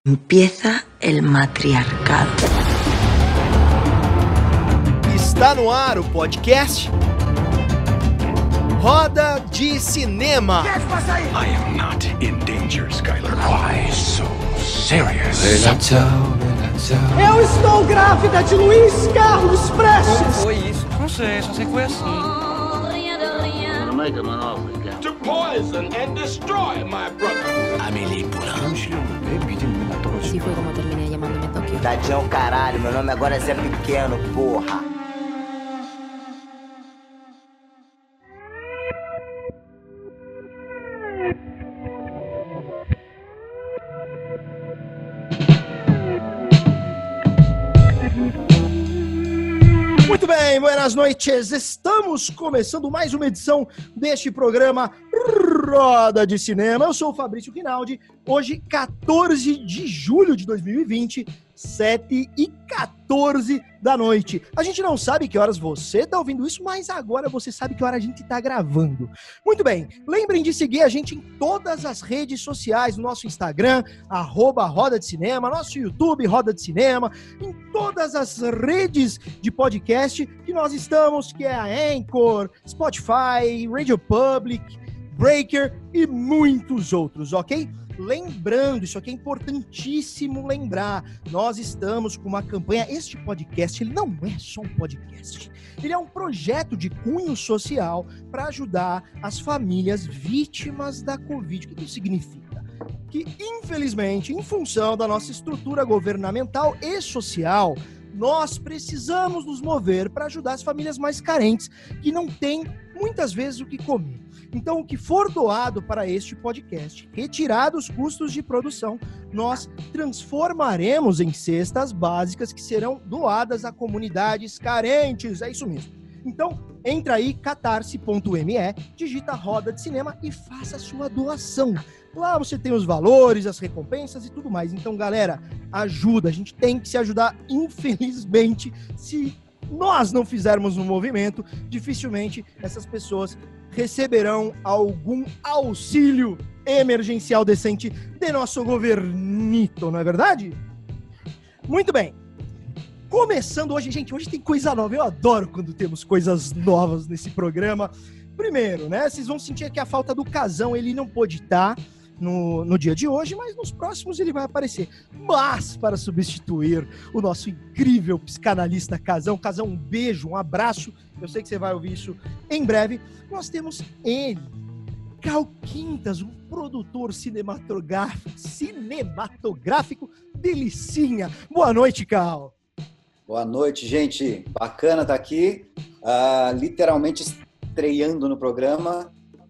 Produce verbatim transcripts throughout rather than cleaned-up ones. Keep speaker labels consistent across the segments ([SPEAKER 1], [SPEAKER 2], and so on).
[SPEAKER 1] Empieza el matriarcado.
[SPEAKER 2] Está no ar o podcast Roda de Cinema.
[SPEAKER 3] I am not in danger, Skylar. Why so serious?
[SPEAKER 4] Eu estou grávida de Luiz Carlos Prestes.
[SPEAKER 5] Como foi isso? Não sei, só sei que foi assim.
[SPEAKER 3] To poison and destroy my brother.
[SPEAKER 6] Amélie Poulain.
[SPEAKER 7] Así fue como terminé llamándome Tokio.
[SPEAKER 8] Tadinho é o caralho, meu nome agora é Zé Pequeno, porra.
[SPEAKER 2] Muito bem, buenas noites. Estamos começando mais uma edição deste programa Roda de Cinema. Eu sou o Fabrício Rinaldi. Hoje, quatorze de julho de dois mil e vinte, sete e quatorze da noite. A gente não sabe que horas você está ouvindo isso, mas agora você sabe que hora a gente está gravando. Muito bem, lembrem de seguir a gente em todas as redes sociais, no nosso Instagram, arroba Roda de Cinema, nosso YouTube, Roda de Cinema, em todas as redes de podcast que nós estamos, que é a Anchor, Spotify, Radio Public, Breaker e muitos outros, ok? Lembrando, isso aqui é importantíssimo lembrar, nós estamos com uma campanha, este podcast, ele não é só um podcast, ele é um projeto de cunho social para ajudar as famílias vítimas da Covid. O que isso significa? Que, infelizmente, em função da nossa estrutura governamental e social, nós precisamos nos mover para ajudar as famílias mais carentes, que não têm, muitas vezes, o que comer. Então, o que for doado para este podcast, retirado os custos de produção, nós transformaremos em cestas básicas que serão doadas a comunidades carentes. É isso mesmo. Então, entra aí, catarse ponto me, digita Roda de Cinema e faça a sua doação. Lá você tem os valores, as recompensas e tudo mais. Então, galera, ajuda. A gente tem que se ajudar. Infelizmente, se nós não fizermos um movimento, dificilmente essas pessoas receberão algum auxílio emergencial decente de nosso governito, não é verdade? Muito bem. Começando hoje, gente, hoje tem coisa nova. Eu adoro quando temos coisas novas nesse programa. Primeiro, né, vocês vão sentir que a falta do Casão, ele não pôde estar no, no dia de hoje, mas nos próximos ele vai aparecer. Mas, para substituir o nosso incrível psicanalista Casão, Casão, um beijo, um abraço, eu sei que você vai ouvir isso em breve, nós temos ele, Cal Quintas, um produtor cinematográfico, cinematográfico delicinha. Boa noite, Cal.
[SPEAKER 9] Boa noite, gente. Bacana estar aqui, uh, literalmente estreando no programa.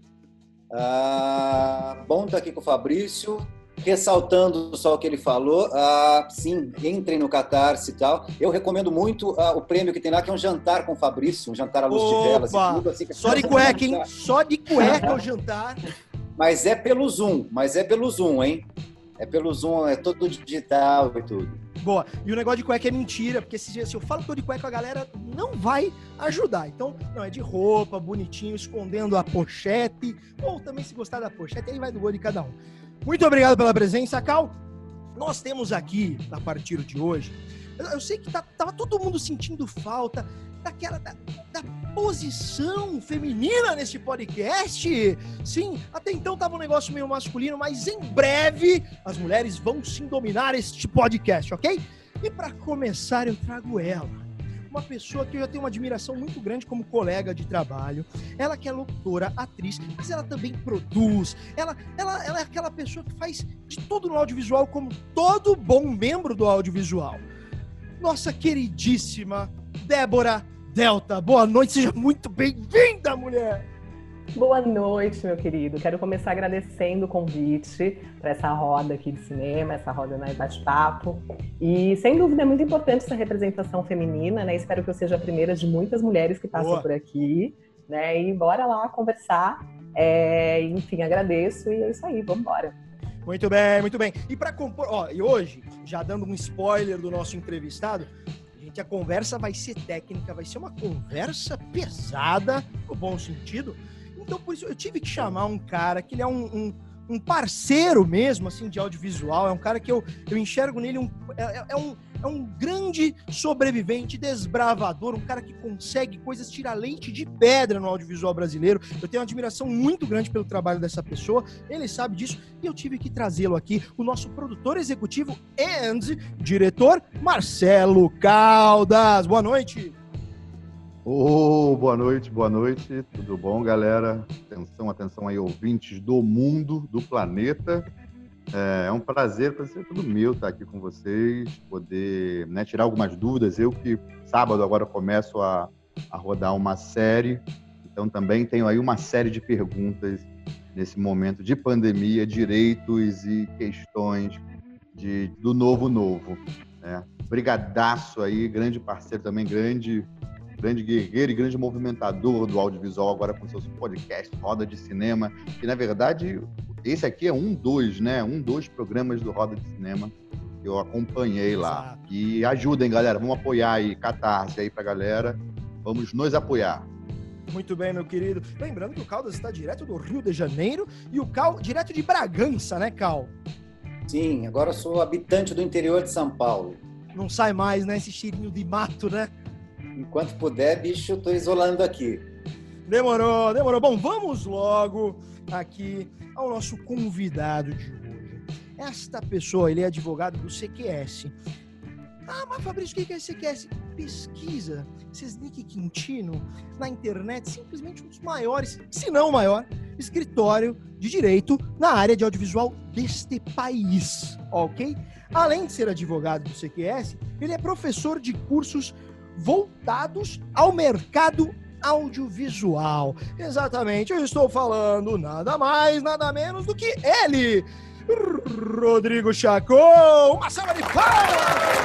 [SPEAKER 9] Uh, bom estar aqui com o Fabrício, ressaltando só o que ele falou. Uh, sim, entrem no Catarse e tal. Eu recomendo muito uh, o prêmio que tem lá, que é um jantar com o Fabrício, um jantar à luz de velas e tudo. Assim, que
[SPEAKER 2] só de cueca, hein? Só de cueca o jantar.
[SPEAKER 9] Mas é pelo Zoom, mas é pelo Zoom, hein? É pelo Zoom, é todo digital e tudo.
[SPEAKER 2] Boa. E o negócio de cueca é mentira, porque se, se eu falo que tô de cueca, a galera não vai ajudar. Então, não, é de roupa, bonitinho, escondendo a pochete, ou também se gostar da pochete, aí vai do gosto de cada um. Muito obrigado pela presença, Cal. Nós temos aqui, a partir de hoje, eu, eu sei que tá, tava todo mundo sentindo falta daquela, da, da posição feminina nesse podcast. Sim, até então tava um negócio meio masculino, mas em breve as mulheres vão sim dominar este podcast, ok? E para começar eu trago ela, uma pessoa que eu já tenho uma admiração muito grande como colega de trabalho. Ela que é locutora, atriz, mas ela também produz. Ela, ela, ela é aquela pessoa que faz de tudo no audiovisual, como todo bom membro do audiovisual. Nossa queridíssima Débora Delta. Boa noite, seja muito bem-vinda, mulher!
[SPEAKER 10] Boa noite, meu querido. Quero começar agradecendo o convite para essa roda aqui de cinema, essa roda na bate-papo. E, sem dúvida, é muito importante essa representação feminina, né? Espero que eu seja a primeira de muitas mulheres que passam Boa. por aqui, né? E bora lá conversar. É, enfim, agradeço e é isso aí, vamos embora.
[SPEAKER 2] Muito bem, muito bem. E para compor... Ó, e hoje, já dando um spoiler do nosso entrevistado, que a conversa vai ser técnica, vai ser uma conversa pesada, no bom sentido. Então, por isso, eu tive que chamar um cara que ele é um, um, um parceiro mesmo, assim, de audiovisual. É um cara que eu, eu enxergo nele, um, é, é, um, é um grande sobrevivente, desbravador, um cara que consegue coisas, tirar leite de pedra no audiovisual brasileiro. Eu tenho uma admiração muito grande pelo trabalho dessa pessoa, ele sabe disso, e eu tive que trazê-lo aqui, o nosso produtor executivo e diretor, Marcelo Caldas. Boa noite.
[SPEAKER 6] Oh, boa noite, boa noite, tudo bom, galera? Atenção, atenção aí, ouvintes do mundo, do planeta. É um prazer, prazer todo meu estar aqui com vocês, poder, né, tirar algumas dúvidas. Eu que sábado agora começo a, a rodar uma série, então também tenho aí uma série de perguntas nesse momento de pandemia, direitos e questões de, do novo novo, né? Brigadaço aí, grande parceiro também, grande... grande guerreiro e grande movimentador do audiovisual, agora com seus podcasts, Roda de Cinema, que na verdade esse aqui é um dos, né, um dos programas do Roda de Cinema que eu acompanhei lá. Exato. E ajudem, galera, vamos apoiar aí, Catarse aí pra galera, vamos nos apoiar.
[SPEAKER 2] Muito bem, meu querido. Lembrando que o Caldas está direto do Rio de Janeiro e o Cal direto de Bragança, né, Cal?
[SPEAKER 9] Sim, agora eu sou habitante do interior de São Paulo.
[SPEAKER 2] Não sai mais, né, esse cheirinho de mato, né?
[SPEAKER 9] Enquanto puder, bicho, eu tô isolando aqui.
[SPEAKER 2] Demorou, demorou. Bom, vamos logo aqui ao nosso convidado de hoje. Esta pessoa, ele é advogado do C Q S. Ah, mas Fabrício, o que é C Q S? Pesquisa Sesnick Quintino na internet, simplesmente um dos maiores, se não o maior, escritório de direito na área de audiovisual deste país, ok? Além de ser advogado do C Q S, ele é professor de cursos voltados ao mercado audiovisual. Exatamente, eu estou falando nada mais, nada menos do que ele, Rodrigo Chacon. Uma salva de palmas!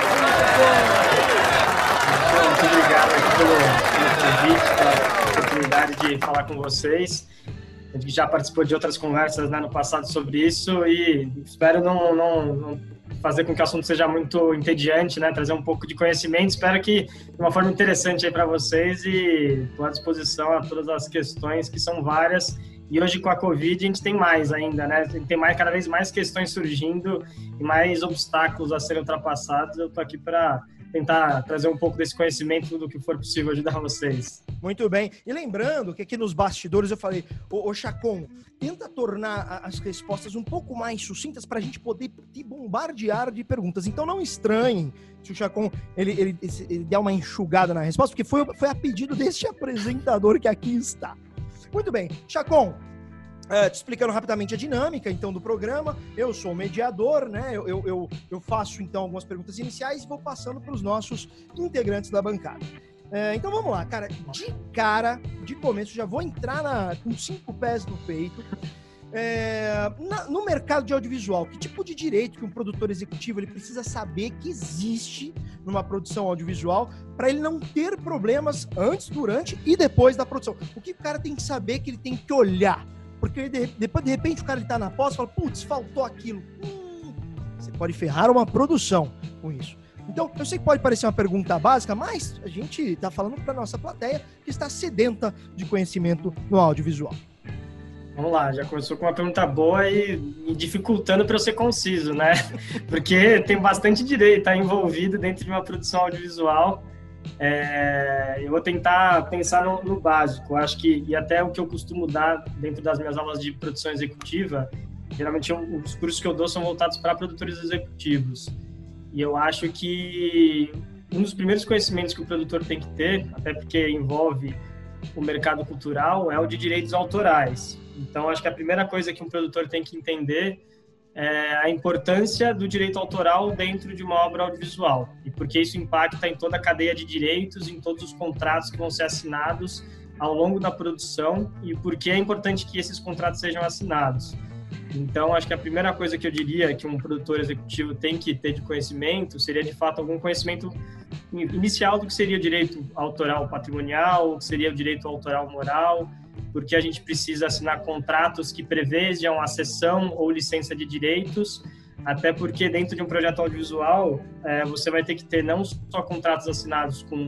[SPEAKER 11] Muito obrigado pelo, pelo convite, pela oportunidade de falar com vocês. A gente já participou de outras conversas, né, no passado sobre isso e espero não, não, não fazer com que o assunto seja muito entediante, né? Trazer um pouco de conhecimento. Espero que de uma forma interessante aí para vocês e estou à disposição a todas as questões, que são várias. E hoje com a Covid a gente tem mais ainda, né? Tem mais, cada vez mais questões surgindo e mais obstáculos a serem ultrapassados. Eu estou aqui para tentar trazer um pouco desse conhecimento do que for possível ajudar vocês.
[SPEAKER 2] Muito bem. E lembrando que aqui nos bastidores eu falei, ô, ô Chacon, tenta tornar as respostas um pouco mais sucintas para a gente poder te bombardear de perguntas. Então não estranhem se o Chacon ele, ele, ele der uma enxugada na resposta, porque foi, foi a pedido deste apresentador que aqui está. Muito bem. Chacon, Uh, te explicando rapidamente a dinâmica, então, do programa. Eu sou o mediador, né? Eu, eu, eu, eu faço, então, algumas perguntas iniciais e vou passando para os nossos integrantes da bancada. Uh, então, vamos lá, cara. De cara, de começo, já vou entrar na, com cinco pés no peito. É, na, no mercado de audiovisual, que tipo de direito que um produtor executivo ele precisa saber que existe numa produção audiovisual para ele não ter problemas antes, durante e depois da produção? O que o cara tem que saber, que ele tem que olhar? Porque de, depois, de repente, o cara ele tá na pós e fala, putz, faltou aquilo. Hum, você pode ferrar uma produção com isso. Então, eu sei que pode parecer uma pergunta básica, mas a gente tá falando para nossa plateia que está sedenta de conhecimento no audiovisual.
[SPEAKER 11] Vamos lá, já começou com uma pergunta boa e, e dificultando para eu ser conciso, né? Porque tem bastante direito tá envolvido dentro de uma produção audiovisual. É, eu vou tentar pensar no, no básico, acho que, e até o que eu costumo dar dentro das minhas aulas de produção executiva, geralmente eu, os cursos que eu dou são voltados para produtores executivos, e eu acho que um dos primeiros conhecimentos que o produtor tem que ter, até porque envolve o mercado cultural, é o de direitos autorais. Então acho que a primeira coisa que um produtor tem que entender é a importância do direito autoral dentro de uma obra audiovisual e porque isso impacta em toda a cadeia de direitos, em todos os contratos que vão ser assinados ao longo da produção e porque é importante que esses contratos sejam assinados. Então, acho que a primeira coisa que eu diria que um produtor executivo tem que ter de conhecimento seria, de fato, algum conhecimento inicial do que seria o direito autoral patrimonial, o que seria o direito autoral moral, porque a gente precisa assinar contratos que prevejam a cessão ou licença de direitos, até porque dentro de um projeto audiovisual é, você vai ter que ter não só contratos assinados com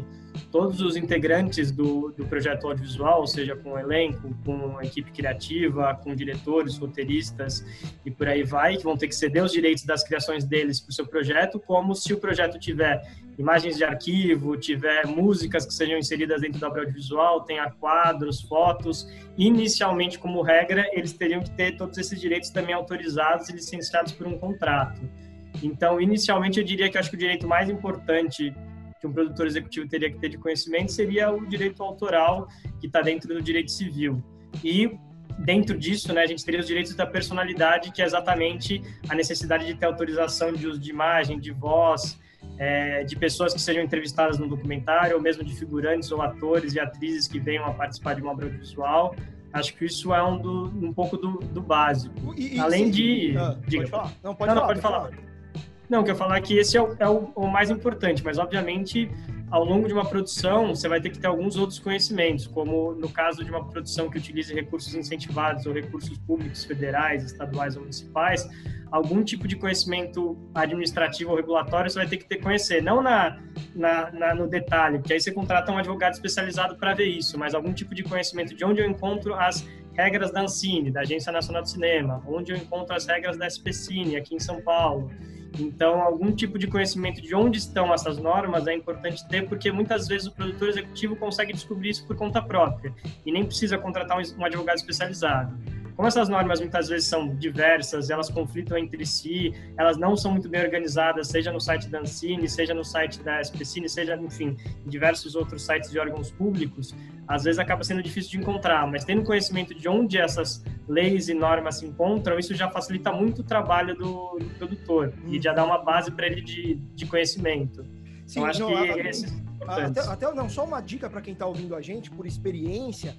[SPEAKER 11] todos os integrantes do, do projeto audiovisual, seja com o elenco, com a equipe criativa, com diretores, roteiristas e por aí vai, que vão ter que ceder os direitos das criações deles para o seu projeto, como se o projeto tiver imagens de arquivo, tiver músicas que sejam inseridas dentro da obra audiovisual, tenha quadros, fotos. Inicialmente, como regra, eles teriam que ter todos esses direitos também autorizados e licenciados por um contrato. Então, inicialmente, eu diria que eu acho que o direito mais importante que um produtor executivo teria que ter de conhecimento seria o direito autoral, que está dentro do direito civil. E, dentro disso, né, a gente teria os direitos da personalidade, que é exatamente a necessidade de ter autorização de uso de imagem, de voz, é, de pessoas que sejam entrevistadas no documentário, ou mesmo de figurantes ou atores e atrizes que venham a participar de uma obra audiovisual. Acho que isso é um, do, um pouco do, do básico.
[SPEAKER 2] E, e,
[SPEAKER 11] Além
[SPEAKER 2] sim,
[SPEAKER 11] de...
[SPEAKER 2] ah,
[SPEAKER 11] diga.
[SPEAKER 2] Pode falar. Não, pode
[SPEAKER 11] não,
[SPEAKER 2] falar.
[SPEAKER 11] não, pode falar. falar. Não, quero falar que esse é, o, é o, o mais importante, mas obviamente ao longo de uma produção você vai ter que ter alguns outros conhecimentos, como no caso de uma produção que utilize recursos incentivados ou recursos públicos federais, estaduais ou municipais, algum tipo de conhecimento administrativo ou regulatório você vai ter que ter que conhecer, não na, na, na, no detalhe, porque aí você contrata um advogado especializado para ver isso, mas algum tipo de conhecimento de onde eu encontro as regras da Ancine, da Agência Nacional de Cinema, onde eu encontro as regras da SPCine, aqui em São Paulo. Então, algum tipo de conhecimento de onde estão essas normas é importante ter, porque muitas vezes o produtor executivo consegue descobrir isso por conta própria e nem precisa contratar um advogado especializado. Como essas normas muitas vezes são diversas, elas conflitam entre si, elas não são muito bem organizadas, seja no site da Ancine, seja no site da SPCine, seja, enfim, em diversos outros sites de órgãos públicos, às vezes acaba sendo difícil de encontrar, mas tendo conhecimento de onde essas leis e normas se encontram, isso já facilita muito o trabalho do, do produtor hum. e já dá uma base para ele de, de conhecimento.
[SPEAKER 2] Sim,
[SPEAKER 11] então, acho
[SPEAKER 2] não,
[SPEAKER 11] que
[SPEAKER 2] a,
[SPEAKER 11] esses
[SPEAKER 2] até, até não, só uma dica para quem está ouvindo a gente, por experiência.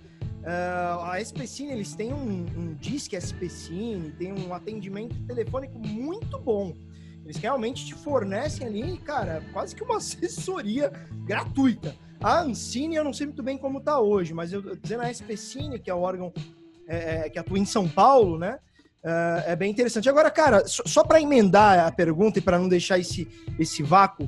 [SPEAKER 2] Uh, a SPCine, eles têm um, um Disque SPCine, tem um atendimento telefônico muito bom. Eles realmente te fornecem ali, cara, quase que uma assessoria gratuita. A Ancine, eu não sei muito bem como tá hoje, mas eu, eu dizendo a SPCine, que é o órgão é, que atua em São Paulo, né, uh, é bem interessante. Agora, cara, só, só para emendar a pergunta e para não deixar esse, esse vácuo,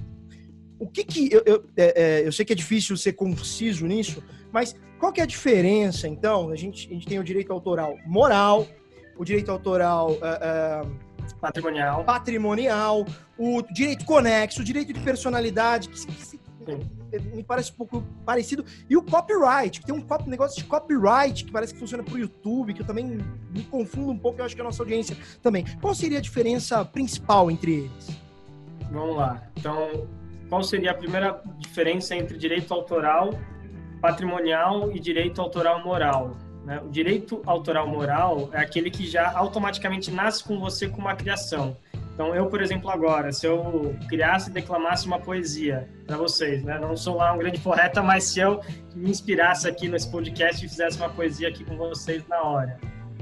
[SPEAKER 2] o que que... Eu, eu, é, é, eu sei que é difícil ser conciso nisso, mas qual que é a diferença, então? A gente, a gente tem o direito autoral moral, o direito autoral uh, uh,
[SPEAKER 11] patrimonial,
[SPEAKER 2] patrimonial, o direito conexo, o direito de personalidade, que, que, que me parece um pouco parecido, e o copyright, que tem um cop, negócio de copyright que parece que funciona para o YouTube, que eu também me confundo um pouco, eu acho que a nossa audiência também. Qual seria a diferença principal entre eles?
[SPEAKER 11] Vamos lá. Então, qual seria a primeira diferença entre direito autoral patrimonial e direito autoral moral, né? O direito autoral moral é aquele que já automaticamente nasce com você com uma criação. Então, eu, por exemplo, agora, se eu criasse e declamasse uma poesia para vocês, né? Não sou lá um grande poeta, mas se eu me inspirasse aqui nesse podcast e fizesse uma poesia aqui com vocês na hora.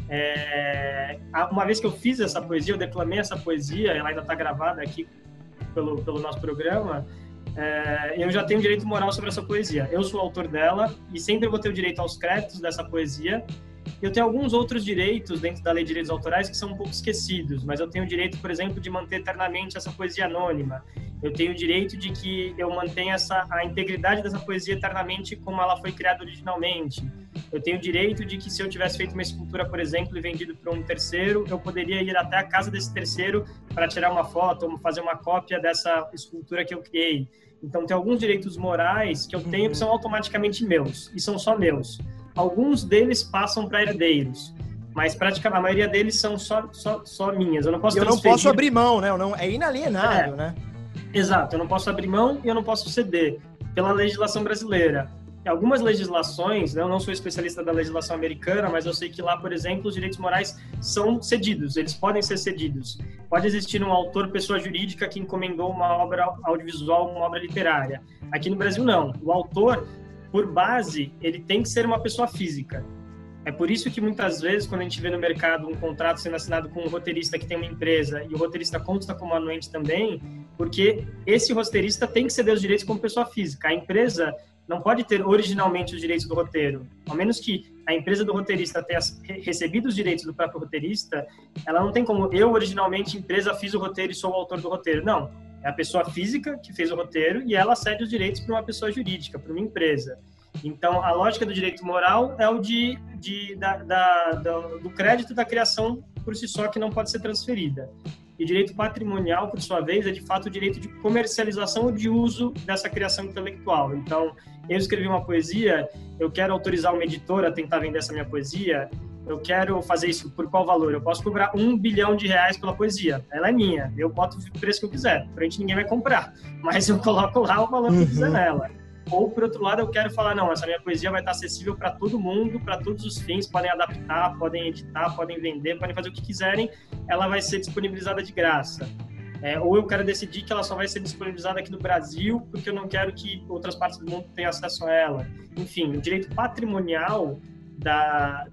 [SPEAKER 11] É... Uma vez que eu fiz essa poesia, eu declamei essa poesia, ela ainda está gravada aqui pelo, pelo nosso programa, É, eu já tenho direito moral sobre essa poesia. Eu sou o autor dela e sempre vou ter o direito aos créditos dessa poesia. Eu tenho alguns outros direitos dentro da Lei de Direitos Autorais que são um pouco esquecidos, mas eu tenho o direito, por exemplo, de manter eternamente essa poesia anônima. Eu tenho o direito de que eu mantenha essa, a integridade dessa poesia eternamente como ela foi criada originalmente. Eu tenho o direito de que se eu tivesse feito uma escultura, por exemplo, e vendido para um terceiro, eu poderia ir até a casa desse terceiro para tirar uma foto ou fazer uma cópia dessa escultura que eu criei. Então, tem alguns direitos morais que eu tenho que são automaticamente meus, e são só meus. Alguns deles passam para herdeiros, mas praticamente a maioria deles são só, só, só minhas. Eu não posso
[SPEAKER 2] eu
[SPEAKER 11] transferir.
[SPEAKER 2] não posso abrir mão, né? Eu não, é inalienável, é, né?
[SPEAKER 11] Exato, eu não posso abrir mão e eu não posso ceder pela legislação brasileira. Em algumas legislações, né, eu não sou especialista da legislação americana, mas eu sei que lá, por exemplo, os direitos morais são cedidos, eles podem ser cedidos. Pode existir um autor, pessoa jurídica, que encomendou uma obra audiovisual, uma obra literária. Aqui no Brasil, não. O autor, por base, ele tem que ser uma pessoa física. É por isso que muitas vezes, quando a gente vê no mercado um contrato sendo assinado com um roteirista que tem uma empresa e o roteirista consta como anuente também, porque esse roteirista tem que ceder os direitos como pessoa física. A empresa não pode ter originalmente os direitos do roteiro. Ao menos que a empresa do roteirista tenha recebido os direitos do próprio roteirista, ela não tem como eu, originalmente, empresa, fiz o roteiro e sou o autor do roteiro. Não. É a pessoa física que fez o roteiro e ela cede os direitos para uma pessoa jurídica, para uma empresa. Então, a lógica do direito moral é o de, de, da, da, do crédito da criação por si só, que não pode ser transferida. E o direito patrimonial, por sua vez, é de fato o direito de comercialização ou de uso dessa criação intelectual. Então, eu escrevi uma poesia, eu quero autorizar uma editora a tentar vender essa minha poesia, eu quero fazer isso por qual valor? Eu posso cobrar um bilhão de reais pela poesia, ela é minha, eu boto o preço que eu quiser, frente ninguém vai comprar, mas eu coloco lá o valor que eu quiser nela. Ou, por outro lado, eu quero falar, não, essa minha poesia vai estar acessível para todo mundo, para todos os fins, podem adaptar, podem editar, podem vender, podem fazer o que quiserem, ela vai ser disponibilizada de graça. É, ou eu quero decidir que ela só vai ser disponibilizada aqui no Brasil, porque eu não quero que outras partes do mundo tenham acesso a ela. Enfim, o direito patrimonial da,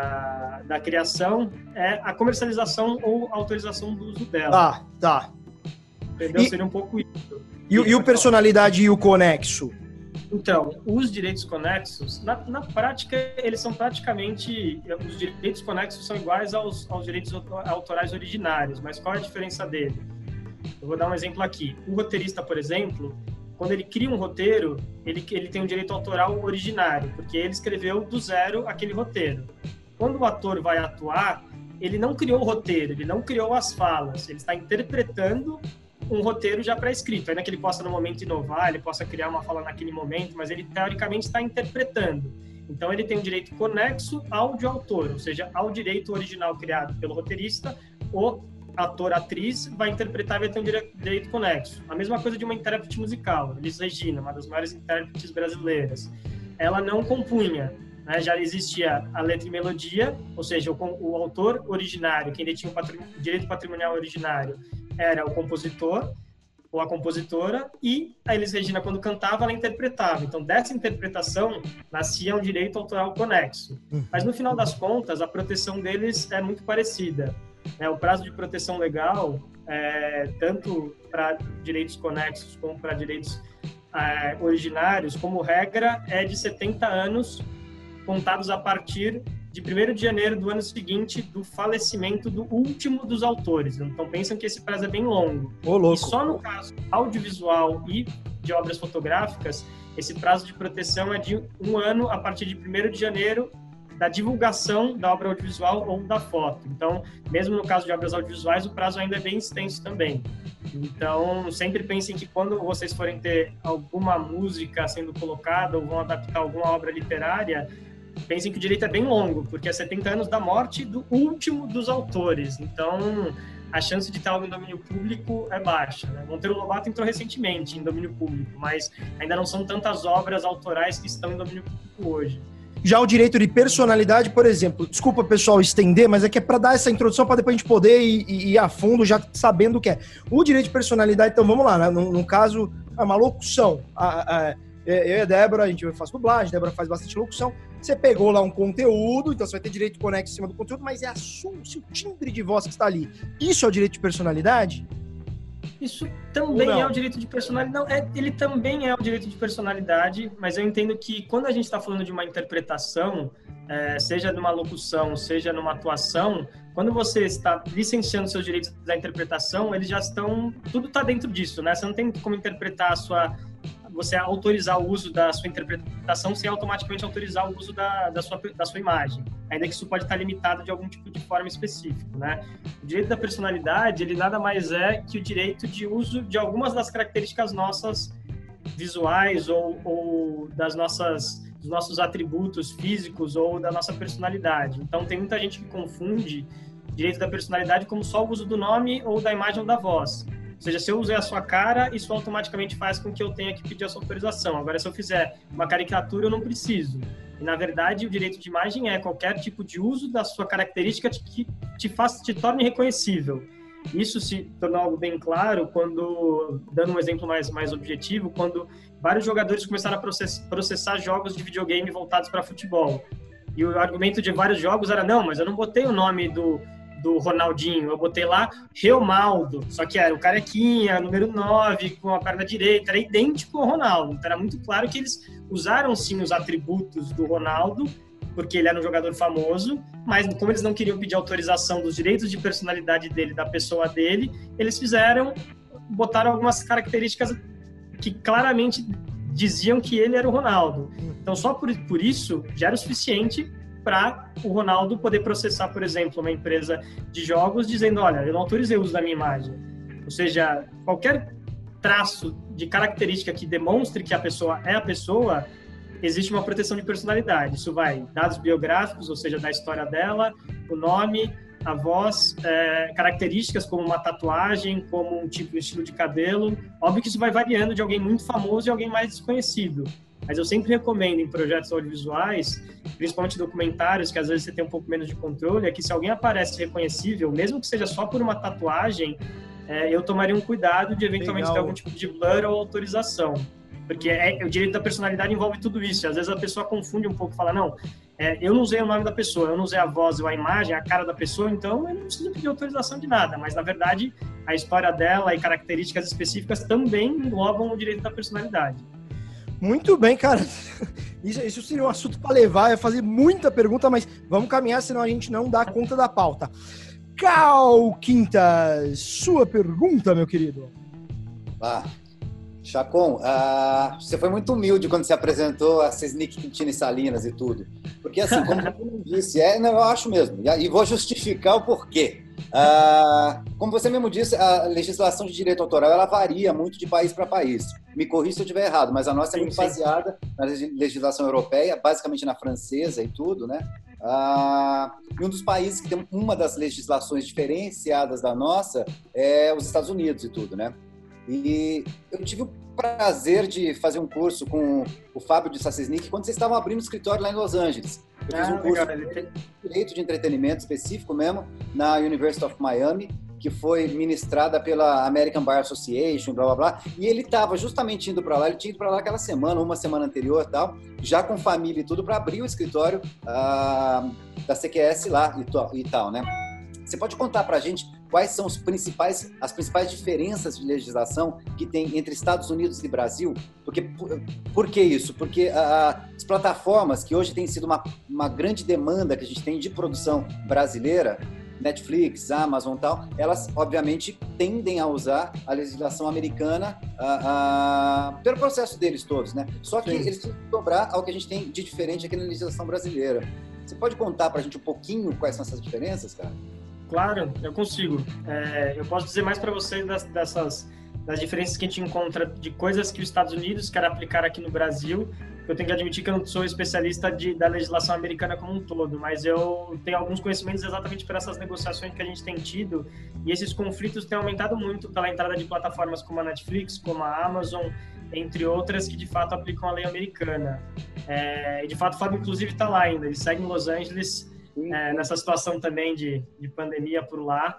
[SPEAKER 11] da, da criação é a comercialização ou autorização do uso dela.
[SPEAKER 2] Tá, tá.
[SPEAKER 11] Entendeu?
[SPEAKER 2] E,
[SPEAKER 11] Seria um pouco isso.
[SPEAKER 2] E, e o personalidade e o conexo?
[SPEAKER 11] Então, os direitos conexos, na, na prática, eles são praticamente... Os direitos conexos são iguais aos, aos direitos autorais originários, mas qual é a diferença dele? Eu vou dar um exemplo aqui. O roteirista, por exemplo, quando ele cria um roteiro, ele, ele tem um direito autoral originário, porque ele escreveu do zero aquele roteiro. Quando o ator vai atuar, ele não criou o roteiro, ele não criou as falas, ele está interpretando um roteiro já pré-escrito, ainda que ele possa no momento inovar, ele possa criar uma fala naquele momento, mas ele teoricamente está interpretando. Então ele tem um direito conexo ao de autor, ou seja, ao direito original criado pelo roteirista, o ator, atriz vai interpretar e vai ter um direito conexo. A mesma coisa de uma intérprete musical, Elis Regina, uma das maiores intérpretes brasileiras. Ela não compunha, né? Já existia a letra e melodia, ou seja, o, o autor originário, quem detinha o patrim, direito patrimonial originário, era o compositor ou a compositora, e a Elis Regina, quando cantava, ela interpretava. Então, dessa interpretação, nascia um direito autoral conexo. Mas, no final das contas, a proteção deles é muito parecida. É, o prazo de proteção legal, é, tanto para direitos conexos como para direitos é, originários, como regra, é de setenta anos, contados a partir de primeiro de janeiro do ano seguinte do falecimento do último dos autores. Então pensam que esse prazo é bem longo.
[SPEAKER 2] Ô, louco.
[SPEAKER 11] E só no caso audiovisual e de obras fotográficas, esse prazo de proteção é de um ano a partir de primeiro de janeiro da divulgação da obra audiovisual ou da foto. Então, mesmo no caso de obras audiovisuais, o prazo ainda é bem extenso também. Então, sempre pensem que quando vocês forem ter alguma música sendo colocada ou vão adaptar alguma obra literária, pensem que o direito é bem longo, porque é setenta anos da morte do último dos autores. Então, a chance de ter algo em domínio público é baixa, né? Monteiro Lobato entrou recentemente em domínio público, mas ainda não são tantas obras autorais que estão em domínio público hoje.
[SPEAKER 2] Já o direito de personalidade, por exemplo, desculpa, pessoal, estender, mas é que é para dar essa introdução para depois a gente poder ir, ir a fundo já sabendo o que é. O direito de personalidade, então vamos lá, né? No, no caso, é uma locução. A, a, eu e a Débora, a gente faz dublagem, a Débora faz bastante locução. Você pegou lá um conteúdo, então você vai ter direito conexo em cima do conteúdo, mas é a sua, o seu timbre de voz que está ali. Isso é o direito de personalidade?
[SPEAKER 11] Isso também é o direito de personalidade. Não, é, ele também é o direito de personalidade, mas eu entendo que quando a gente está falando de uma interpretação, é, seja numa locução, seja numa atuação, quando você está licenciando seus direitos da interpretação, eles já estão... Tudo está dentro disso, né? Você não tem como interpretar a sua... Você autorizar o uso da sua interpretação sem automaticamente autorizar o uso da, da, sua, da sua imagem, ainda que isso pode estar limitado de algum tipo de forma específica, né? O direito da personalidade, ele nada mais é que o direito de uso de algumas das características nossas visuais ou, ou das nossas, dos nossos atributos físicos ou da nossa personalidade. Então, tem muita gente que confunde direito da personalidade como só o uso do nome ou da imagem ou da voz. Ou seja, se eu usei a sua cara, isso automaticamente faz com que eu tenha que pedir a sua autorização. Agora, se eu fizer uma caricatura, eu não preciso. E, na verdade, o direito de imagem é qualquer tipo de uso da sua característica que te, faça, te torne reconhecível. Isso se tornou algo bem claro quando, dando um exemplo mais, mais objetivo, quando vários jogadores começaram a process, processar jogos de videogame voltados para futebol. E o argumento de vários jogos era, não, mas eu não botei o nome do... do Ronaldinho, eu botei lá Realmaldo, só que era o carequinha, número nove, com a perna direita, era idêntico ao Ronaldo, então era muito claro que eles usaram sim os atributos do Ronaldo, porque ele era um jogador famoso, mas como eles não queriam pedir autorização dos direitos de personalidade dele, da pessoa dele, eles fizeram botaram algumas características que claramente diziam que ele era o Ronaldo. Então, só por, por isso, já era o suficiente para o Ronaldo poder processar, por exemplo, uma empresa de jogos dizendo, olha, eu não autorizei o uso da minha imagem. Ou seja, qualquer traço de característica que demonstre que a pessoa é a pessoa, existe uma proteção de personalidade. Isso vai dados biográficos, ou seja, da história dela, o nome, a voz, é, características como uma tatuagem, como um tipo de estilo de cabelo. Óbvio que isso vai variando de alguém muito famoso e alguém mais desconhecido. Mas eu sempre recomendo em projetos audiovisuais, principalmente documentários, que às vezes você tem um pouco menos de controle, é que se alguém aparece reconhecível, mesmo que seja só por uma tatuagem, é, eu tomaria um cuidado de eventualmente Legal. ter algum tipo de blur ou autorização. Porque é, o direito da personalidade envolve tudo isso. Às vezes a pessoa confunde um pouco, fala, não, é, eu não usei o nome da pessoa, eu não usei a voz ou a imagem, a cara da pessoa, então eu não preciso pedir autorização de nada. Mas, na verdade, a história dela e características específicas também englobam o direito da personalidade.
[SPEAKER 2] Muito bem, cara. Isso, isso seria um assunto para levar, é fazer muita pergunta, mas vamos caminhar, senão a gente não dá conta da pauta. Cal Quintas, sua pergunta, meu querido.
[SPEAKER 9] Ah, Chacon, uh, você foi muito humilde quando se apresentou a Sesnick Quintino e Salinas e tudo. Porque, assim, como você disse, é, não, eu acho mesmo, e vou justificar o porquê. Uh, como você mesmo disse, a legislação de direito autoral ela varia muito de país para país. Me corrija se eu estiver errado, mas a nossa é muito baseada na legislação europeia, basicamente na francesa e tudo, né? Uh, e um dos países que tem uma das legislações diferenciadas da nossa é os Estados Unidos e tudo, né? E eu tive o prazer de fazer um curso com o Fábio de Sasesnik quando vocês estavam abrindo escritório lá em Los Angeles. Eu fiz um ah, curso de direito de entretenimento específico mesmo na University of Miami, que foi ministrada pela American Bar Association, blá, blá, blá. E ele estava justamente indo para lá, ele tinha ido para lá aquela semana, uma semana anterior e tal, já com família e tudo, para abrir o escritório uh, da C Q S lá e, e tal, né? Você pode contar para a gente quais são os principais, as principais diferenças de legislação que tem entre Estados Unidos e Brasil? Porque, por, por que isso? Porque uh, as plataformas, que hoje tem sido uma, uma grande demanda que a gente tem de produção brasileira, Netflix, Amazon e tal, elas, obviamente, tendem a usar a legislação americana uh, uh, pelo processo deles todos, né? Só que Sim. eles têm que dobrar ao que a gente tem de diferente aqui na legislação brasileira. Você pode contar para a gente um pouquinho quais são essas diferenças, cara?
[SPEAKER 11] Claro, eu consigo. É, eu posso dizer mais para vocês das, dessas das diferenças que a gente encontra de coisas que os Estados Unidos querem aplicar aqui no Brasil. Eu tenho que admitir que eu não sou especialista de, da legislação americana como um todo, mas eu tenho alguns conhecimentos exatamente por essas negociações que a gente tem tido, e esses conflitos têm aumentado muito pela entrada de plataformas como a Netflix, como a Amazon, entre outras, que de fato aplicam a lei americana. É, e de fato o Fábio, inclusive, está lá ainda, ele segue em Los Angeles, É, nessa situação também de, de pandemia por lá.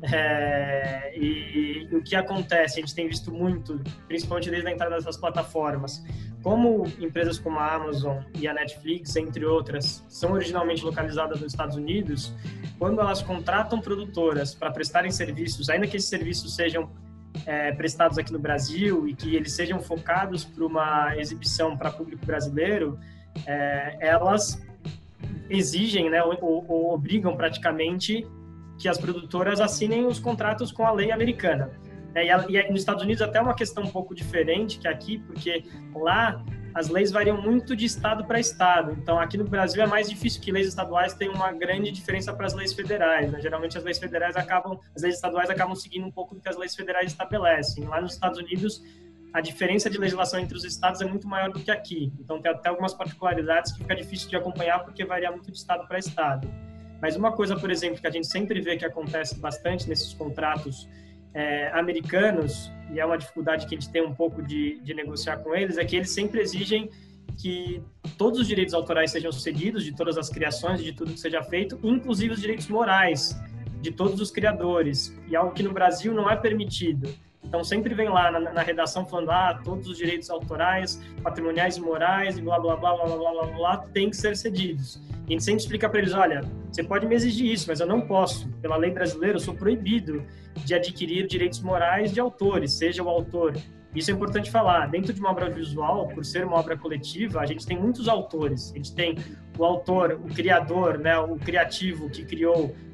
[SPEAKER 11] É, e, e o que acontece, a gente tem visto muito, principalmente desde a entrada dessas plataformas, como empresas como a Amazon e a Netflix, entre outras, são originalmente localizadas nos Estados Unidos, quando elas contratam produtoras para prestarem serviços, ainda que esses serviços sejam é, prestados aqui no Brasil e que eles sejam focados para uma exibição para público brasileiro, é, elas exigem, né, ou, ou obrigam praticamente que as produtoras assinem os contratos com a lei americana. É, e, a, e nos Estados Unidos até uma questão um pouco diferente que aqui, porque lá as leis variam muito de estado para estado. Então, aqui no Brasil é mais difícil, que leis estaduais têm uma grande diferença para as leis federais, né? Geralmente as leis federais acabam, as leis estaduais acabam seguindo um pouco do que as leis federais estabelecem. Lá nos Estados Unidos, a diferença de legislação entre os estados é muito maior do que aqui. Então, tem até algumas particularidades que fica difícil de acompanhar porque varia muito de estado para estado. Mas uma coisa, por exemplo, que a gente sempre vê que acontece bastante nesses contratos é, americanos, e é uma dificuldade que a gente tem um pouco de, de negociar com eles, é que eles sempre exigem que todos os direitos autorais sejam cedidos, de todas as criações, de tudo que seja feito, inclusive os direitos morais de todos os criadores, e algo que no Brasil não é permitido. Então, sempre vem lá na, na redação falando, ah, todos os direitos autorais, patrimoniais e morais, e blá, blá, blá, blá, blá, blá, blá, blá, tem que ser cedidos. E a gente sempre explica para eles, olha, você pode me exigir isso, mas eu não posso. Pela lei brasileira, eu sou proibido de adquirir direitos morais de autores, seja o autor. Isso é importante falar. Dentro de uma obra audiovisual, por ser uma obra coletiva, a gente tem muitos autores. A gente tem o autor, o criador, né, o criativo que criou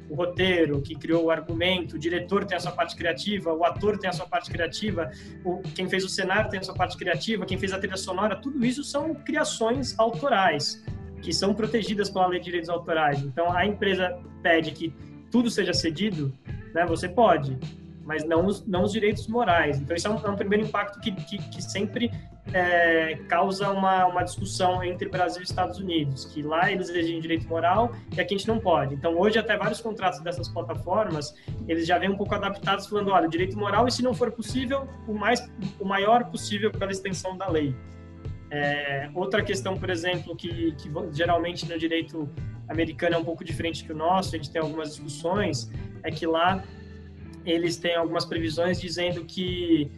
[SPEAKER 11] o roteiro, que criou o argumento, o diretor tem a sua parte criativa, o ator tem a sua parte criativa, o, quem fez o cenário tem a sua parte criativa, quem fez a trilha sonora, tudo isso são criações autorais, que são protegidas pela lei de direitos autorais. Então, a empresa pede que tudo seja cedido, né? Você pode, mas não os, não os direitos morais. Então, isso é um, é um primeiro impacto que, que, que sempre é, causa uma, uma discussão entre Brasil e Estados Unidos, que lá eles exigem direito moral e aqui a gente não pode. Então, hoje, até vários contratos dessas plataformas, eles já vêm um pouco adaptados, falando, olha, o direito moral, e se não for possível, o, mais, o maior possível pela extensão da lei. É, outra questão, por exemplo, que, que geralmente no direito americano é um pouco diferente que o nosso, a gente tem algumas discussões, é que lá eles têm algumas previsões dizendo que,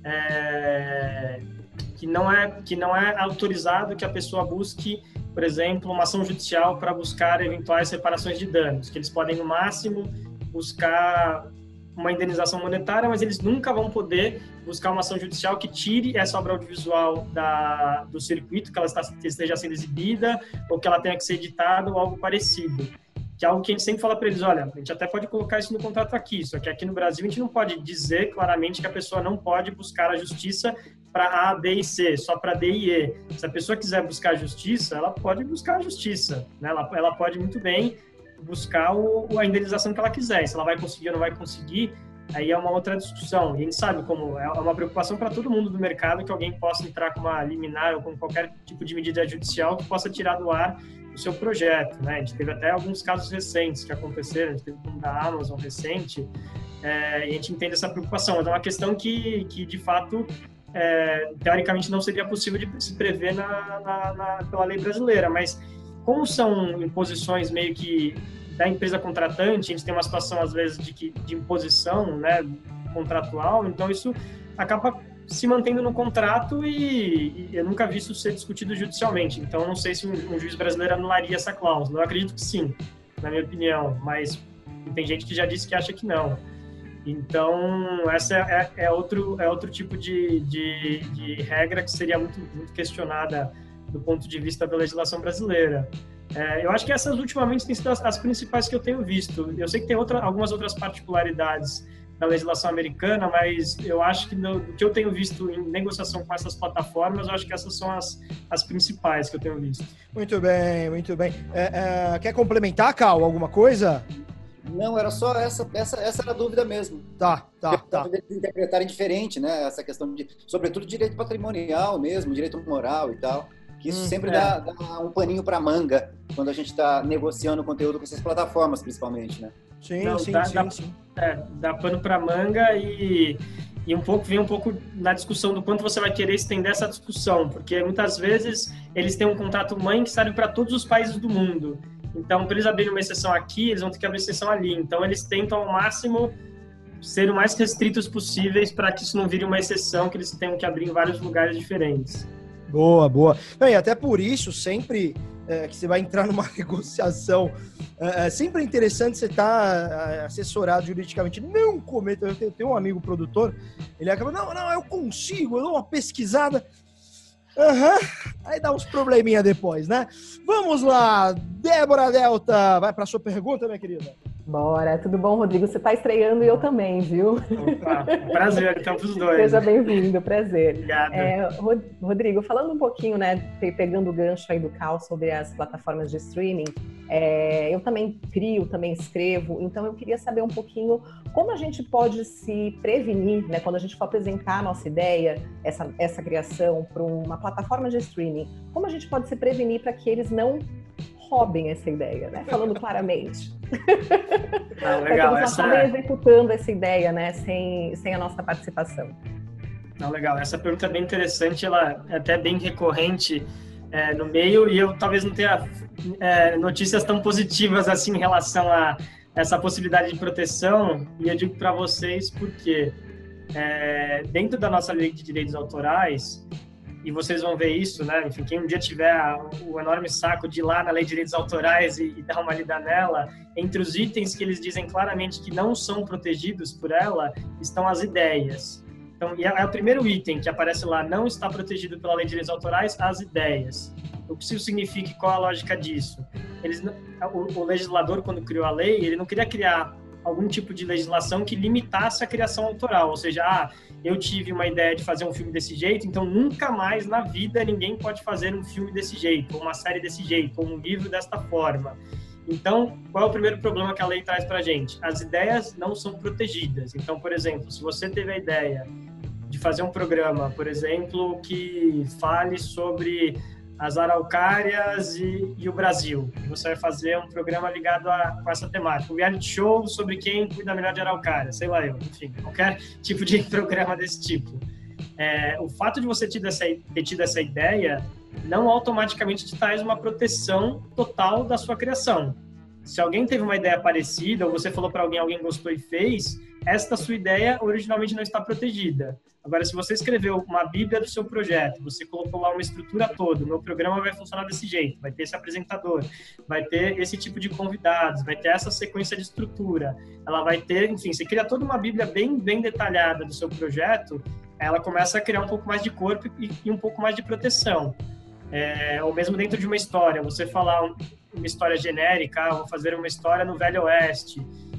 [SPEAKER 11] é, que, não é, que não é autorizado que a pessoa busque, por exemplo, uma ação judicial para buscar eventuais reparações de danos, que eles podem, no máximo, buscar uma indenização monetária, mas eles nunca vão poder buscar uma ação judicial que tire essa obra audiovisual da, do circuito, que ela está, que esteja sendo exibida, ou que ela tenha que ser editada, ou algo parecido. Que é algo que a gente sempre fala para eles, olha, a gente até pode colocar isso no contrato aqui, só que aqui no Brasil a gente não pode dizer claramente que a pessoa não pode buscar a justiça para A, B e C, só para D e E. Se a pessoa quiser buscar a justiça, ela pode buscar a justiça, né? ela, ela pode muito bem buscar o, a indenização que ela quiser. Se ela vai conseguir ou não vai conseguir, aí é uma outra discussão. E a gente sabe como é uma preocupação para todo mundo do mercado que alguém possa entrar com uma liminar ou com qualquer tipo de medida judicial que possa tirar do ar o seu projeto, né? A gente teve até alguns casos recentes que aconteceram, a gente teve um da Amazon recente, é, e a gente entende essa preocupação. Mas é uma questão que, que de fato, é, teoricamente não seria possível de se prever na, na, na, pela lei brasileira, mas como são imposições meio que da empresa contratante, a gente tem uma situação, às vezes, de, que, de imposição, né, contratual, então isso acaba se mantendo no contrato e, e eu nunca vi isso ser discutido judicialmente. Então, não sei se um, um juiz brasileiro anularia essa cláusula. Eu acredito que sim, na minha opinião, mas tem gente que já disse que acha que não. Então, essa é, é, outro, é outro tipo de, de, de regra que seria muito, muito questionada do ponto de vista da legislação brasileira. É, eu acho que essas ultimamente têm sido as, as principais que eu tenho visto. Eu sei que tem outra, algumas outras particularidades da legislação americana, mas eu acho que no, do que eu tenho visto em negociação com essas plataformas, eu acho que essas são as, as principais que eu tenho visto.
[SPEAKER 2] Muito bem, muito bem. É, é, quer complementar, Cal, alguma coisa?
[SPEAKER 9] Não, era só essa, essa, essa era a dúvida mesmo.
[SPEAKER 2] Tá, tá, tá.
[SPEAKER 9] Eles interpretarem diferente, né? Essa questão de, sobretudo, direito patrimonial mesmo, direito moral e tal. Que isso hum, sempre é. dá, dá um paninho para manga quando a gente está negociando conteúdo com essas plataformas, principalmente, né?
[SPEAKER 2] Sim,
[SPEAKER 11] Não,
[SPEAKER 2] sim,
[SPEAKER 11] dá,
[SPEAKER 2] sim,
[SPEAKER 11] dá,
[SPEAKER 2] sim.
[SPEAKER 11] É, dá pano para manga e, e um pouco vem um pouco na discussão do quanto você vai querer estender essa discussão, porque muitas vezes eles têm um contrato mãe que serve para todos os países do mundo. Então, para eles abrirem uma exceção aqui, eles vão ter que abrir exceção ali. Então, eles tentam ao máximo ser o mais restritos possíveis para que isso não vire uma exceção, que eles tenham que abrir em vários lugares diferentes.
[SPEAKER 2] Boa, boa. E até por isso, sempre é, que você vai entrar numa negociação, é, sempre é interessante você estar tá assessorado juridicamente. Não cometa. Eu tenho, tenho um amigo produtor, ele acaba, não, não, eu consigo, eu dou uma pesquisada. Aham, uhum. Aí dá uns probleminha depois, né? Vamos lá, Débora Delta, vai para a sua pergunta, minha querida.
[SPEAKER 10] Bora, tudo bom, Rodrigo? Você está estreando e eu também, viu?
[SPEAKER 11] Opa, prazer, então, para os dois.
[SPEAKER 10] Seja bem-vindo, prazer.
[SPEAKER 11] Obrigado.
[SPEAKER 10] É, Rodrigo, falando um pouquinho, né, pegando o gancho aí do Cal sobre as plataformas de streaming, é, eu também crio, também escrevo, então eu queria saber um pouquinho como a gente pode se prevenir, né, quando a gente for apresentar a nossa ideia, essa, essa criação para uma plataforma de streaming, como a gente pode se prevenir para que eles não roubem essa ideia, né? Falando claramente.
[SPEAKER 11] Ah, legal.
[SPEAKER 10] Para que eles
[SPEAKER 11] essa...
[SPEAKER 10] não estão executando essa ideia, né? Sem, sem a nossa participação.
[SPEAKER 11] Não, legal. Essa pergunta é bem interessante, ela é até bem recorrente é, no meio, e eu talvez não tenha é, notícias tão positivas assim em relação a essa possibilidade de proteção, e eu digo para vocês porque é, dentro da nossa lei de direitos autorais, e vocês vão ver isso, né? Enfim, quem um dia tiver o enorme saco de ir lá na Lei de Direitos Autorais e, e dar uma lida nela, entre os itens que eles dizem claramente que não são protegidos por ela, estão as ideias. Então, e é, é o primeiro item que aparece lá, não está protegido pela Lei de Direitos Autorais, as ideias. O que isso significa e qual a lógica disso? eles, o, o legislador, quando criou a lei, ele não queria criar algum tipo de legislação que limitasse a criação autoral, ou seja, ah, eu tive uma ideia de fazer um filme desse jeito, então nunca mais na vida ninguém pode fazer um filme desse jeito, ou uma série desse jeito, ou um livro desta forma. Então, qual é o primeiro problema que a lei traz para a gente? As ideias não são protegidas. Então, por exemplo, se você teve a ideia de fazer um programa, por exemplo, que fale sobre as araucárias e, e o Brasil, e você vai fazer um programa ligado a, com essa temática, um reality show sobre quem cuida melhor de araucária, sei lá eu, enfim, qualquer tipo de programa desse tipo. É, o fato de você ter tido, essa, ter tido essa ideia não automaticamente te traz uma proteção total da sua criação. Se alguém teve uma ideia parecida, ou você falou para alguém, alguém gostou e fez, esta sua ideia originalmente não está protegida. Agora, se você escreveu uma bíblia do seu projeto, você colocou lá uma estrutura toda, o meu programa vai funcionar desse jeito, vai ter esse apresentador, vai ter esse tipo de convidados, vai ter essa sequência de estrutura, ela vai ter, enfim, você cria toda uma bíblia bem, bem detalhada do seu projeto, ela começa a criar um pouco mais de corpo e, e um pouco mais de proteção. É, ou mesmo dentro de uma história, você falar um, uma história genérica, ah, vou fazer uma história no Velho Oeste,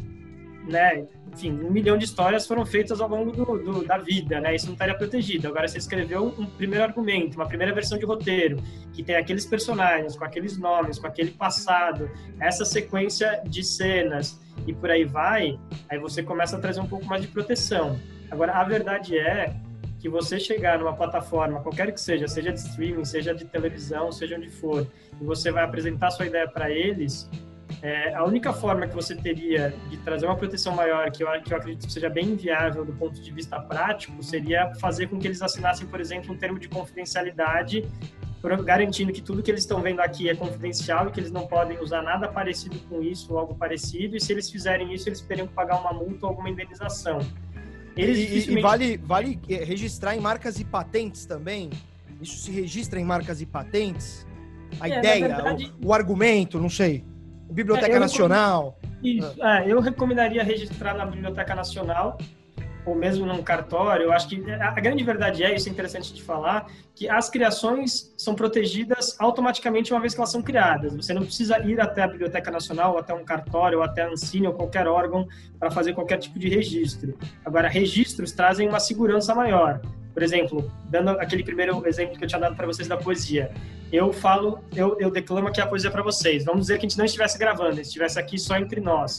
[SPEAKER 11] né? Enfim, um milhão de histórias foram feitas ao longo do, do, da vida, né? Isso não estaria protegido. Agora, você escreveu um primeiro argumento, uma primeira versão de roteiro, que tem aqueles personagens, com aqueles nomes, com aquele passado, essa sequência de cenas, e por aí vai, aí você começa a trazer um pouco mais de proteção. Agora, a verdade é que você chegar numa plataforma, qualquer que seja, seja de streaming, seja de televisão, seja onde for, e você vai apresentar sua ideia para eles, é, a única forma que você teria de trazer uma proteção maior, que eu, que eu acredito que seja bem inviável do ponto de vista prático, seria fazer com que eles assinassem, por exemplo, um termo de confidencialidade, garantindo que tudo que eles estão vendo aqui é confidencial e que eles não podem usar nada parecido com isso ou algo parecido, e se eles fizerem isso, eles teriam que pagar uma multa ou alguma indenização.
[SPEAKER 2] Eles e, dificilmente... e vale, vale registrar em marcas e patentes também? Isso se registra em marcas e patentes? A é, ideia, verdade... o, o argumento, não sei. Biblioteca é, Nacional.
[SPEAKER 11] Isso, ah. é, eu recomendaria registrar na Biblioteca Nacional, ou mesmo num cartório. Eu acho que a, a grande verdade é, isso é interessante de falar, que as criações são protegidas automaticamente uma vez que elas são criadas. Você não precisa ir até a Biblioteca Nacional, ou até um cartório, ou até a Ancine, ou qualquer órgão para fazer qualquer tipo de registro. Agora, registros trazem uma segurança maior. Por exemplo, dando aquele primeiro exemplo que eu tinha dado para vocês da poesia. Eu falo, eu, eu declamo aqui a poesia para vocês. Vamos dizer que a gente não estivesse gravando, estivesse aqui só entre nós.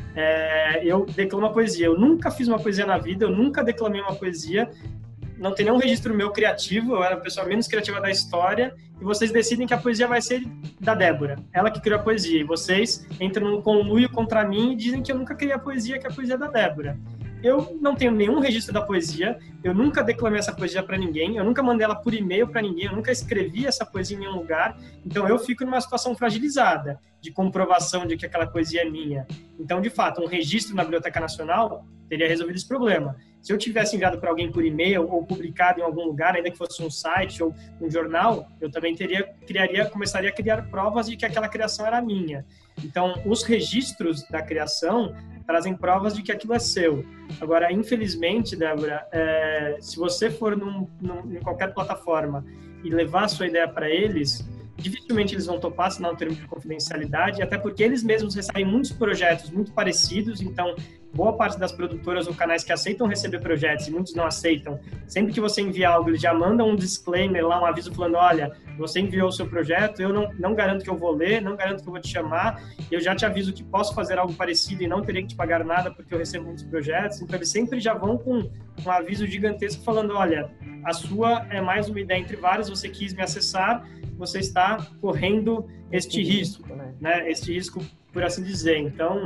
[SPEAKER 11] É, eu declamo a poesia. Eu nunca fiz uma poesia na vida, eu nunca declamei uma poesia. Não tem nenhum registro meu criativo, eu era a pessoa menos criativa da história, e vocês decidem que a poesia vai ser da Débora, ela que criou a poesia, e vocês entram num conluio contra mim e dizem que eu nunca criei a poesia, que a poesia é da Débora. Eu não tenho nenhum registro da poesia, eu nunca declamei essa poesia para ninguém, eu nunca mandei ela por e-mail para ninguém, eu nunca escrevi essa poesia em nenhum lugar, então eu fico numa situação fragilizada de comprovação de que aquela poesia é minha. Então, de fato, um registro na Biblioteca Nacional teria resolvido esse problema. Se eu tivesse enviado para alguém por e-mail ou publicado em algum lugar, ainda que fosse um site ou um jornal, eu também teria, criaria, começaria a criar provas de que aquela criação era minha. Então, os registros da criação trazem provas de que aquilo é seu. Agora, infelizmente, Débora, é, se você for num, num, em qualquer plataforma e levar a sua ideia para eles, dificilmente eles vão topar assinar um termo de confidencialidade, até porque eles mesmos recebem muitos projetos muito parecidos, então boa parte das produtoras ou canais que aceitam receber projetos, e muitos não aceitam, sempre que você envia algo, eles já mandam um disclaimer lá, um aviso falando, olha, você enviou o seu projeto, eu não, não garanto que eu vou ler, não garanto que eu vou te chamar, eu já te aviso que posso fazer algo parecido e não terei que te pagar nada porque eu recebo muitos projetos, então eles sempre já vão com um aviso gigantesco falando, olha, a sua é mais uma ideia entre várias, você quis me acessar, você está correndo este risco, né? Este risco, por assim dizer. Então,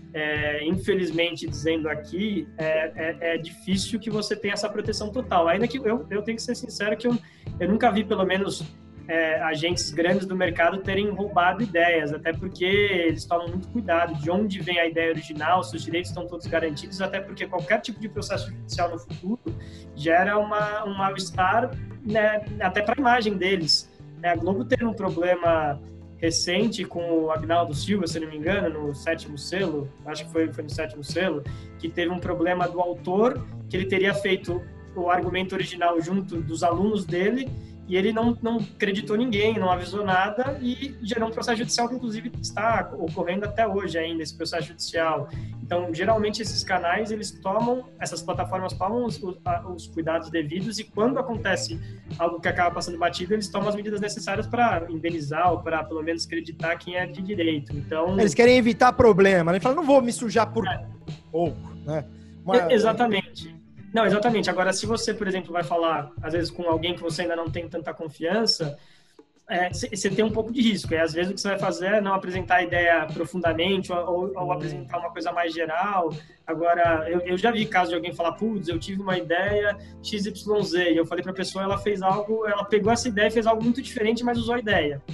[SPEAKER 11] é, infelizmente, dizendo aqui, é, é, é difícil que você tenha essa proteção total. Ainda que eu, eu tenho que ser sincero que eu, eu nunca vi, pelo menos, é, agentes grandes do mercado terem roubado ideias, até porque eles tomam muito cuidado de onde vem a ideia original, se os direitos estão todos garantidos, até porque qualquer tipo de processo judicial no futuro gera uma, um mal-estar, né, até para a imagem deles. A Globo teve um problema recente com o Agnaldo Silva, se não me engano, no Sétimo Selo, acho que foi, foi no Sétimo Selo, que teve um problema do autor, que ele teria feito o argumento original junto dos alunos dele, e ele não, não acreditou ninguém, não avisou nada e gerou um processo judicial que, inclusive, está ocorrendo até hoje ainda, esse processo judicial. Então, geralmente, esses canais, eles tomam, essas plataformas tomam os, os, os cuidados devidos e quando acontece algo que acaba passando batido, eles tomam as medidas necessárias para indenizar ou para, pelo menos, acreditar quem é de direito. Então,
[SPEAKER 2] eles querem evitar problema, né? Eles falam, não vou me sujar por é. pouco, né? Mas...
[SPEAKER 11] Exatamente. Não, exatamente. Agora, se você, por exemplo, vai falar, às vezes, com alguém que você ainda não tem tanta confiança, você é, tem um pouco de risco. E, às vezes, o que você vai fazer é não apresentar a ideia profundamente ou, ou, ou apresentar uma coisa mais geral. Agora, eu, eu já vi casos de alguém falar, putz, eu tive uma ideia X Y Z. E eu falei para a pessoa, ela fez algo, ela pegou essa ideia e fez algo muito diferente, mas usou a ideia.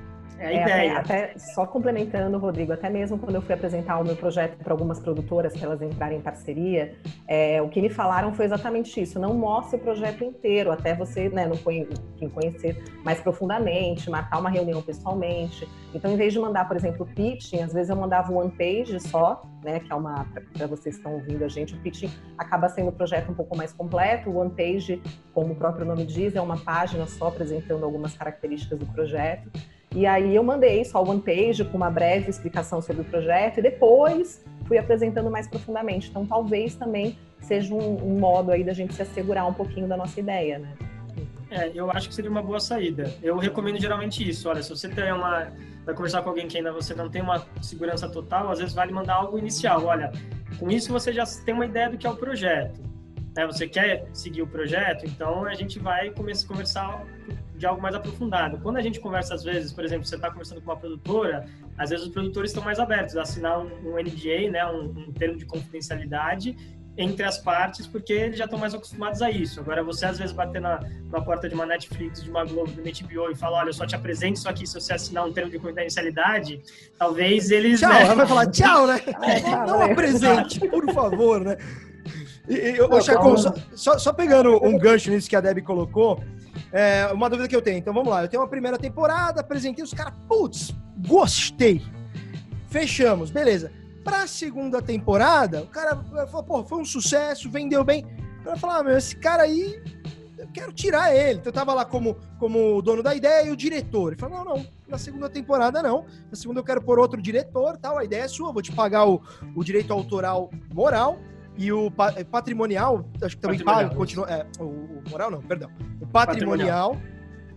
[SPEAKER 11] É a é, ideia.
[SPEAKER 10] Até, até só complementando, Rodrigo, até mesmo quando eu fui apresentar o meu projeto para algumas produtoras, para elas entrarem em parceria, é, o que me falaram foi exatamente isso, não mostre o projeto inteiro, até você, né, não conhe- conhecer mais profundamente, marcar uma reunião pessoalmente. Então, em vez de mandar, por exemplo, pitching, às vezes eu mandava one page só, né, que é uma, para vocês que estão ouvindo a gente, o pitching acaba sendo um projeto um pouco mais completo, o one page, como o próprio nome diz, é uma página só apresentando algumas características do projeto. E aí eu mandei só o one page com uma breve explicação sobre o projeto e depois fui apresentando mais profundamente. Então talvez também seja um, um modo aí da gente se assegurar um pouquinho da nossa ideia, né?
[SPEAKER 11] É, eu acho que seria uma boa saída. Eu recomendo geralmente isso. Olha, se você tem uma, vai conversar com alguém que ainda você não tem uma segurança total, às vezes vale mandar algo inicial. Olha, com isso você já tem uma ideia do que é o projeto. Né? Você quer seguir o projeto, então a gente vai começar a conversar de algo mais aprofundado. Quando a gente conversa, às vezes, por exemplo, você está conversando com uma produtora, às vezes os produtores estão mais abertos a assinar um, um N D A, né, um, um termo de confidencialidade entre as partes, porque eles já estão mais acostumados a isso. Agora, você, às vezes, bater na, na porta de uma Netflix, de uma Globo, de uma H B O e falar, olha, eu só te apresento isso aqui se você assinar um termo de confidencialidade, talvez eles...
[SPEAKER 2] Tchau,
[SPEAKER 11] né...
[SPEAKER 2] ela vai falar tchau, né? Não apresente, por favor, né? E, e, eu, Chacon, só, só, só pegando um gancho nisso que a Debbie colocou, é, uma dúvida que eu tenho. Então vamos lá, eu tenho uma primeira temporada, apresentei os caras, putz, gostei. Fechamos, beleza. Pra segunda temporada, o cara falou, pô, foi um sucesso, vendeu bem. O cara falou, ah, meu, esse cara aí, eu quero tirar ele. Então eu tava lá como, como dono da ideia e o diretor. Ele falou, não, não, na segunda temporada não. Na segunda eu quero pôr outro diretor, tal, a ideia é sua, vou te pagar o, o direito autoral moral. E o patrimonial, acho que também paga, continua, é, o, o moral não, perdão, o patrimonial, patrimonial,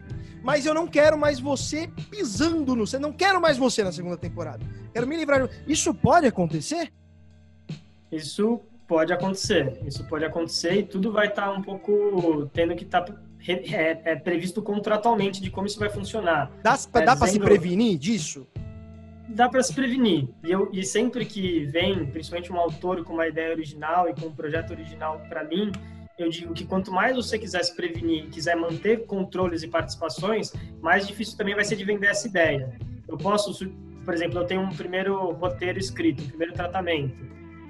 [SPEAKER 2] mas eu não quero mais você pisando no, não quero mais você na segunda temporada, quero me livrar, isso pode acontecer?
[SPEAKER 11] Isso pode acontecer, isso pode acontecer e tudo vai estar um pouco, tendo que estar é, é, previsto contratualmente de como isso vai funcionar.
[SPEAKER 2] Dá,
[SPEAKER 11] é,
[SPEAKER 2] dá para se prevenir disso?
[SPEAKER 11] Dá para se prevenir. E, eu, e sempre que vem, principalmente um autor com uma ideia original e com um projeto original para mim, eu digo que quanto mais você quiser se prevenir, quiser manter controles e participações, mais difícil também vai ser de vender essa ideia. Eu posso, por exemplo, eu tenho um primeiro roteiro escrito, um primeiro tratamento,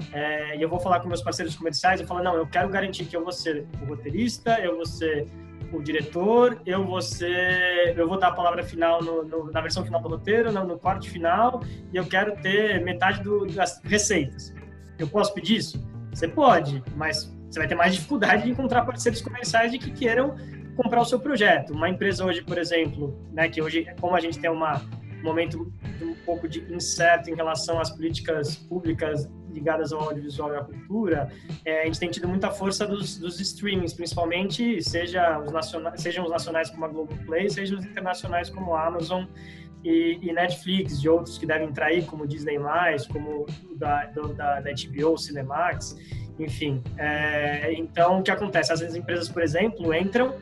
[SPEAKER 11] é, e eu vou falar com meus parceiros comerciais, eu falo, não, eu quero garantir que eu vou ser o roteirista, eu vou ser o diretor, eu vou ser, eu vou dar a palavra final no, no, na versão final do roteiro, no, no corte final, e eu quero ter metade do, das receitas. Eu posso pedir isso? Você pode, mas você vai ter mais dificuldade de encontrar parceiros comerciais de que queiram comprar o seu projeto. Uma empresa hoje, por exemplo, né, que hoje, como a gente tem uma, um momento um pouco de incerto em relação às políticas públicas ligadas ao audiovisual e à cultura, é, a gente tem tido muita força dos, dos streamings, principalmente, seja os nacionais, sejam os nacionais como a Globoplay, sejam os internacionais como a Amazon e, e Netflix, de outros que devem entrar aí, como Disney+, como da, do, da, da H B O, Cinemax, enfim. É, então, o que acontece? Às vezes, as empresas, por exemplo, entram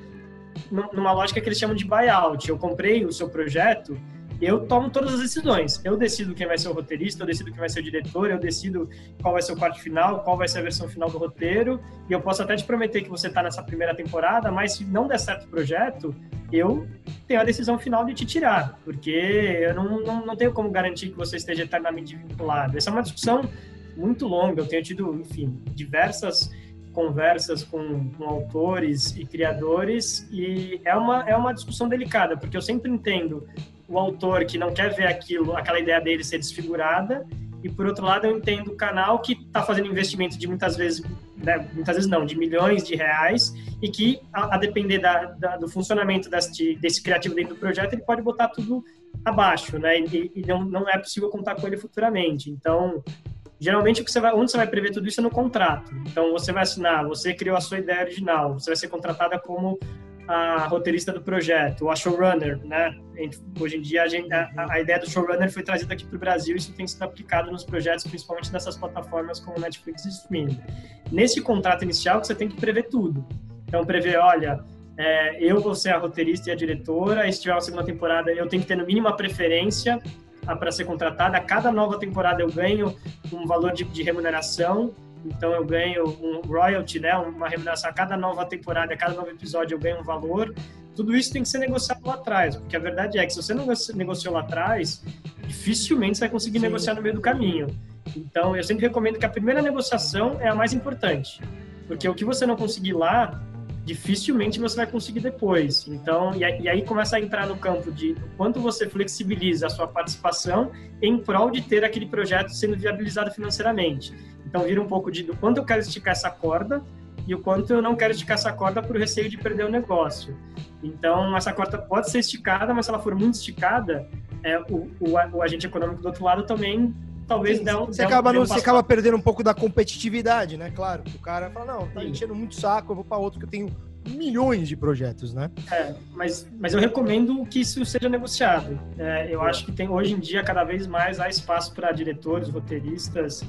[SPEAKER 11] numa lógica que eles chamam de buyout. Eu comprei o seu projeto, eu tomo todas as decisões. Eu decido quem vai ser o roteirista, eu decido quem vai ser o diretor, eu decido qual vai ser o corte final, qual vai ser a versão final do roteiro, e eu posso até te prometer que você está nessa primeira temporada, mas se não der certo o projeto, eu tenho a decisão final de te tirar, porque eu não, não, não tenho como garantir que você esteja eternamente vinculado. Essa é uma discussão muito longa, eu tenho tido, enfim, diversas conversas com, com autores e criadores, e é uma, é uma discussão delicada, porque eu sempre entendo o autor que não quer ver aquilo, aquela ideia dele ser desfigurada, e por outro lado eu entendo o canal que está fazendo investimento de muitas vezes né, muitas vezes não, de milhões de reais, e que, a, a depender da, da, do funcionamento desse, desse criativo dentro do projeto, ele pode botar tudo abaixo, né, e, e não, não é possível contar com ele futuramente. Então, geralmente, o que você vai, onde você vai prever tudo isso é no contrato. Então, você vai assinar, você criou a sua ideia original, você vai ser contratada como a roteirista do projeto, ou a showrunner, né? Hoje em dia, a, gente, a, a ideia do showrunner foi trazida aqui para o Brasil e isso tem sido aplicado nos projetos, principalmente dessas plataformas como Netflix e Streaming. Nesse contrato inicial, você tem que prever tudo. Então, prever, olha, é, eu vou ser a roteirista e a diretora, e se tiver uma segunda temporada, eu tenho que ter no mínimo a preferência para ser contratada. A cada nova temporada eu ganho um valor de, de remuneração. Então eu ganho um royalty, né, uma remuneração a cada nova temporada, a cada novo episódio eu ganho um valor. Tudo isso tem que ser negociado lá atrás, porque a verdade é que se você não negociou lá atrás, dificilmente você vai conseguir Sim. negociar no meio do caminho. Então eu sempre recomendo que a primeira negociação é a mais importante, porque o que você não conseguir lá, dificilmente você vai conseguir depois. Então, e aí começa a entrar no campo de quanto você flexibiliza a sua participação em prol de ter aquele projeto sendo viabilizado financeiramente. Então, vira um pouco de do quanto eu quero esticar essa corda e o quanto eu não quero esticar essa corda por receio de perder o negócio. Então, essa corda pode ser esticada, mas se ela for muito esticada, é, o, o, o agente econômico do outro lado também talvez dê um...
[SPEAKER 2] Você, acaba, um, um você acaba perdendo um pouco da competitividade, né? Claro, o cara fala, não, tá Sim. enchendo muito saco, eu vou para outro que eu tenho milhões de projetos, né?
[SPEAKER 11] É, mas, mas eu recomendo que isso seja negociado. É, eu acho que tem, hoje em dia, cada vez mais há espaço para diretores, roteiristas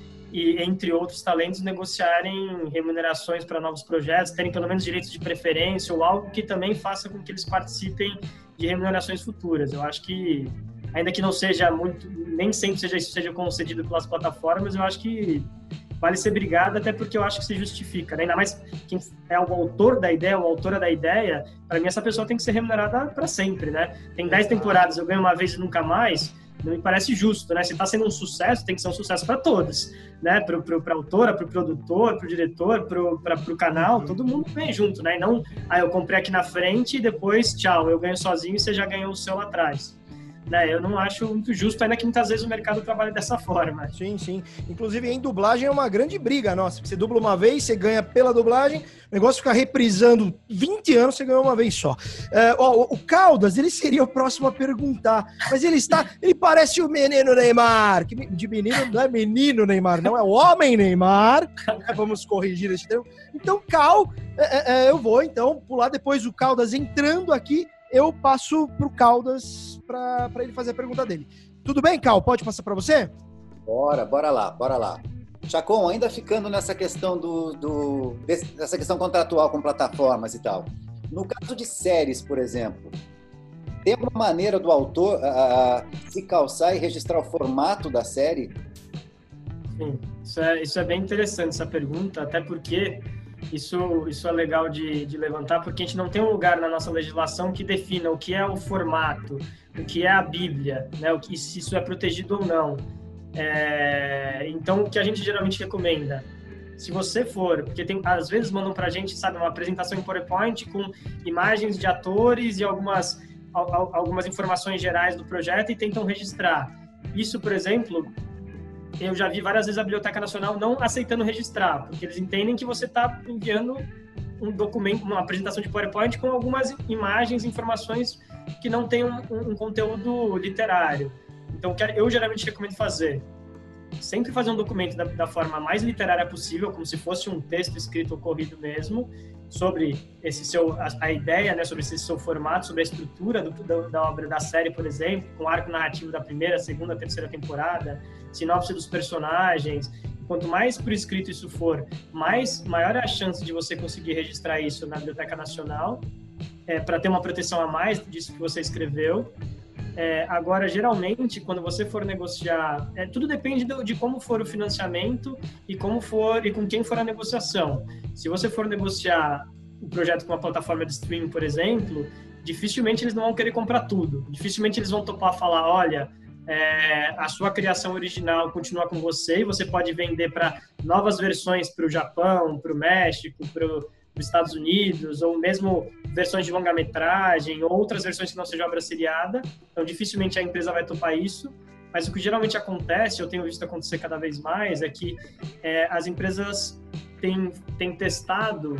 [SPEAKER 11] e, entre outros talentos, negociarem remunerações para novos projetos, terem pelo menos direitos de preferência ou algo que também faça com que eles participem de remunerações futuras. Eu acho que, ainda que não seja muito, nem sempre seja isso seja concedido pelas plataformas, eu acho que vale ser brigado, até porque eu acho que se justifica, né? Ainda mais quem é o autor da ideia, ou a autora da ideia, para mim essa pessoa tem que ser remunerada para sempre, né? Tem dez temporadas, eu ganho uma vez e nunca mais, não me parece justo, né? Se está sendo um sucesso, tem que ser um sucesso para todos, né? Para a autora, para o produtor, para o diretor, para o canal, todo mundo vem junto, né? E não, ah, eu comprei aqui na frente e depois, tchau, eu ganho sozinho e você já ganhou o seu lá atrás. Né, eu não acho muito justo, ainda que muitas vezes o mercado trabalhe dessa forma.
[SPEAKER 2] Sim, sim. Inclusive, em dublagem é uma grande briga nossa. Você dubla uma vez, você ganha pela dublagem, o negócio fica reprisando vinte anos, você ganhou uma vez só. É, ó, o Caldas, ele seria o próximo a perguntar, mas ele está, ele parece o menino Neymar, que de menino não é menino Neymar, não, é o homem Neymar. É, vamos corrigir esse termo. Então, Cal, é, é, eu vou então pular depois o Caldas entrando aqui, eu passo pro Caldas para ele fazer a pergunta dele. Tudo bem, Cal? Pode passar para você?
[SPEAKER 9] Bora, bora lá, bora lá. Chacon, ainda ficando nessa questão do, do dessa questão contratual com plataformas e tal. No caso de séries, por exemplo, tem alguma maneira do autor uh, se calçar e registrar o formato da série?
[SPEAKER 11] Sim, isso é, isso é bem interessante essa pergunta, até porque Isso, isso é legal de, de levantar, porque a gente não tem um lugar na nossa legislação que defina o que é o formato, o que é a Bíblia, né? O que, se isso é protegido ou não. É, então, o que a gente geralmente recomenda, se você for, porque tem, às vezes mandam pra gente, sabe, uma apresentação em PowerPoint com imagens de atores e algumas, algumas informações gerais do projeto e tentam registrar. Isso, por exemplo, eu já vi várias vezes a Biblioteca Nacional não aceitando registrar, porque eles entendem que você está enviando um documento, uma apresentação de PowerPoint com algumas imagens, informações que não tem um, um conteúdo literário. Então, eu geralmente recomendo fazer, sempre fazer um documento da, da forma mais literária possível, como se fosse um texto escrito ou corrido mesmo, sobre esse seu, a, a ideia, né, sobre esse seu formato, sobre a estrutura do, da, da obra da série, por exemplo, com o arco narrativo da primeira, segunda, terceira temporada, sinopse dos personagens. Quanto mais por escrito isso for, mais, maior é a chance de você conseguir registrar isso na Biblioteca Nacional, é, para ter uma proteção a mais disso que você escreveu. É, agora, geralmente, quando você for negociar, é, tudo depende do, de como for o financiamento e como for e com quem for a negociação. Se você for negociar o projeto com uma plataforma de streaming, por exemplo, dificilmente eles não vão querer comprar tudo. Dificilmente eles vão topar falar, olha, é, a sua criação original continua com você e você pode vender para novas versões para o Japão, para o México, para os Estados Unidos, ou mesmo versões de longa-metragem, ou outras versões que não sejam obra seriada. Então, dificilmente a empresa vai topar isso. Mas o que geralmente acontece, eu tenho visto acontecer cada vez mais, é que é, as empresas tem, tem testado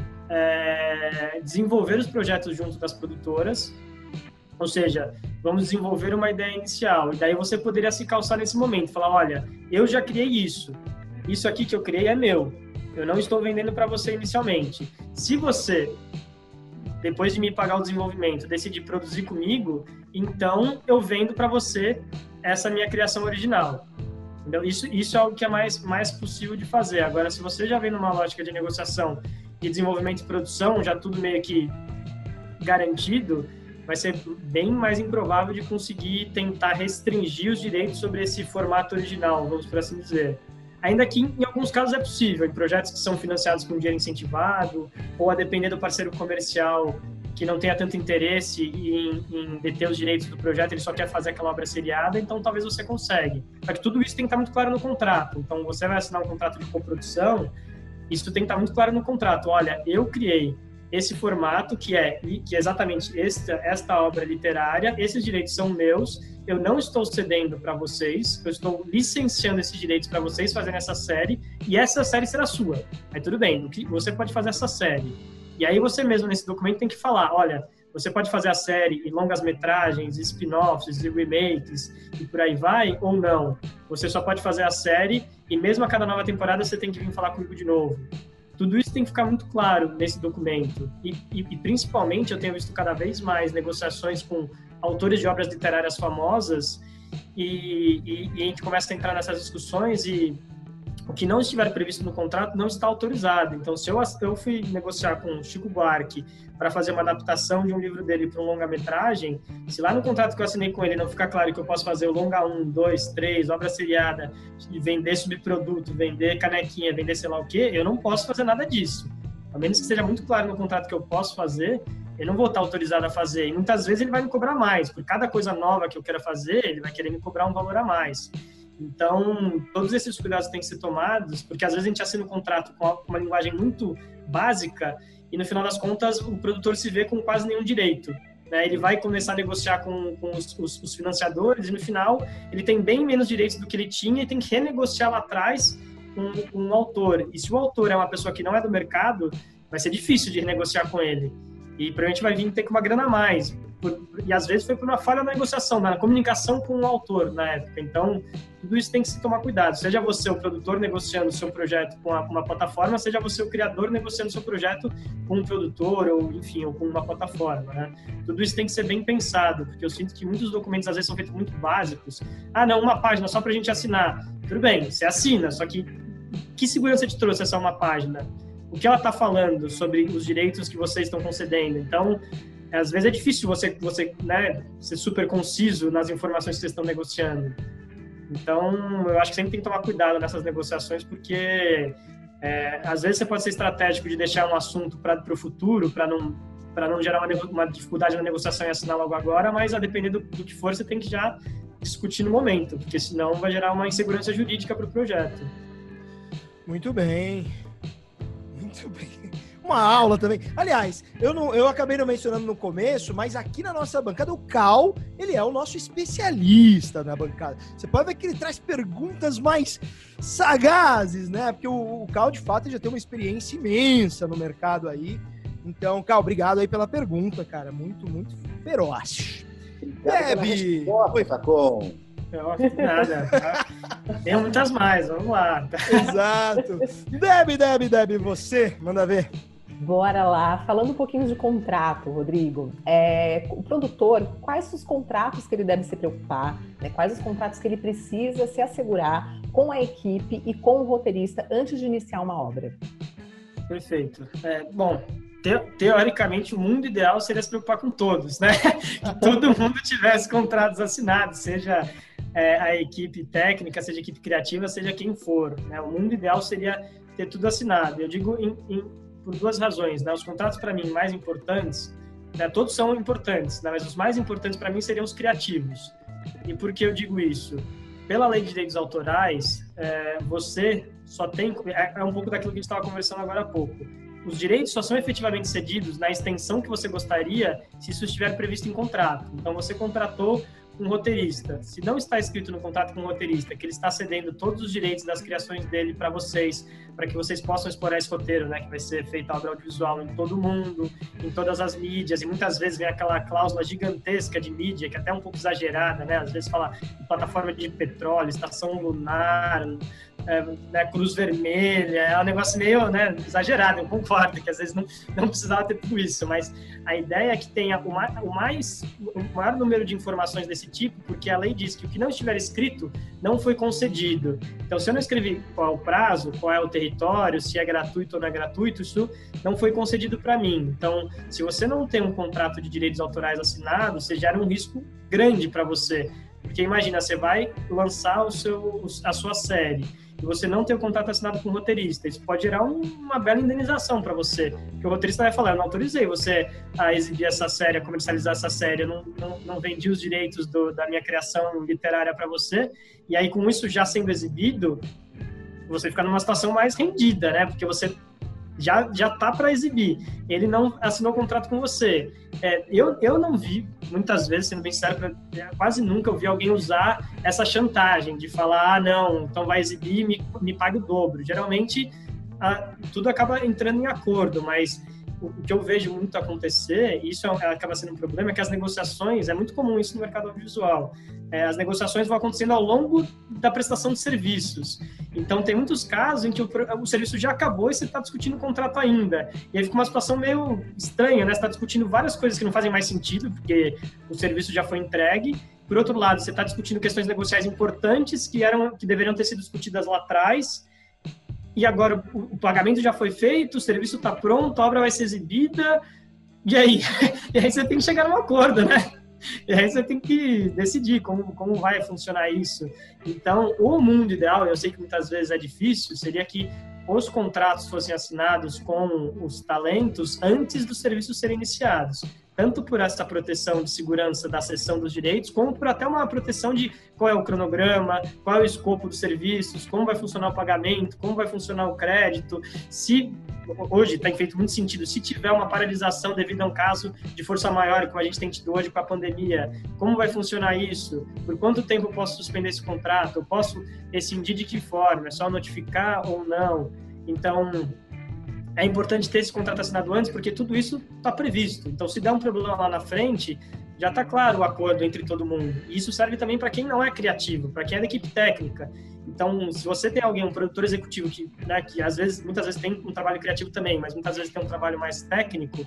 [SPEAKER 11] é, desenvolver os projetos junto das produtoras, ou seja, vamos desenvolver uma ideia inicial, e daí você poderia se calçar nesse momento, falar, olha, eu já criei isso, isso aqui que eu criei é meu, eu não estou vendendo para você inicialmente. Se você, depois de me pagar o desenvolvimento, decidir produzir comigo, então eu vendo para você essa minha criação original. Então, isso, isso é o que é mais, mais possível de fazer. Agora, se você já vem numa lógica de negociação e desenvolvimento e produção, já tudo meio que garantido, vai ser bem mais improvável de conseguir tentar restringir os direitos sobre esse formato original, vamos por assim dizer. Ainda que em alguns casos é possível, em projetos que são financiados com dinheiro incentivado, ou a depender do parceiro comercial que não tenha tanto interesse em, em deter os direitos do projeto, ele só quer fazer aquela obra seriada, então talvez você consegue. Só que tudo isso tem que estar muito claro no contrato. Então, você vai assinar um contrato de coprodução, isso tem que estar muito claro no contrato. Olha, eu criei esse formato, que é, que é exatamente esta, esta obra literária, esses direitos são meus, eu não estou cedendo para vocês, eu estou licenciando esses direitos para vocês fazerem essa série, e essa série será sua. Aí tudo bem, você pode fazer essa série. E aí você mesmo nesse documento tem que falar, olha, você pode fazer a série em longas metragens, spin-offs e remakes e por aí vai, ou não. Você só pode fazer a série e mesmo a cada nova temporada você tem que vir falar comigo de novo. Tudo isso tem que ficar muito claro nesse documento. E, e, e principalmente eu tenho visto cada vez mais negociações com autores de obras literárias famosas e, e, e a gente começa a entrar nessas discussões e o que não estiver previsto no contrato não está autorizado. Então, se eu, eu fui negociar com o Chico Buarque para fazer uma adaptação de um livro dele para um longa-metragem, se lá no contrato que eu assinei com ele não ficar claro que eu posso fazer o longa um, dois, três, obra seriada, vender subproduto, vender canequinha, vender sei lá o quê, eu não posso fazer nada disso. A menos que seja muito claro no contrato que eu posso fazer, eu não vou estar autorizado a fazer. E muitas vezes ele vai me cobrar mais. Por cada coisa nova que eu quero fazer, ele vai querer me cobrar um valor a mais. Então, todos esses cuidados têm que ser tomados, porque às vezes a gente assina um contrato com uma linguagem muito básica e, no final das contas, o produtor se vê com quase nenhum direito. Né? Ele vai começar a negociar com, com os, os, os financiadores e, no final, ele tem bem menos direitos do que ele tinha e tem que renegociar lá atrás com, com o autor. E se o autor é uma pessoa que não é do mercado, vai ser difícil de renegociar com ele. E provavelmente vai vir ter com uma grana a mais. Por, e às vezes foi por uma falha na negociação, na comunicação com o autor na época. Então, tudo isso tem que se tomar cuidado. Seja você o produtor negociando o seu projeto com uma, uma plataforma, seja você o criador negociando o seu projeto com um produtor, ou enfim, ou com uma plataforma. Né? Tudo isso tem que ser bem pensado, porque eu sinto que muitos documentos às vezes são feitos muito básicos. Ah, não, uma página só pra gente assinar. Tudo bem, você assina, só que que segurança te trouxe essa uma página? O que ela está falando sobre os direitos que vocês estão concedendo? Então, às vezes é difícil você, você né, ser super conciso nas informações que vocês estão negociando. Então, eu acho que sempre tem que tomar cuidado nessas negociações, porque é, às vezes você pode ser estratégico de deixar um assunto para o futuro, para não, para não gerar uma, uma dificuldade na negociação e assinar logo agora, mas a depender do, do que for, você tem que já discutir no momento, porque senão vai gerar uma insegurança jurídica para o projeto.
[SPEAKER 2] Muito bem. Muito bem. Uma aula também. Aliás, eu, não, eu acabei não mencionando no começo, mas aqui na nossa bancada, o Cal, ele é o nosso especialista na bancada. Você pode ver que ele traz perguntas mais sagazes, né? Porque o, o Cal, de fato, já tem uma experiência imensa no mercado aí. Então, Cal, obrigado aí pela pergunta, cara. Muito, muito feroz. Deb!
[SPEAKER 9] Oi, Sacon.
[SPEAKER 11] Nada. Tem muitas mais, vamos lá.
[SPEAKER 2] Exato. Deb, Deb, Deb, você, manda ver.
[SPEAKER 10] Bora lá. Falando um pouquinho de contrato, Rodrigo. É, o produtor, quais os contratos que ele deve se preocupar? Né? Quais os contratos que ele precisa se assegurar com a equipe e com o roteirista antes de iniciar uma obra?
[SPEAKER 11] Perfeito. É, bom, te, teoricamente, o mundo ideal seria se preocupar com todos, né? Que todo mundo tivesse contratos assinados, seja é, a equipe técnica, seja a equipe criativa, seja quem for. Né? O mundo ideal seria ter tudo assinado. Eu digo em, em, por duas razões. Né? Os contratos, para mim, mais importantes, né? Todos são importantes, né? Mas os mais importantes, para mim, seriam os criativos. E por que eu digo isso? Pela lei de direitos autorais, é, você só tem... É, é um pouco daquilo que a gente estava conversando agora há pouco. Os direitos só são efetivamente cedidos na extensão que você gostaria se isso estiver previsto em contrato. Então, você contratou um roteirista, se não está escrito no contrato com o roteirista que ele está cedendo todos os direitos das criações dele para vocês, para que vocês possam explorar esse roteiro, né, que vai ser feito obra audiovisual em todo mundo, em todas as mídias, e muitas vezes vem aquela cláusula gigantesca de mídia, que é até um pouco exagerada, né, às vezes fala plataforma de petróleo, estação lunar, é, né, Cruz Vermelha, é um negócio meio, né, exagerado, eu concordo que às vezes não, não precisava ter tudo isso, mas a ideia é que tenha o mais, o mais o maior número de informações desse tipo, porque a lei diz que o que não estiver escrito não foi concedido. Então, se eu não escrevi qual é o prazo, qual é o território, se é gratuito ou não é gratuito, isso não foi concedido para mim. Então, se você não tem um contrato de direitos autorais assinado, você gera um risco grande para você. Porque imagina, você vai lançar o seu, a sua série e você não tem o contrato assinado com o roteirista. Isso pode gerar um, uma bela indenização para você. Porque o roteirista vai falar, eu não autorizei você a exibir essa série, a comercializar essa série, eu não, não, não vendi os direitos do, da minha criação literária para você. E aí, com isso já sendo exibido, você fica numa situação mais rendida, né? Porque você já já tá para exibir. Ele não assinou contrato com você. É, eu, eu não vi, muitas vezes, sendo bem sincero, quase nunca eu vi alguém usar essa chantagem de falar, ah, não, então vai exibir e me, me paga o dobro. Geralmente, a, tudo acaba entrando em acordo, mas o, o que eu vejo muito acontecer, e isso é, acaba sendo um problema, é que as negociações, é muito comum isso no mercado audiovisual, é, as negociações vão acontecendo ao longo da prestação de serviços. Então, tem muitos casos em que o, o serviço já acabou e você está discutindo o contrato ainda. E aí fica uma situação meio estranha, né? Você está discutindo várias coisas que não fazem mais sentido, porque o serviço já foi entregue. Por outro lado, você está discutindo questões negociais importantes que, eram, que deveriam ter sido discutidas lá atrás. E agora o, o pagamento já foi feito, o serviço está pronto, a obra vai ser exibida. E aí? E aí você tem que chegar num acordo, né? E aí você tem que decidir como, como vai funcionar isso. Então, o mundo ideal, eu sei que muitas vezes é difícil, seria que os contratos fossem assinados com os talentos antes dos serviços serem iniciados. Tanto por essa proteção de segurança da cessão dos direitos, como por até uma proteção de qual é o cronograma, qual é o escopo dos serviços, como vai funcionar o pagamento, como vai funcionar o crédito. Se hoje tem feito muito sentido, se tiver uma paralisação devido a um caso de força maior, como a gente tem tido hoje com a pandemia, como vai funcionar isso? Por quanto tempo eu posso suspender esse contrato? Eu posso rescindir de que forma? É só notificar ou não? Então, é importante ter esse contrato assinado antes, porque tudo isso está previsto. Então, se der um problema lá na frente, já está claro o acordo entre todo mundo. E isso serve também para quem não é criativo, para quem é da equipe técnica. Então, se você tem alguém, um produtor executivo, que, né, que às vezes, muitas vezes tem um trabalho criativo também, mas muitas vezes tem um trabalho mais técnico,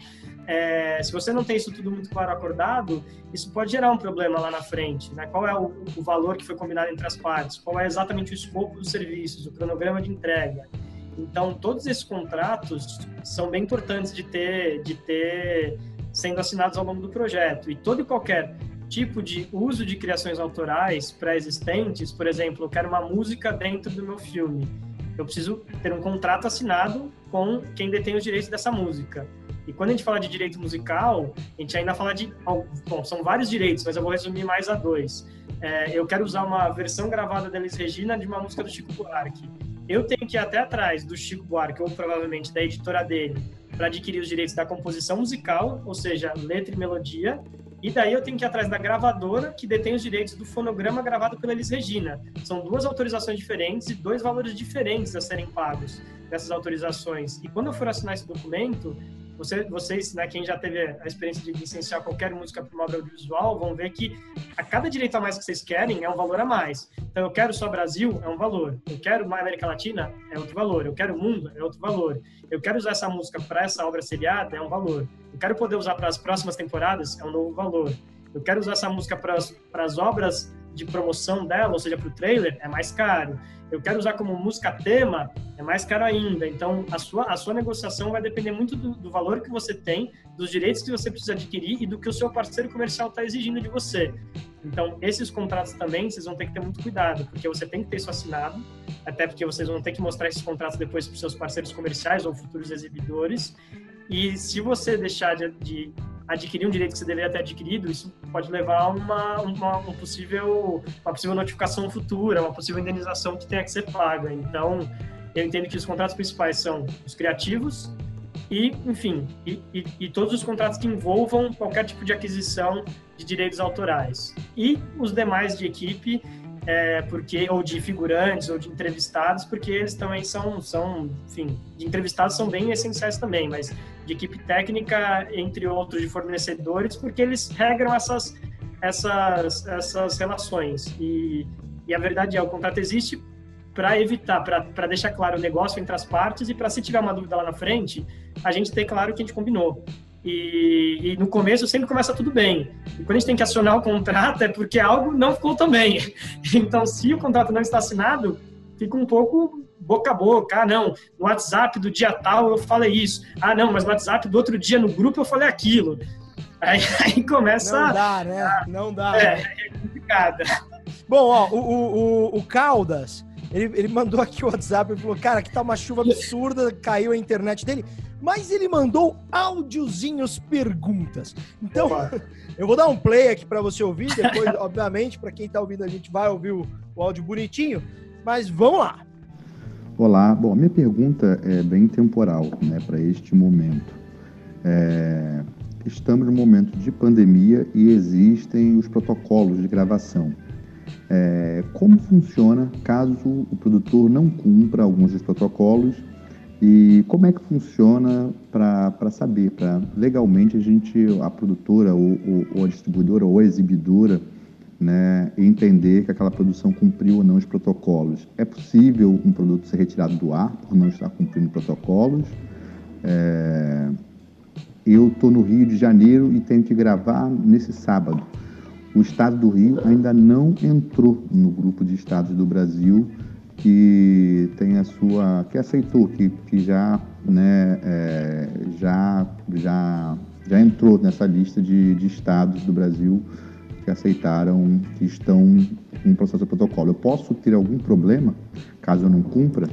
[SPEAKER 11] é, se você não tem isso tudo muito claro acordado, isso pode gerar um problema lá na frente, né? Qual é o, o valor que foi combinado entre as partes? Qual é exatamente o escopo dos serviços, o cronograma de entrega? Então, todos esses contratos são bem importantes de ter, de ter sendo assinados ao longo do projeto. E todo e qualquer tipo de uso de criações autorais pré-existentes, por exemplo, eu quero uma música dentro do meu filme, eu preciso ter um contrato assinado com quem detém os direitos dessa música. E quando a gente fala de direito musical, a gente ainda fala de... Bom, são vários direitos, mas eu vou resumir mais a dois. É, eu quero usar uma versão gravada da Elis Regina de uma música do Chico Buarque. Eu tenho que ir até atrás do Chico Buarque, ou provavelmente da editora dele, para adquirir os direitos da composição musical, ou seja, letra e melodia, e daí eu tenho que ir atrás da gravadora, que detém os direitos do fonograma gravado pela Elis Regina. São duas autorizações diferentes e dois valores diferentes a serem pagos dessas autorizações. E quando eu for assinar esse documento, Você, vocês, né, quem já teve a experiência de licenciar qualquer música para uma obra audiovisual, vão ver que a cada direito a mais que vocês querem é um valor a mais. Então, eu quero só Brasil, é um valor. Eu quero uma América Latina, é outro valor. Eu quero o mundo, é outro valor. Eu quero usar essa música para essa obra seriada, é um valor. Eu quero poder usar para as próximas temporadas, é um novo valor. Eu quero usar essa música para as obras de promoção dela, ou seja, para o trailer, é mais caro. Eu quero usar como música tema, é mais caro ainda. Então, a sua, a sua negociação vai depender muito do, do valor que você tem, dos direitos que você precisa adquirir e do que o seu parceiro comercial está exigindo de você. Então, esses contratos também, vocês vão ter que ter muito cuidado, porque você tem que ter isso assinado, até porque vocês vão ter que mostrar esses contratos depois para os seus parceiros comerciais ou futuros exibidores. E se você deixar de, de adquirir um direito que você deveria ter adquirido, isso pode levar a uma, uma, um possível, uma possível notificação futura, uma possível indenização que tenha que ser paga. Então, eu entendo que os contratos principais são os criativos, e, enfim, e, e, e todos os contratos que envolvam qualquer tipo de aquisição de direitos autorais. E os demais de equipe, é, porque, ou de figurantes, ou de entrevistados, porque eles também são, são, enfim, de entrevistados são bem essenciais também, mas de equipe técnica, entre outros, de fornecedores, porque eles regram essas, essas, essas relações. E, e a verdade é, o contrato existe para evitar, para deixar claro o negócio entre as partes e para, se tiver uma dúvida lá na frente, a gente ter claro o que a gente combinou. E, e no começo sempre começa tudo bem. E quando a gente tem que acionar o contrato é porque algo não ficou tão bem. Então, se o contrato não está assinado, fica um pouco boca a boca. Ah, não, no WhatsApp do dia tal eu falei isso. Ah, não, mas no WhatsApp do outro dia no grupo eu falei aquilo. Aí, aí começa...
[SPEAKER 2] Não dá, né? A... Não dá.
[SPEAKER 11] É,
[SPEAKER 2] né?
[SPEAKER 11] é complicado.
[SPEAKER 2] Bom, ó, o, o, o Caldas... Ele, ele mandou aqui o WhatsApp e falou, cara, aqui tá uma chuva absurda, caiu a internet dele, mas ele mandou áudiozinhos perguntas. Então, eu vou dar um play aqui para você ouvir, depois, obviamente, para quem tá ouvindo a gente vai ouvir o, o áudio bonitinho, mas vamos lá.
[SPEAKER 6] Olá, bom, minha pergunta é bem temporal, né, para este momento. É, estamos num momento de pandemia e existem os protocolos de gravação. É, como funciona caso o produtor não cumpra alguns dos protocolos e como é que funciona para saber, para legalmente a gente, a produtora ou, ou, ou a distribuidora ou a exibidora, né, entender que aquela produção cumpriu ou não os protocolos? É possível um produto ser retirado do ar por não estar cumprindo protocolos? É, eu estou no Rio de Janeiro e tenho que gravar nesse sábado. O estado do Rio ainda não entrou no grupo de estados do Brasil que tem a sua, que aceitou, que, que já, né, é, já, já, já entrou nessa lista de, de estados do Brasil que aceitaram, que estão em processo de protocolo. Eu posso ter algum problema caso eu não cumpra?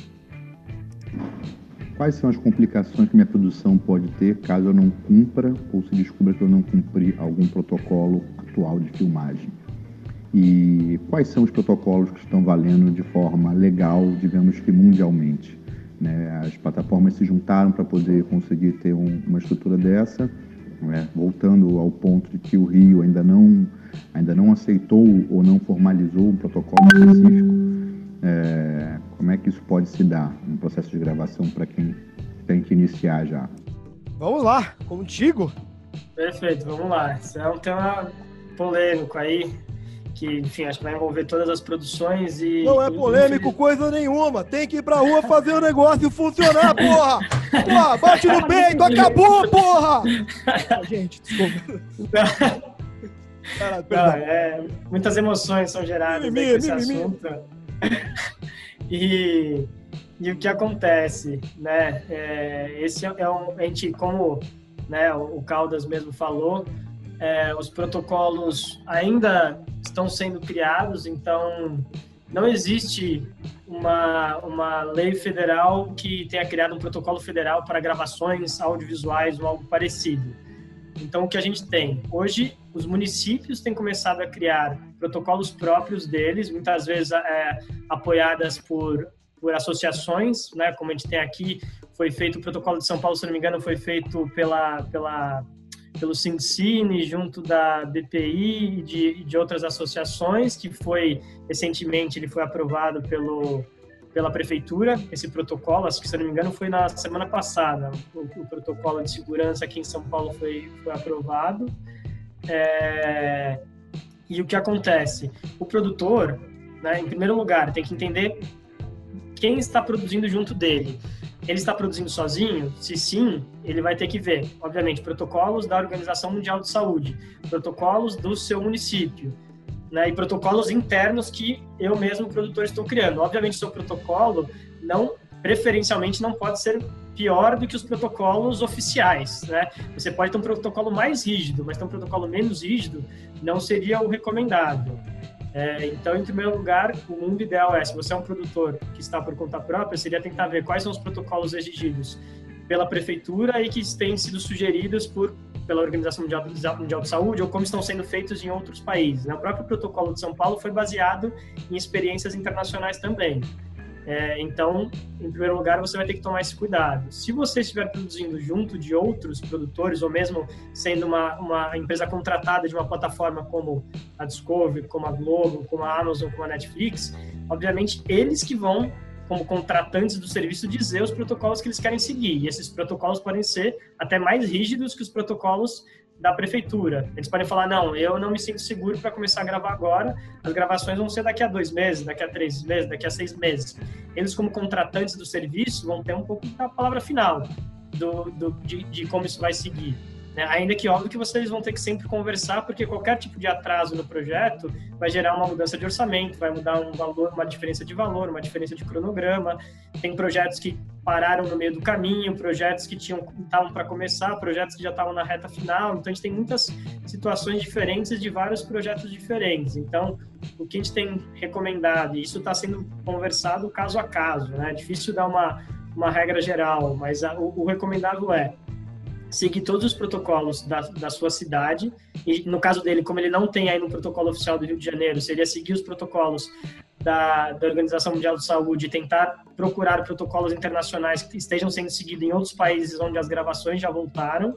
[SPEAKER 6] Quais são as complicações que minha produção pode ter caso eu não cumpra ou se descubra que eu não cumpri algum protocolo atual de filmagem? E quais são os protocolos que estão valendo de forma legal, digamos que mundialmente? Né? As plataformas se juntaram para poder conseguir ter um, uma estrutura dessa, né? Voltando ao ponto de que o Rio ainda não, ainda não aceitou ou não formalizou um protocolo específico. É, como é que isso pode se dar no processo de gravação para quem tem que iniciar já?
[SPEAKER 2] Vamos lá, contigo.
[SPEAKER 11] Perfeito, vamos lá. Esse é um tema polêmico aí, que, enfim, acho que vai envolver todas as produções e...
[SPEAKER 2] Não é polêmico enfim... coisa nenhuma, tem que ir pra rua fazer o negócio funcionar, porra! Porra, bate no peito, acabou, porra! Gente, desculpa. Caralho,
[SPEAKER 11] Não, é, muitas emoções são geradas
[SPEAKER 2] mim,
[SPEAKER 11] aí com esse
[SPEAKER 2] mim,
[SPEAKER 11] assunto. E, e o que acontece, né? É, esse é um, a gente, como, né, o Caldas mesmo falou, é, os protocolos ainda estão sendo criados, então não existe uma, uma lei federal que tenha criado um protocolo federal para gravações audiovisuais ou algo parecido. Então, o que a gente tem? Hoje, os municípios têm começado a criar protocolos próprios deles, muitas vezes é, apoiadas por, por associações, né? Como a gente tem aqui, foi feito o protocolo de São Paulo, se não me engano, foi feito pela, pela, pelo Sindicine, junto da B P I e de, de outras associações, que foi, recentemente, ele foi aprovado pelo... pela prefeitura, esse protocolo, acho que, se não me engano, foi na semana passada, o, o protocolo de segurança aqui em São Paulo foi, foi aprovado. É, e o que acontece? O produtor, né, em primeiro lugar, tem que entender quem está produzindo junto dele. Ele está produzindo sozinho? Se sim, ele vai ter que ver, obviamente, protocolos da Organização Mundial de Saúde, protocolos do seu município, né, e protocolos internos que eu mesmo, produtor, estou criando. Obviamente, o seu protocolo, não, preferencialmente, não pode ser pior do que os protocolos oficiais, né? Você pode ter um protocolo mais rígido, mas ter um protocolo menos rígido não seria o recomendável. É, então, em primeiro lugar, o mundo ideal é, se você é um produtor que está por conta própria, seria tentar ver quais são os protocolos exigidos pela prefeitura e que têm sido sugeridos por pela Organização Mundial de Saúde ou como estão sendo feitos em outros países. O próprio protocolo de São Paulo foi baseado em experiências internacionais também. É, então, em primeiro lugar, você vai ter que tomar esse cuidado. Se você estiver produzindo junto de outros produtores, ou mesmo sendo uma, uma empresa contratada de uma plataforma como a Discovery, como a Globo, como a Amazon, como a Netflix, obviamente, eles que vão, como contratantes do serviço, dizer os protocolos que eles querem seguir. E esses protocolos podem ser até mais rígidos que os protocolos da prefeitura. Eles podem falar, não, eu não me sinto seguro para começar a gravar agora, as gravações vão ser daqui a dois meses, daqui a três meses, daqui a seis meses. Eles, como contratantes do serviço, vão ter um pouco da palavra final do, do, de, de como isso vai seguir. Né? Ainda que, óbvio, que vocês vão ter que sempre conversar, porque qualquer tipo de atraso no projeto vai gerar uma mudança de orçamento, vai mudar um valor, uma diferença de valor, uma diferença de cronograma. Tem projetos que pararam no meio do caminho, projetos que tinham estavam para começar, projetos que já estavam na reta final. Então, a gente tem muitas situações diferentes de vários projetos diferentes. Então, o que a gente tem recomendado, e isso está sendo conversado caso a caso, né? É difícil dar uma, uma regra geral, mas a, o, o recomendado é seguir todos os protocolos da, da sua cidade, e no caso dele, como ele não tem aí no protocolo oficial do Rio de Janeiro, seria seguir os protocolos da, da Organização Mundial de Saúde e tentar procurar protocolos internacionais que estejam sendo seguidos em outros países onde as gravações já voltaram,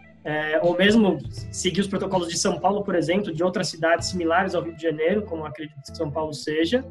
[SPEAKER 11] é, ou mesmo seguir os protocolos de São Paulo, por exemplo, de outras cidades similares ao Rio de Janeiro, como acredito que São Paulo seja.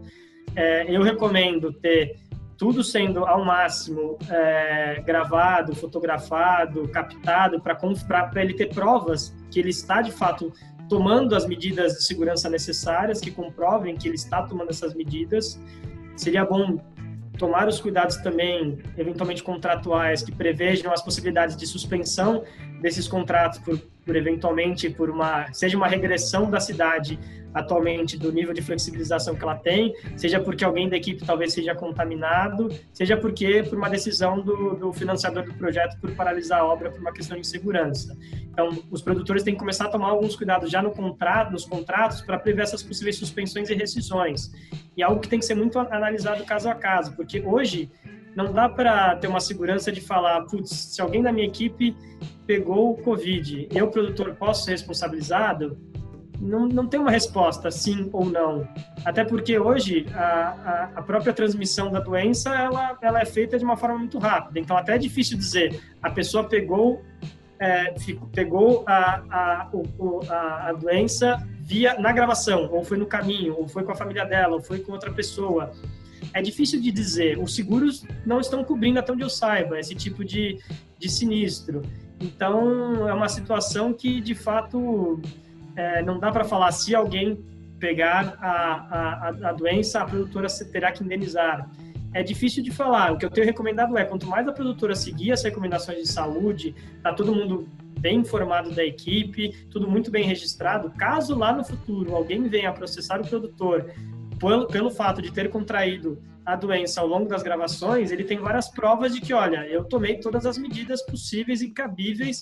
[SPEAKER 11] É, eu recomendo ter tudo sendo ao máximo é, gravado, fotografado, captado, para ele ter provas que ele está, de fato, tomando as medidas de segurança necessárias, que comprovem que ele está tomando essas medidas. Seria bom tomar os cuidados também, eventualmente contratuais, que prevejam as possibilidades de suspensão desses contratos por, por eventualmente, por uma, seja uma regressão da cidade atualmente do nível de flexibilização que ela tem, seja porque alguém da equipe talvez seja contaminado, seja porque por uma decisão do, do financiador do projeto por paralisar a obra por uma questão de segurança. Então, os produtores têm que começar a tomar alguns cuidados já no contrato, nos contratos para prever essas possíveis suspensões e rescisões. E é algo que tem que ser muito analisado caso a caso, porque hoje não dá para ter uma segurança de falar, putz, se alguém da minha equipe pegou o Covid, eu, produtor, posso ser responsabilizado? Não, não tem uma resposta sim ou não. Até porque hoje a, a, a própria transmissão da doença ela, ela é feita de uma forma muito rápida. Então até é difícil dizer a pessoa pegou, é, pegou a, a, o, a, a doença via, na gravação, ou foi no caminho, ou foi com a família dela, ou foi com outra pessoa. É difícil de dizer. Os seguros não estão cobrindo, até onde eu saiba, esse tipo de, de sinistro. Então é uma situação que de fato... É, não dá para falar se alguém pegar a, a, a doença, a produtora terá que indenizar. É difícil de falar. O que eu tenho recomendado é, quanto mais a produtora seguir as recomendações de saúde, tá todo mundo bem informado da equipe, tudo muito bem registrado, caso lá no futuro alguém venha processar o produtor pelo, pelo fato de ter contraído a doença ao longo das gravações, ele tem várias provas de que, olha, eu tomei todas as medidas possíveis e cabíveis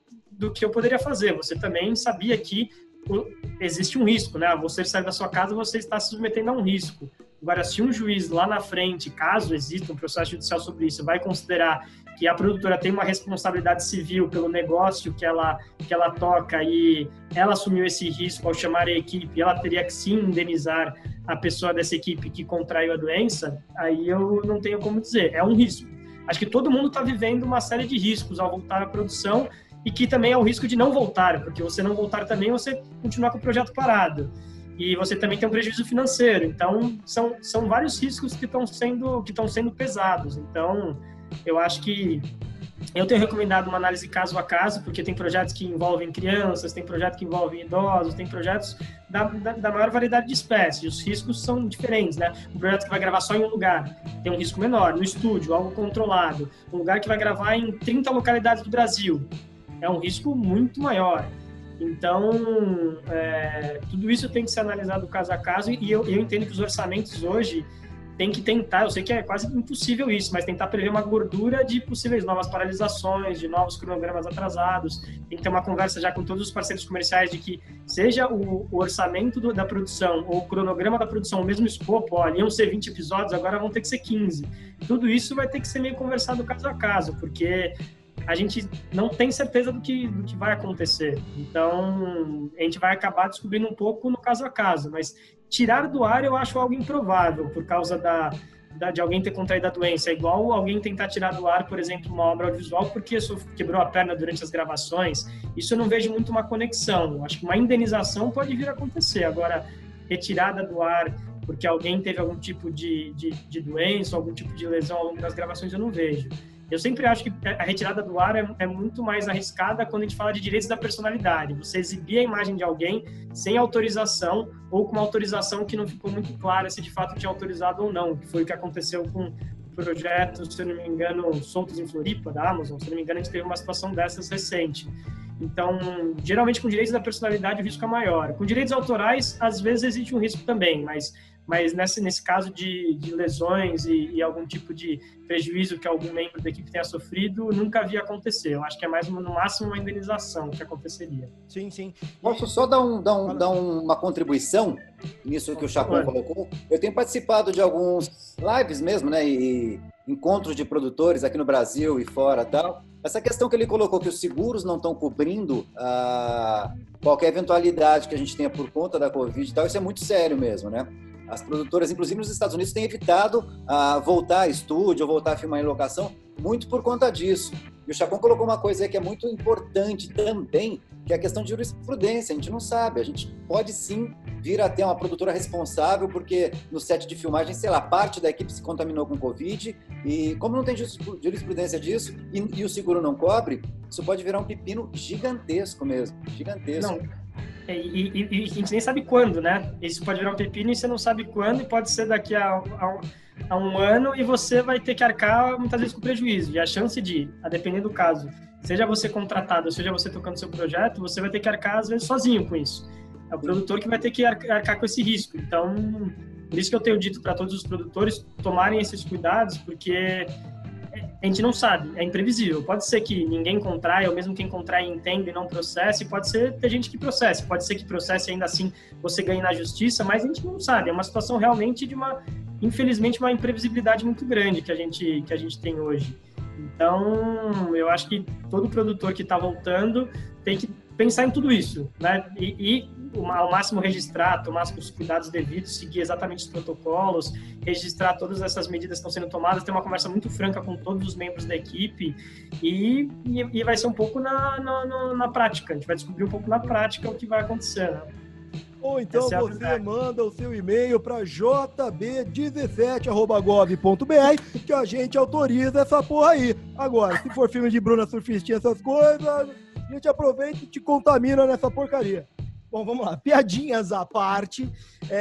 [SPEAKER 11] do que eu poderia fazer. Você também sabia que existe um risco, né? Você sair da sua casa, você está se submetendo a um risco. Agora, se um juiz lá na frente, caso exista um processo judicial sobre isso, vai considerar que a produtora tem uma responsabilidade civil pelo negócio que ela, que ela toca e ela assumiu esse risco ao chamar a equipe, ela teria que sim indenizar a pessoa dessa equipe que contraiu a doença, aí eu não tenho como dizer. É um risco. Acho que todo mundo está vivendo uma série de riscos ao voltar à produção, e que também é o risco de não voltar, porque você não voltar também, você continuar com o projeto parado. E você também tem um prejuízo financeiro. Então, são, são vários riscos que estão sendo, que estão sendo pesados. Então, eu acho que eu tenho recomendado uma análise caso a caso, porque tem projetos que envolvem crianças, tem projetos que envolvem idosos, tem projetos da, da, da maior variedade de espécies. Os riscos são diferentes, né? Um projeto que vai gravar só em um lugar tem um risco menor. No estúdio, algo controlado. Um lugar que vai gravar em trinta localidades do Brasil é um risco muito maior. Então, é, tudo isso tem que ser analisado caso a caso, e eu, eu entendo que os orçamentos hoje têm que tentar, eu sei que é quase impossível isso, mas tentar prever uma gordura de possíveis novas paralisações, de novos cronogramas atrasados. Tem que ter uma conversa já com todos os parceiros comerciais de que seja o, o orçamento do, da produção ou o cronograma da produção, o mesmo escopo, ó, iam ser vinte episódios, agora vão ter que ser quinze. Tudo isso vai ter que ser meio conversado caso a caso, porque a gente não tem certeza do que, do que vai acontecer. Então, a gente vai acabar descobrindo um pouco no caso a caso, mas tirar do ar eu acho algo improvável, por causa da, de alguém ter contraído a doença. É igual alguém tentar tirar do ar, por exemplo, uma obra audiovisual porque quebrou a perna durante as gravações. Isso eu não vejo muito uma conexão. Eu acho que uma indenização pode vir a acontecer. Agora, retirada do ar porque alguém teve algum tipo de, de, de doença, algum tipo de lesão ao longo das gravações, eu não vejo. Eu sempre acho que a retirada do ar é, é muito mais arriscada quando a gente fala de direitos da personalidade. Você exibir a imagem de alguém sem autorização ou com uma autorização que não ficou muito clara se de fato tinha autorizado ou não, que foi o que aconteceu com o projeto, se eu não me engano, Soltos em Floripa, da Amazon. Se eu não me engano, a gente teve uma situação dessas recente. Então, geralmente com direitos da personalidade o risco é maior. Com direitos autorais, às vezes existe um risco também, mas... mas nesse, nesse caso de, de lesões e, e algum tipo de prejuízo que algum membro da equipe tenha sofrido, nunca vi acontecer. Eu acho que é mais, no máximo, uma indenização que aconteceria.
[SPEAKER 2] Sim, sim.
[SPEAKER 9] Posso só dar, um, dar, um, dar uma contribuição nisso que o Chacon colocou? Eu tenho participado de alguns lives mesmo, né, e encontros de produtores aqui no Brasil e fora e tal. Essa questão que ele colocou, que os seguros não estão cobrindo ah, qualquer eventualidade que a gente tenha por conta da Covid e tal, isso é muito sério mesmo, né? As produtoras, inclusive nos Estados Unidos, têm evitado uh, voltar a estúdio ou voltar a filmar em locação muito por conta disso. E o Chacon colocou uma coisa aí que é muito importante também, que é a questão de jurisprudência. A gente não sabe, a gente pode sim vir a ter uma produtora responsável, porque no set de filmagem, sei lá, parte da equipe se contaminou com Covid, e como não tem jurisprudência disso, e, e o seguro não cobre, isso pode virar um pepino gigantesco mesmo, gigantesco.
[SPEAKER 11] Não. E, e, e a gente nem sabe quando, né? Isso pode virar um pepino e você não sabe quando, e pode ser daqui a, a, a um ano, e você vai ter que arcar muitas vezes com prejuízo. E a chance de, a depender do caso, seja você contratado, seja você tocando seu projeto, você vai ter que arcar às vezes sozinho com isso. É o produtor que vai ter que arcar com esse risco. Então, por isso que eu tenho dito para todos os produtores tomarem esses cuidados, porque a gente não sabe, é imprevisível. Pode ser que ninguém contraia, ou mesmo quem contrai entenda e não processe, pode ser ter gente que processe, pode ser que processe ainda assim você ganhe na justiça, mas a gente não sabe. É uma situação realmente de uma, infelizmente, uma imprevisibilidade muito grande que a gente, que a gente tem hoje. Então, eu acho que todo produtor que está voltando tem que pensar em tudo isso, né? E, e ao máximo registrar, tomar os cuidados devidos, seguir exatamente os protocolos, registrar todas essas medidas que estão sendo tomadas, ter uma conversa muito franca com todos os membros da equipe e, e, e vai ser um pouco na, na, na prática. A gente vai descobrir um pouco na prática o que vai acontecer, né?
[SPEAKER 2] Ou então é você manda o seu e-mail para j b dezessete arroba gov ponto b r que a gente autoriza essa porra aí. Agora, se for filme de Bruna Surfistinha, essas coisas, a gente aproveita e te contamina nessa porcaria. Bom, vamos lá. Piadinhas à parte.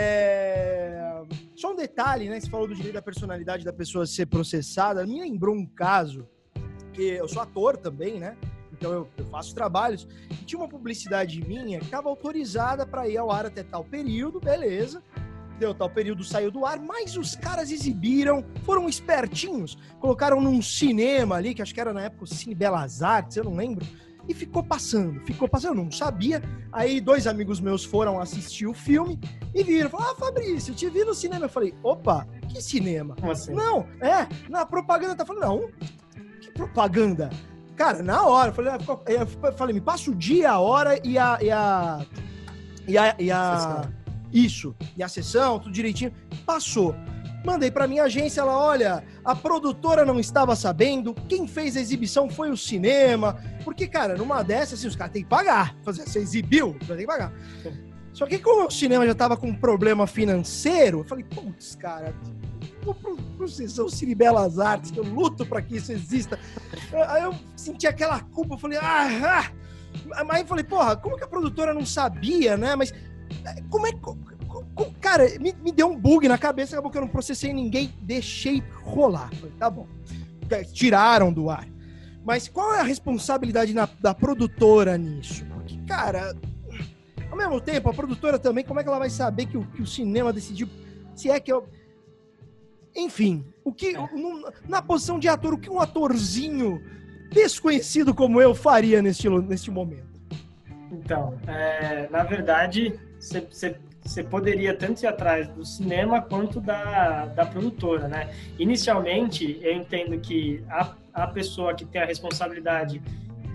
[SPEAKER 2] É... Só um detalhe, né? Você falou do direito da personalidade da pessoa ser processada. Me lembrou um caso, que eu sou ator também, né? Então eu, eu faço trabalhos. E tinha uma publicidade minha que estava autorizada para ir ao ar até tal período, beleza. Deu tal período, saiu do ar, mas os caras exibiram, foram espertinhos, colocaram num cinema ali, que acho que era na época o Cine Belas Artes, eu não lembro, e ficou passando, ficou passando, eu não sabia. Aí dois amigos meus foram assistir o filme e viram, falaram, ah, Fabrício, eu te vi no cinema. Eu falei, opa, que cinema?
[SPEAKER 11] Como assim?
[SPEAKER 2] Não, é, na propaganda, tá falando, não, que propaganda? Cara, na hora, eu falei, eu falei, me passa o dia, a hora e a... E a, e a, e a isso, e a sessão, tudo direitinho. Passou. Mandei pra minha agência, ela, olha, a produtora não estava sabendo, quem fez a exibição foi o cinema, porque, cara, numa dessas, assim, os caras têm que pagar. Fazer, você exibiu, você tem que pagar. Só que como o cinema já tava com um problema financeiro, eu falei, putz, cara, vou processar o Cine Belas Artes, que eu luto pra que isso exista. Aí eu senti aquela culpa, eu falei, ah, ah. Aí eu falei, porra, como que a produtora não sabia, né? Mas como é que... Cara, me, me deu um bug na cabeça, acabou que eu não processei ninguém, deixei rolar. Falei, tá bom. Tiraram do ar. Mas qual é a responsabilidade na, da produtora nisso? Porque, cara, ao mesmo tempo, a produtora também, como é que ela vai saber que o, que o cinema decidiu? Se é que eu... Enfim, o que, na posição de ator, o que um atorzinho desconhecido como eu faria neste, neste momento?
[SPEAKER 11] Então, é, na verdade, você poderia tanto ir atrás do cinema quanto da, da produtora, né? Inicialmente, eu entendo que a, a pessoa que tem a responsabilidade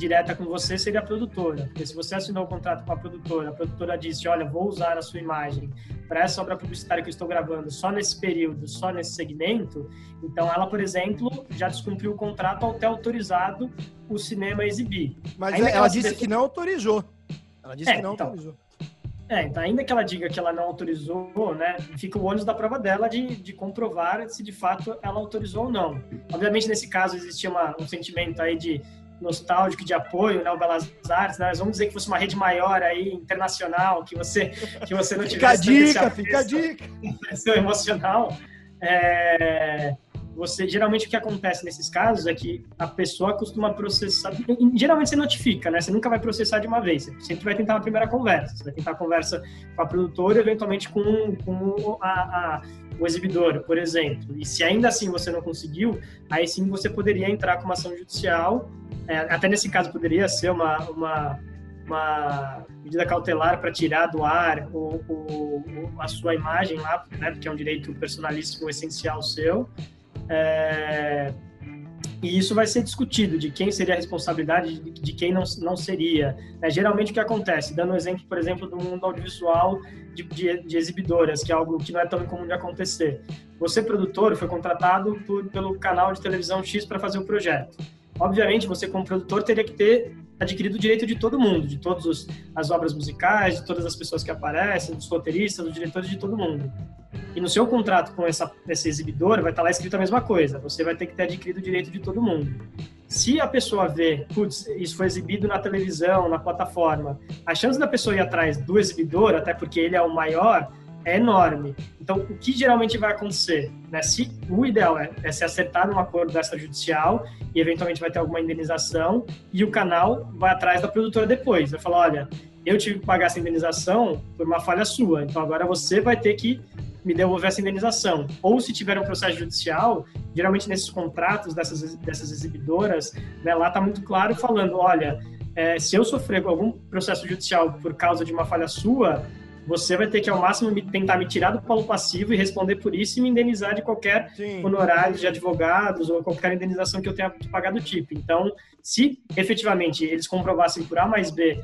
[SPEAKER 11] direta com você seria a produtora, porque se você assinou o contrato com a produtora, a produtora disse, olha, vou usar a sua imagem para essa obra publicitária que eu estou gravando só nesse período, só nesse segmento, então ela, por exemplo, já descumpriu o contrato ao ter autorizado o cinema a exibir.
[SPEAKER 2] Mas
[SPEAKER 11] ainda
[SPEAKER 2] ela, ela disse que não autorizou. Ela disse
[SPEAKER 11] é,
[SPEAKER 2] que não
[SPEAKER 11] então,
[SPEAKER 2] autorizou.
[SPEAKER 11] É, então ainda que ela diga que ela não autorizou, né, fica o ônus da prova dela de, de comprovar se de fato ela autorizou ou não. Obviamente, nesse caso, existia uma, um sentimento aí de nostálgico, de apoio, né, o Belas Artes, né, vamos dizer que fosse uma rede maior aí, internacional, que você, que você não tivesse...
[SPEAKER 2] Fica a dica, fica a dica!
[SPEAKER 11] Pressão emocional. É... Você, geralmente o que acontece nesses casos é que a pessoa costuma processar, geralmente você notifica, né? Você nunca vai processar de uma vez, você sempre vai tentar uma primeira conversa, você vai tentar a conversa com a produtora, eventualmente com, com a, a, o exibidor, por exemplo. E se ainda assim você não conseguiu, aí sim você poderia entrar com uma ação judicial, é, até nesse caso poderia ser uma, uma, uma medida cautelar para tirar do ar o, o, a sua imagem lá, né? Porque é um direito personalíssimo essencial seu. É, e isso vai ser discutido, de quem seria a responsabilidade, de, de quem não, não seria. É, geralmente o que acontece, dando um exemplo, por exemplo, do mundo audiovisual de, de, de exibidoras, que é algo que não é tão incomum de acontecer. Você, produtor, foi contratado por, pelo canal de televisão X para fazer o projeto. Obviamente, você como produtor teria que ter adquirido o direito de todo mundo, de todas as obras musicais, de todas as pessoas que aparecem, dos roteiristas, dos diretores, de todo mundo. E no seu contrato com essa, essa exibidora vai estar lá escrito a mesma coisa, você vai ter que ter adquirido o direito de todo mundo. Se a pessoa vê, putz, isso foi exibido na televisão, na plataforma, a chance da pessoa ir atrás do exibidor, até porque ele é o maior, é enorme. Então, o que geralmente vai acontecer? Né? Se, o ideal é, é se acertar num acordo extrajudicial e eventualmente vai ter alguma indenização e o canal vai atrás da produtora depois. Vai falar, olha, eu tive que pagar essa indenização por uma falha sua, então agora você vai ter que me devolver essa indenização. Ou se tiver um processo judicial, geralmente nesses contratos dessas, dessas exibidoras, né, lá está muito claro falando, olha, é, se eu sofrer algum processo judicial por causa de uma falha sua, você vai ter que, ao máximo, me, tentar me tirar do polo passivo e responder por isso e me indenizar de qualquer Sim. honorário de advogados ou qualquer indenização que eu tenha que pagar do tipo. Então, se efetivamente eles comprovassem por A mais B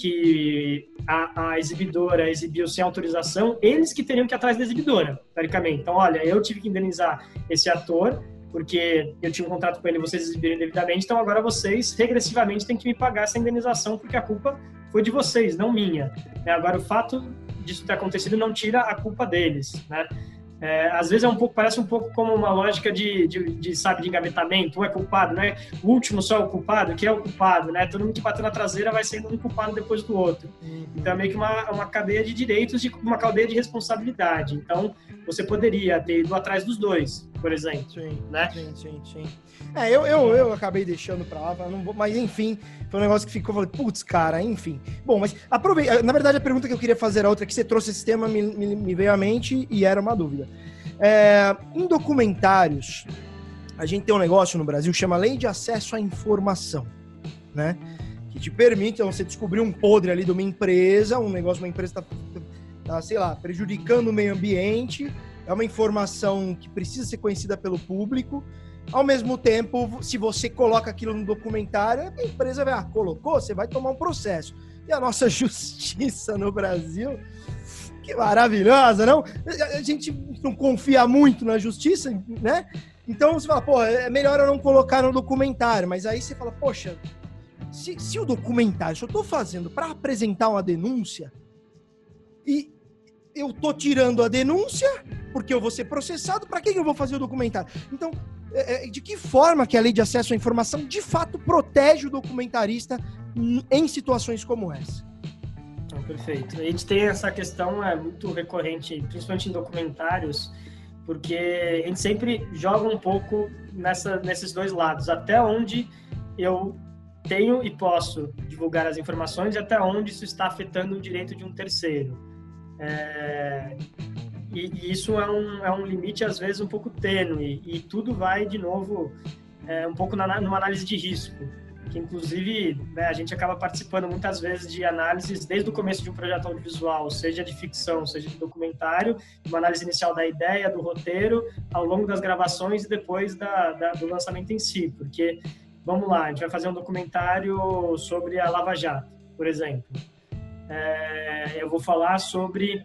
[SPEAKER 11] que a, a exibidora exibiu sem autorização, eles que teriam que ir atrás da exibidora, teoricamente. Então, olha, eu tive que indenizar esse ator porque eu tinha um contrato com ele e vocês exibiram indevidamente, então agora vocês, regressivamente, têm que me pagar essa indenização porque a culpa foi de vocês, não minha. Agora, o fato disso ter acontecido não tira a culpa deles, né? É, às vezes é um pouco, parece um pouco como uma lógica de, de, de, sabe, de engavetamento, um é culpado, né? O último só é o culpado, quem é o culpado, né? Todo mundo que bateu na traseira vai sendo um culpado depois do outro. Então é meio que uma, uma cadeia de direitos e uma cadeia de responsabilidade. Então você poderia ter ido atrás dos dois, por exemplo.
[SPEAKER 2] Sim,
[SPEAKER 11] né?
[SPEAKER 2] sim, sim, sim. É, eu, eu, eu acabei deixando pra lá, não vou, mas enfim, foi um negócio que ficou, falei, putz, cara, enfim. Bom, mas aproveita, na verdade a pergunta que eu queria fazer era outra, que você trouxe esse tema, me, me, me veio à mente e era uma dúvida. É, em documentários, a gente tem um negócio no Brasil que chama Lei de Acesso à Informação, né? Que te permite, então, você descobrir um podre ali de uma empresa, um negócio, uma empresa tá, tá, sei lá, prejudicando o meio ambiente, é uma informação que precisa ser conhecida pelo público. Ao mesmo tempo, se você coloca aquilo no documentário, a empresa vai, ah, colocou, você vai tomar um processo. E a nossa justiça no Brasil, que maravilhosa, não? A gente não confia muito na justiça, né? Então você fala, pô, é melhor eu não colocar no documentário. Mas aí você fala, poxa, se, se o documentário, se eu tô fazendo para apresentar uma denúncia e eu tô tirando a denúncia porque eu vou ser processado, para que eu vou fazer o documentário? Então, de que forma que a Lei de Acesso à Informação de fato protege o documentarista em situações como essa?
[SPEAKER 11] Então, perfeito. A gente tem essa questão é muito recorrente, principalmente em documentários, porque a gente sempre joga um pouco nessa, nesses dois lados, até onde eu tenho e posso divulgar as informações e até onde isso está afetando o direito de um terceiro. É... E, e isso é um, é um limite, às vezes, um pouco tênue, e tudo vai, de novo, é, um pouco na, numa análise de risco, que, inclusive, né, a gente acaba participando muitas vezes de análises desde o começo de um projeto audiovisual, seja de ficção, seja de documentário, uma análise inicial da ideia, do roteiro, ao longo das gravações e depois da, da, do lançamento em si, porque vamos lá, a gente vai fazer um documentário sobre a Lava Jato, por exemplo. É, eu vou falar sobre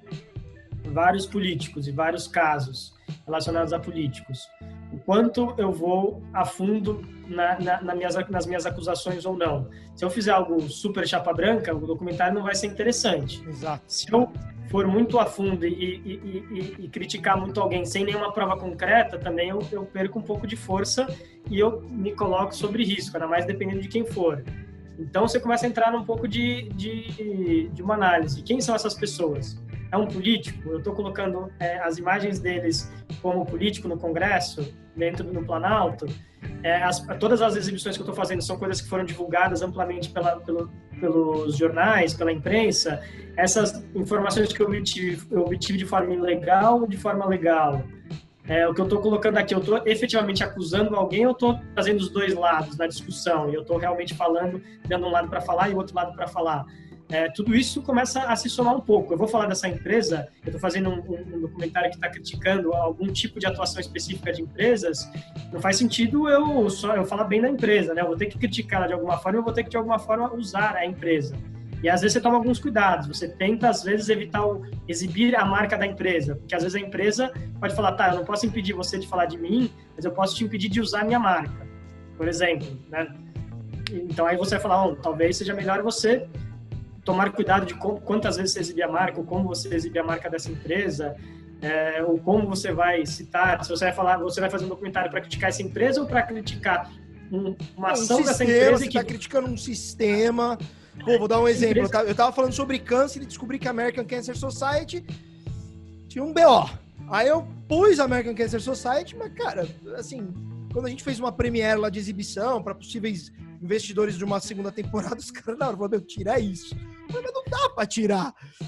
[SPEAKER 11] vários políticos e vários casos relacionados a políticos. O quanto eu vou a fundo na, na, na minhas, nas minhas acusações ou não. Se eu fizer algo super chapa branca, o documentário não vai ser interessante.
[SPEAKER 2] Exato.
[SPEAKER 11] Se eu for muito a fundo e, e, e, e criticar muito alguém sem nenhuma prova concreta, também eu, eu perco um pouco de força e eu me coloco sobre risco, ainda mais dependendo de quem for. Então você começa a entrar num pouco de, de, de uma análise. Quem são essas pessoas? É um político? Eu estou colocando é, as imagens deles como político no Congresso, dentro do Planalto. É, as, todas as exibições que eu estou fazendo são coisas que foram divulgadas amplamente pela, pelo, pelos jornais, pela imprensa. Essas informações que eu obtive, eu obtive de forma ilegal ou de forma legal? É, o que eu estou colocando aqui, eu estou efetivamente acusando alguém ou estou trazendo os dois lados na discussão? E eu estou realmente falando, dando um lado para falar e o outro lado para falar. É, tudo isso começa a se somar um pouco. Eu vou falar dessa empresa, eu estou fazendo um, um, um documentário que está criticando algum tipo de atuação específica de empresas, não faz sentido eu só eu falar bem da empresa, né? Eu vou ter que criticá-la de alguma forma, eu vou ter que de alguma forma usar a empresa. E às vezes você toma alguns cuidados, você tenta às vezes evitar o, exibir a marca da empresa, porque às vezes a empresa pode falar, tá, eu não posso impedir você de falar de mim, mas eu posso te impedir de usar a minha marca, por exemplo, né? Então aí você vai falar, oh, talvez seja melhor você tomar cuidado de como, quantas vezes você exibe a marca, ou como você exibe a marca dessa empresa, é, ou como você vai citar, se você vai falar, você vai fazer um documentário para criticar essa empresa ou para criticar um, uma ação
[SPEAKER 2] um
[SPEAKER 11] dessa
[SPEAKER 2] sistema,
[SPEAKER 11] empresa.
[SPEAKER 2] Você
[SPEAKER 11] que
[SPEAKER 2] está criticando um sistema. Pô, vou dar um exemplo. Eu estava falando sobre câncer e descobri que a American Cancer Society tinha um B O. Aí eu pus a American Cancer Society, mas, cara, assim, quando a gente fez uma premiere lá de exibição para possíveis investidores de uma segunda temporada, os caras, na hora, falaram, meu, tira isso. Mas não dá pra tirar.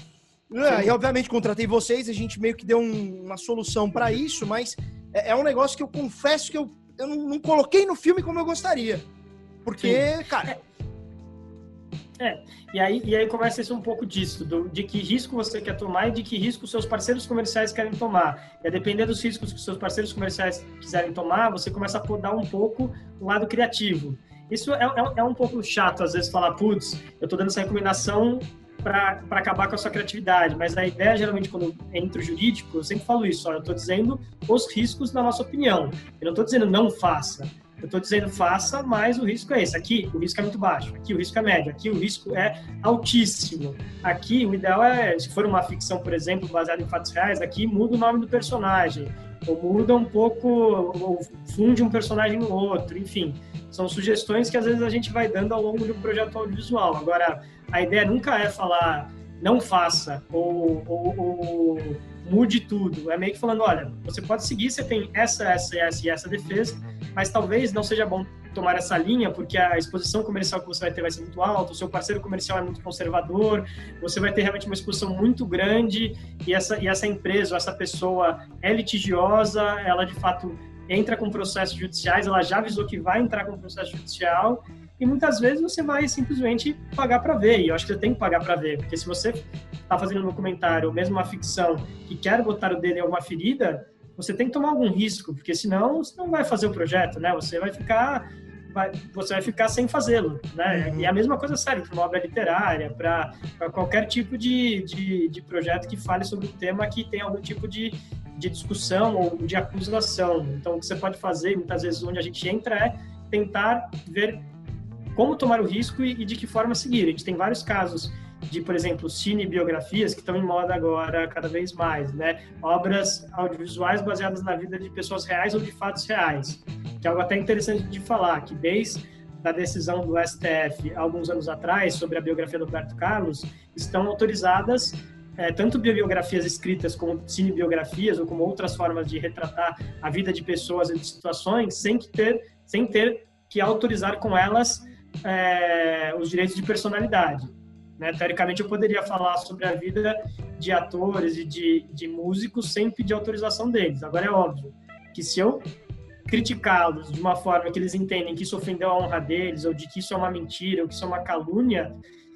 [SPEAKER 2] É, e, obviamente, contratei vocês, a gente meio que deu um, uma solução para isso, mas é, é um negócio que eu confesso que eu, eu não, não coloquei no filme como eu gostaria. Porque, Sim. cara...
[SPEAKER 11] É, e aí, e aí começa isso um pouco disso, do, de que risco você quer tomar e de que risco seus parceiros comerciais querem tomar. E a depender dos riscos que seus parceiros comerciais quiserem tomar, você começa a podar um pouco o lado criativo. Isso é, é, é um pouco chato, às vezes, falar, putz, eu tô dando essa recomendação para acabar com a sua criatividade, mas a ideia, geralmente, quando entra o jurídico, eu sempre falo isso, ó, eu tô dizendo os riscos na nossa opinião. Eu não tô dizendo não faça. Eu estou dizendo faça, mas o risco é esse. Aqui o risco é muito baixo, aqui o risco é médio, aqui o risco é altíssimo. Aqui o ideal é, se for uma ficção, por exemplo, baseada em fatos reais, aqui muda o nome do personagem, ou muda um pouco, ou funde um personagem no outro, enfim. São sugestões que às vezes a gente vai dando ao longo do projeto audiovisual. Agora, a ideia nunca é falar não faça, ou, ou, ou mude tudo. É meio que falando, olha, você pode seguir, você tem essa, essa, essa e essa defesa, mas talvez não seja bom tomar essa linha, porque a exposição comercial que você vai ter vai ser muito alta, o seu parceiro comercial é muito conservador, você vai ter realmente uma exposição muito grande, e essa, e essa empresa, ou essa pessoa é litigiosa, ela de fato entra com processos judiciais, ela já avisou que vai entrar com processo judicial, e muitas vezes você vai simplesmente pagar para ver, e eu acho que você tem que pagar para ver, porque se você está fazendo um documentário, ou mesmo uma ficção, que quer botar o dedo em alguma ferida, você tem que tomar algum risco, porque senão você não vai fazer o projeto, né? Você vai ficar, vai, você vai ficar sem fazê-lo, né? Uhum. E a mesma coisa serve para uma obra literária, para qualquer tipo de, de, de projeto que fale sobre um tema que tem algum tipo de, de discussão ou de acusação. Então, o que você pode fazer, muitas vezes onde a gente entra, é tentar ver como tomar o risco e, e de que forma seguir. A gente tem vários casos de, por exemplo, cinebiografias que estão em moda agora cada vez mais, né? Obras audiovisuais baseadas na vida de pessoas reais ou de fatos reais, que é algo até interessante de falar, que desde a decisão do S T F, alguns anos atrás, sobre a biografia do Roberto Carlos, estão autorizadas é, tanto biografias escritas como cinebiografias ou como outras formas de retratar a vida de pessoas e de situações, sem, que ter, sem ter que autorizar com elas é, os direitos de personalidade. Né? Teoricamente, eu poderia falar sobre a vida de atores e de, de músicos sem pedir autorização deles. Agora, é óbvio que se eu criticá-los de uma forma que eles entendem que isso ofendeu a honra deles, ou de que isso é uma mentira, ou que isso é uma calúnia,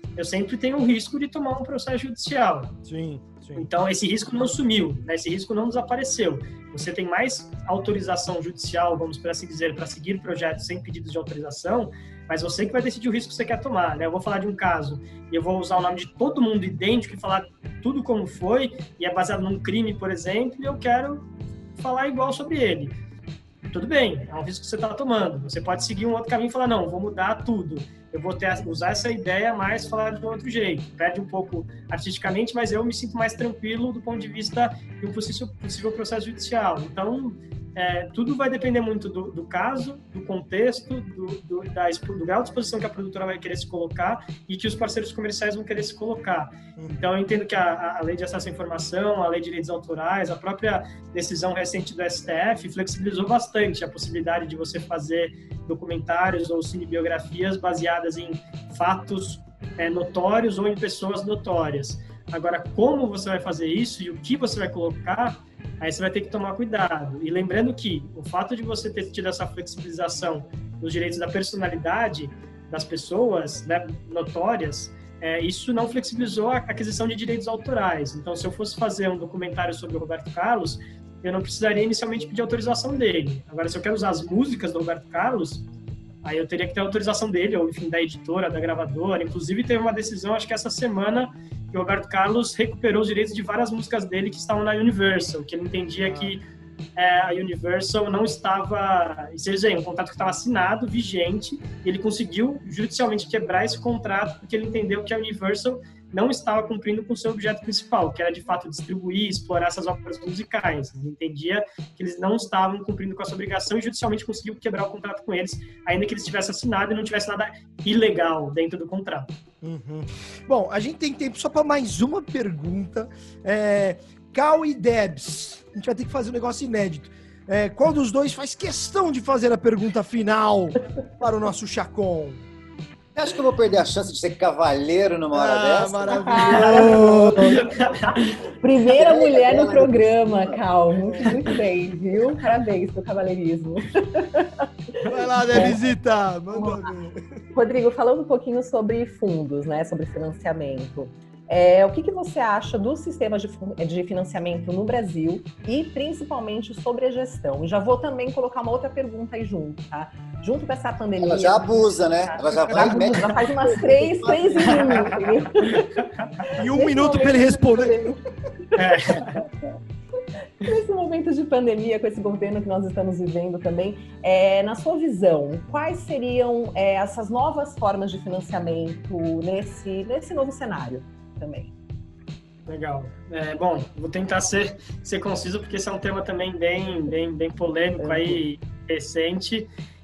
[SPEAKER 11] eu sempre tenho o risco de tomar um processo judicial.
[SPEAKER 2] Sim, sim.
[SPEAKER 11] Então, esse risco não sumiu, né? Esse risco não desapareceu. Você tem mais autorização judicial, vamos por assim dizer, para seguir projetos sem pedidos de autorização, mas você que vai decidir o risco que você quer tomar, né? Eu vou falar de um caso e eu vou usar o nome de todo mundo idêntico e falar tudo como foi, e é baseado num crime, por exemplo, e eu quero falar igual sobre ele. Tudo bem, é um risco que você está tomando. Você pode seguir um outro caminho e falar, não, vou mudar tudo. Eu vou ter, usar essa ideia, mas falar de um outro jeito. Perde um pouco artisticamente, mas eu me sinto mais tranquilo do ponto de vista de um possível, possível processo judicial. Então, é, tudo vai depender muito do, do caso, do contexto, do, do, da, do grau de exposição que a produtora vai querer se colocar e que os parceiros comerciais vão querer se colocar. Então, eu entendo que a, a lei de acesso à informação, a lei de direitos autorais, a própria decisão recente do S T F flexibilizou bastante a possibilidade de você fazer documentários ou cinebiografias baseadas em fatos é, notórios ou em pessoas notórias. Agora, como você vai fazer isso e o que você vai colocar, aí você vai ter que tomar cuidado. E lembrando que o fato de você ter tido essa flexibilização dos direitos da personalidade das pessoas, né, notórias, é, isso não flexibilizou a aquisição de direitos autorais. Então, se eu fosse fazer um documentário sobre o Roberto Carlos, eu não precisaria inicialmente pedir autorização dele. Agora, se eu quero usar as músicas do Roberto Carlos, aí eu teria que ter a autorização dele, ou enfim, da editora, da gravadora. Inclusive, teve uma decisão, acho que essa semana, que o Roberto Carlos recuperou os direitos de várias músicas dele que estavam na Universal, que ele entendia que é, a Universal não estava... Isso é um contrato que estava assinado, vigente, e ele conseguiu judicialmente quebrar esse contrato, porque ele entendeu que a Universal não estava cumprindo com o seu objeto principal, que era, de fato, distribuir, explorar essas obras musicais. Ele entendia que eles não estavam cumprindo com essa obrigação e judicialmente conseguiu quebrar o contrato com eles, ainda que eles tivessem assinado e não tivesse nada ilegal dentro do contrato.
[SPEAKER 2] Uhum. Bom, a gente tem tempo só para mais uma pergunta. É, Cal e Debs, a gente vai ter que fazer um negócio inédito. É, qual dos dois faz questão de fazer a pergunta final para o nosso Chacon?
[SPEAKER 9] Eu acho que eu vou perder a chance de ser cavaleiro numa hora
[SPEAKER 2] ah,
[SPEAKER 9] dessa.
[SPEAKER 2] Maravilhoso!
[SPEAKER 10] Primeira mulher no programa, Cal. Muito, muito bem, viu? Parabéns pro cavaleirismo.
[SPEAKER 2] Vai lá, Debzita. Manda ver.
[SPEAKER 10] Rodrigo, falando um pouquinho sobre fundos, né? Sobre financiamento. É, o que, que você acha dos sistemas de, de financiamento no Brasil e principalmente sobre a gestão? E já vou também colocar uma outra pergunta aí junto, tá? Junto com essa pandemia...
[SPEAKER 9] Ela já abusa, né? Ela já vai...
[SPEAKER 10] Abusa, ela faz umas três, três e um.
[SPEAKER 2] E um minuto para ele responder.
[SPEAKER 10] É. Nesse momento de pandemia, com esse governo que nós estamos vivendo também, é, na sua visão, quais seriam é, essas novas formas de financiamento nesse, nesse novo cenário também?
[SPEAKER 11] Legal. É, bom, vou tentar ser, ser conciso, porque esse é um tema também bem, bem, bem polêmico, aí, recente.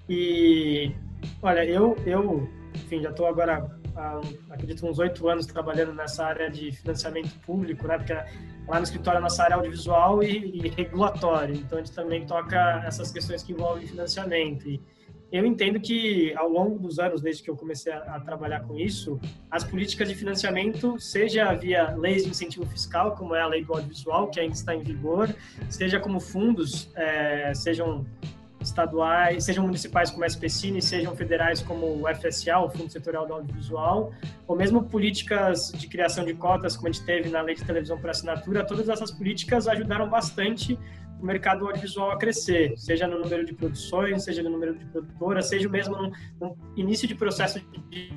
[SPEAKER 11] E, olha, eu, eu enfim, já estou agora, há, acredito, uns oito anos trabalhando nessa área de financiamento público, né? Porque lá no escritório é a nossa área audiovisual e, e regulatório, então a gente também toca essas questões que envolvem financiamento. E eu entendo que, ao longo dos anos, desde que eu comecei a, a trabalhar com isso, as políticas de financiamento, seja via leis de incentivo fiscal, como é a lei do audiovisual, que ainda está em vigor, seja como fundos, é, sejam estaduais, sejam municipais como a S P Cine, sejam federais como o F S A, o Fundo Setorial do Audiovisual, ou mesmo políticas de criação de cotas, como a gente teve na Lei de Televisão por Assinatura, todas essas políticas ajudaram bastante o mercado audiovisual a crescer, seja no número de produções, seja no número de produtoras, seja mesmo no, no início de processo de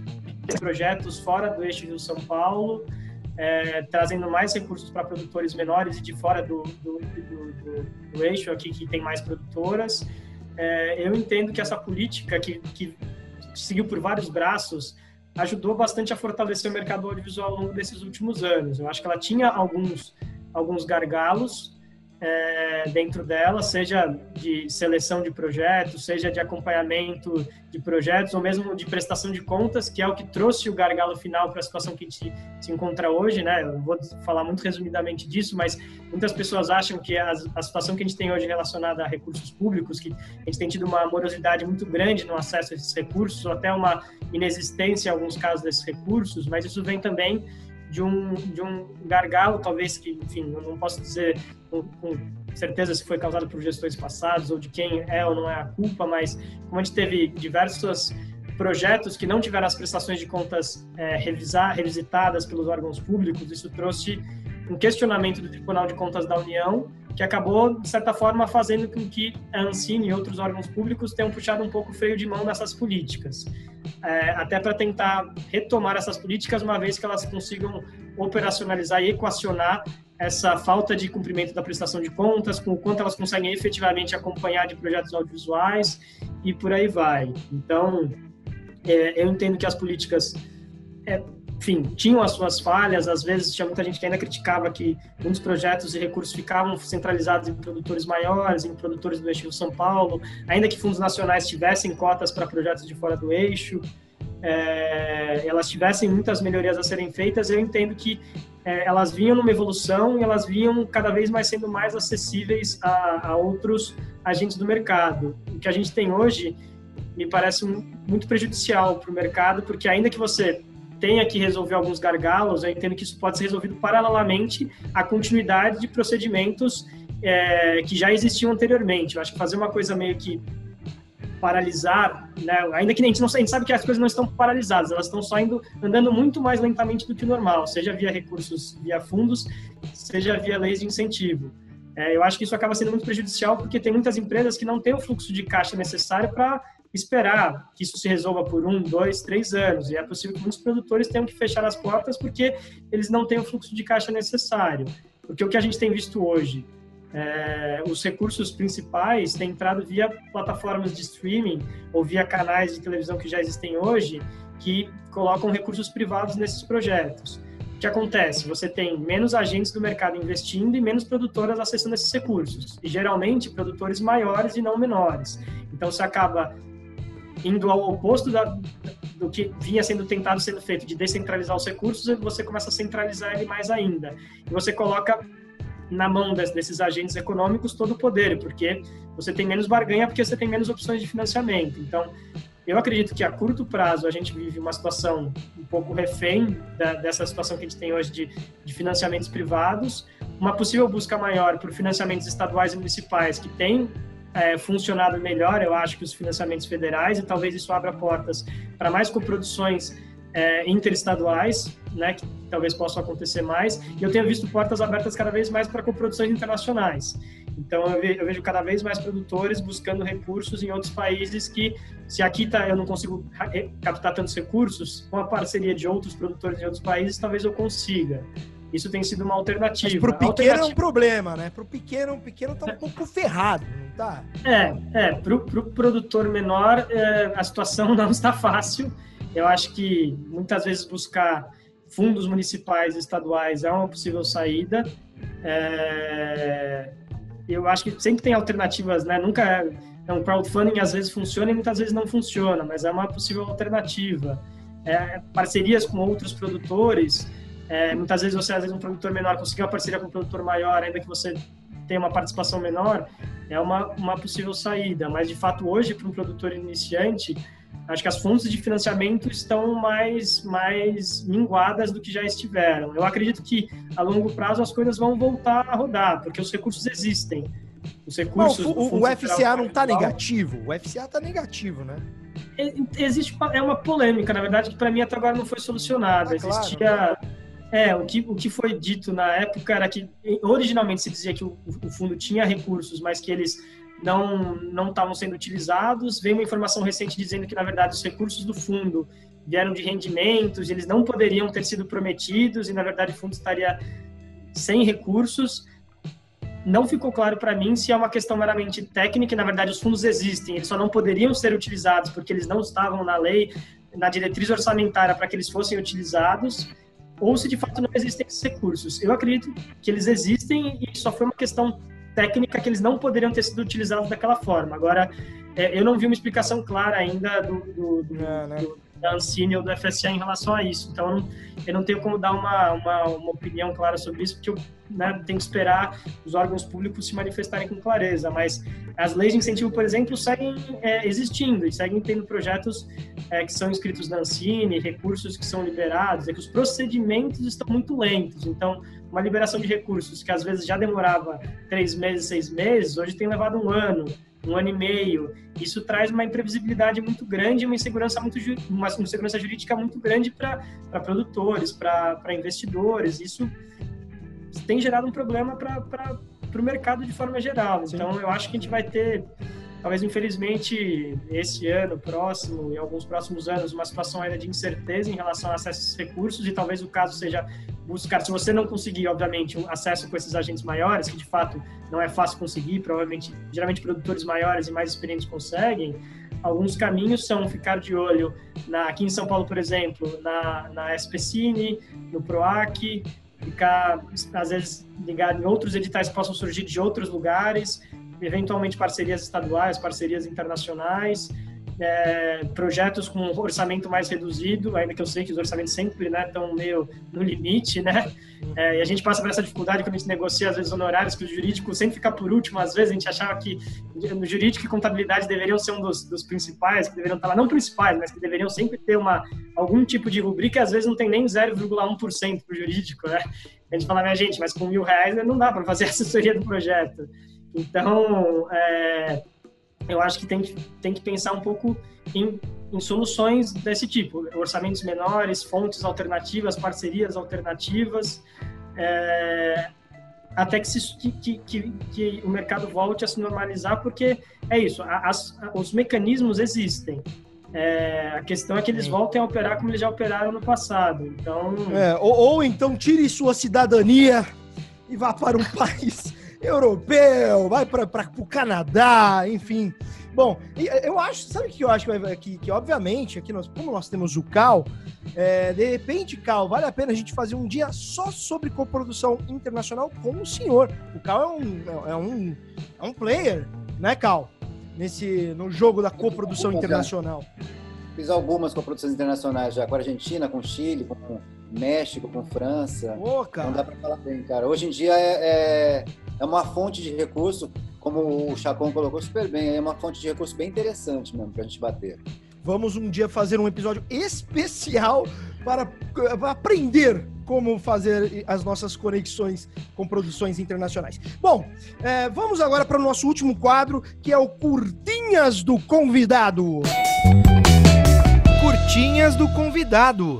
[SPEAKER 11] projetos fora do eixo Rio-São Paulo, É, trazendo mais recursos para produtores menores e de fora do, do, do, do, do eixo aqui que tem mais produtoras. É, eu entendo que essa política que, que seguiu por vários braços ajudou bastante a fortalecer o mercado audiovisual ao longo desses últimos anos. Eu acho que ela tinha alguns, alguns gargalos é, dentro dela, seja de seleção de projetos, seja de acompanhamento de projetos, ou mesmo de prestação de contas, que é o que trouxe o gargalo final para a situação que a gente se encontra hoje, né? Eu vou falar muito resumidamente disso, mas muitas pessoas acham que a, a situação que a gente tem hoje relacionada a recursos públicos, que a gente tem tido uma morosidade muito grande no acesso a esses recursos, ou até uma inexistência em alguns casos desses recursos, mas isso vem também de um, de um gargalo, talvez, que, enfim, eu não posso dizer com, com certeza se foi causado por gestões passadas ou de quem é ou não é a culpa, mas como a gente teve diversas projetos que não tiveram as prestações de contas é, revisar, revisitadas pelos órgãos públicos. Isso trouxe um questionamento do Tribunal de Contas da União, que acabou, de certa forma, fazendo com que a Ancine e outros órgãos públicos tenham puxado um pouco o freio de mão nessas políticas, é, até para tentar retomar essas políticas, uma vez que elas consigam operacionalizar e equacionar essa falta de cumprimento da prestação de contas, com o quanto elas conseguem efetivamente acompanhar de projetos audiovisuais e por aí vai. Então, é, eu entendo que as políticas, é, enfim, tinham as suas falhas. Às vezes tinha muita gente que ainda criticava que muitos projetos e recursos ficavam centralizados em produtores maiores, em produtores do eixo São Paulo, ainda que fundos nacionais tivessem cotas para projetos de fora do eixo, é, elas tivessem muitas melhorias a serem feitas. Eu entendo que é, elas vinham numa evolução e elas vinham cada vez mais sendo mais acessíveis a, a outros agentes do mercado. O que a gente tem hoje me parece muito prejudicial para o mercado, porque ainda que você tenha que resolver alguns gargalos, eu entendo que isso pode ser resolvido paralelamente à continuidade de procedimentos é, que já existiam anteriormente. Eu acho que fazer uma coisa meio que paralisar, né, ainda que a gente, não, a gente sabe que as coisas não estão paralisadas, elas estão só indo, andando muito mais lentamente do que o normal, seja via recursos, via fundos, seja via leis de incentivo. É, eu acho que isso acaba sendo muito prejudicial, porque tem muitas empresas que não têm o fluxo de caixa necessário para esperar que isso se resolva por um, dois, três anos. E é possível que muitos produtores tenham que fechar as portas porque eles não têm o fluxo de caixa necessário. Porque o que a gente tem visto hoje, é, os recursos principais têm entrado via plataformas de streaming ou via canais de televisão que já existem hoje, que colocam recursos privados nesses projetos. O que acontece? Você tem menos agentes do mercado investindo e menos produtoras acessando esses recursos. E geralmente produtores maiores e não menores. Então você acaba indo ao oposto da, do que vinha sendo tentado sendo feito, de descentralizar os recursos, e você começa a centralizar ele mais ainda. E você coloca na mão desses agentes econômicos todo o poder, porque você tem menos barganha, porque você tem menos opções de financiamento. Então, eu acredito que a curto prazo a gente vive uma situação um pouco refém da, dessa situação que a gente tem hoje de, de financiamentos privados, uma possível busca maior por financiamentos estaduais e municipais que têm é, funcionado melhor, eu acho, que os financiamentos federais, e talvez isso abra portas para mais coproduções é, interestaduais, né, que talvez possam acontecer mais, e eu tenho visto portas abertas cada vez mais para coproduções internacionais. Então, eu vejo, eu vejo cada vez mais produtores buscando recursos em outros países que, se aqui tá, eu não consigo captar tantos recursos, com a parceria de outros produtores em outros países, talvez eu consiga. Isso tem sido uma alternativa.
[SPEAKER 2] Para o pequeno alternativa... é um problema, né? Para o pequeno, o pequeno tá um pouco ferrado, não tá?
[SPEAKER 11] É, é para o pro produtor menor, é, a situação não está fácil. Eu acho que, muitas vezes, buscar fundos municipais e estaduais é uma possível saída. É... Eu acho que sempre tem alternativas, né? Nunca é um crowdfunding, às vezes funciona e muitas vezes não funciona, mas é uma possível alternativa. É, parcerias com outros produtores, é, muitas vezes você, às vezes um produtor menor conseguir uma parceria com um produtor maior, ainda que você tenha uma participação menor, é uma, uma possível saída. Mas, de fato, hoje, para um produtor iniciante, acho que as fontes de financiamento estão mais, mais minguadas do que já estiveram. Eu acredito que, a longo prazo, as coisas vão voltar a rodar, porque os recursos existem. Os recursos...
[SPEAKER 2] Não, o, o, o F C A não está negativo? O F C A está negativo, né?
[SPEAKER 11] Existe uma, é uma polêmica, na verdade, que para mim até agora não foi solucionada. Ah, Existia... Claro. É, o que, o que foi dito na época era que, originalmente, se dizia que o, o fundo tinha recursos, mas que eles não não estavam sendo utilizados. Veio uma informação recente dizendo que, na verdade, os recursos do fundo vieram de rendimentos, eles não poderiam ter sido prometidos e, na verdade, o fundo estaria sem recursos. Não ficou claro para mim se é uma questão meramente técnica, e, na verdade, os fundos existem, eles só não poderiam ser utilizados porque eles não estavam na lei, na diretriz orçamentária para que eles fossem utilizados, ou se, de fato, não existem esses recursos. Eu acredito que eles existem e só foi uma questão técnica que eles não poderiam ter sido utilizados daquela forma. Agora, é, eu não vi uma explicação clara ainda do, do, do, é, né? do, da Ancine ou do F S A em relação a isso. Então, eu não, eu não tenho como dar uma, uma, uma opinião clara sobre isso, porque eu né, tenho que esperar os órgãos públicos se manifestarem com clareza. Mas as leis de incentivo, por exemplo, seguem é, existindo e seguem tendo projetos é, que são inscritos na Ancine, recursos que são liberados, é que os procedimentos estão muito lentos. Então, uma liberação de recursos que às vezes já demorava três meses, seis meses, hoje tem levado um ano. um ano e meio. Isso traz uma imprevisibilidade muito grande, uma insegurança, muito, uma insegurança jurídica muito grande para produtores, para investidores. Isso tem gerado um problema para o mercado de forma geral. Então, eu acho que a gente vai ter, talvez, infelizmente, esse ano, próximo, e alguns próximos anos, uma situação ainda de incerteza em relação ao acesso a esses recursos, e talvez o caso seja buscar, se você não conseguir, obviamente, um acesso com esses agentes maiores, que de fato não é fácil conseguir, provavelmente, geralmente produtores maiores e mais experientes conseguem, alguns caminhos são ficar de olho, na, aqui em São Paulo, por exemplo, na, na SPCine, no PROAC, ficar, às vezes, ligado em outros editais que possam surgir de outros lugares, eventualmente parcerias estaduais, parcerias internacionais, é, projetos com orçamento mais reduzido, ainda que eu sei que os orçamentos sempre, né, estão meio no limite, né? É, e a gente passa por essa dificuldade quando a gente negocia, às vezes, honorários, que o jurídico sempre fica por último. Às vezes a gente achava que no jurídico e contabilidade deveriam ser um dos, dos principais, que deveriam estar lá, não principais, mas que deveriam sempre ter uma, algum tipo de rubrica, e às vezes não tem nem zero vírgula um por cento para o jurídico, né? A gente fala, minha gente, mas com mil reais não dá para fazer a assessoria do projeto. Então, é, eu acho que tem, que tem que pensar um pouco em, em soluções desse tipo, orçamentos menores, fontes alternativas, parcerias alternativas, é, até que, se, que, que, que o mercado volte a se normalizar, porque é isso, as, os mecanismos existem. É, a questão é que eles voltem a operar como eles já operaram no passado. Então...
[SPEAKER 2] É, ou, ou então tire sua cidadania e vá para um país europeu, vai para o Canadá, enfim. Bom, eu acho, sabe o que eu acho que, que, que obviamente, aqui nós, como nós temos o Cal, é, de repente, Cal, vale a pena a gente fazer um dia só sobre coprodução internacional com o senhor. O Cal é um, é um, é um player, né, Cal? Nesse, no jogo da coprodução internacional.
[SPEAKER 9] Fiz algumas coproduções internacionais já, com a Argentina, com Chile, com México, com França.
[SPEAKER 2] Pô, cara.
[SPEAKER 9] Não dá para falar bem, cara. Hoje em dia é, é, é uma fonte de recurso, como o Chacon colocou super bem, é uma fonte de recurso bem interessante mesmo para a gente bater.
[SPEAKER 2] Vamos um dia fazer um episódio especial para, para aprender como fazer as nossas conexões com produções internacionais. Bom, é, vamos agora para o nosso último quadro, que é o Curtinhas do Convidado.
[SPEAKER 12] Curtinhas do Convidado.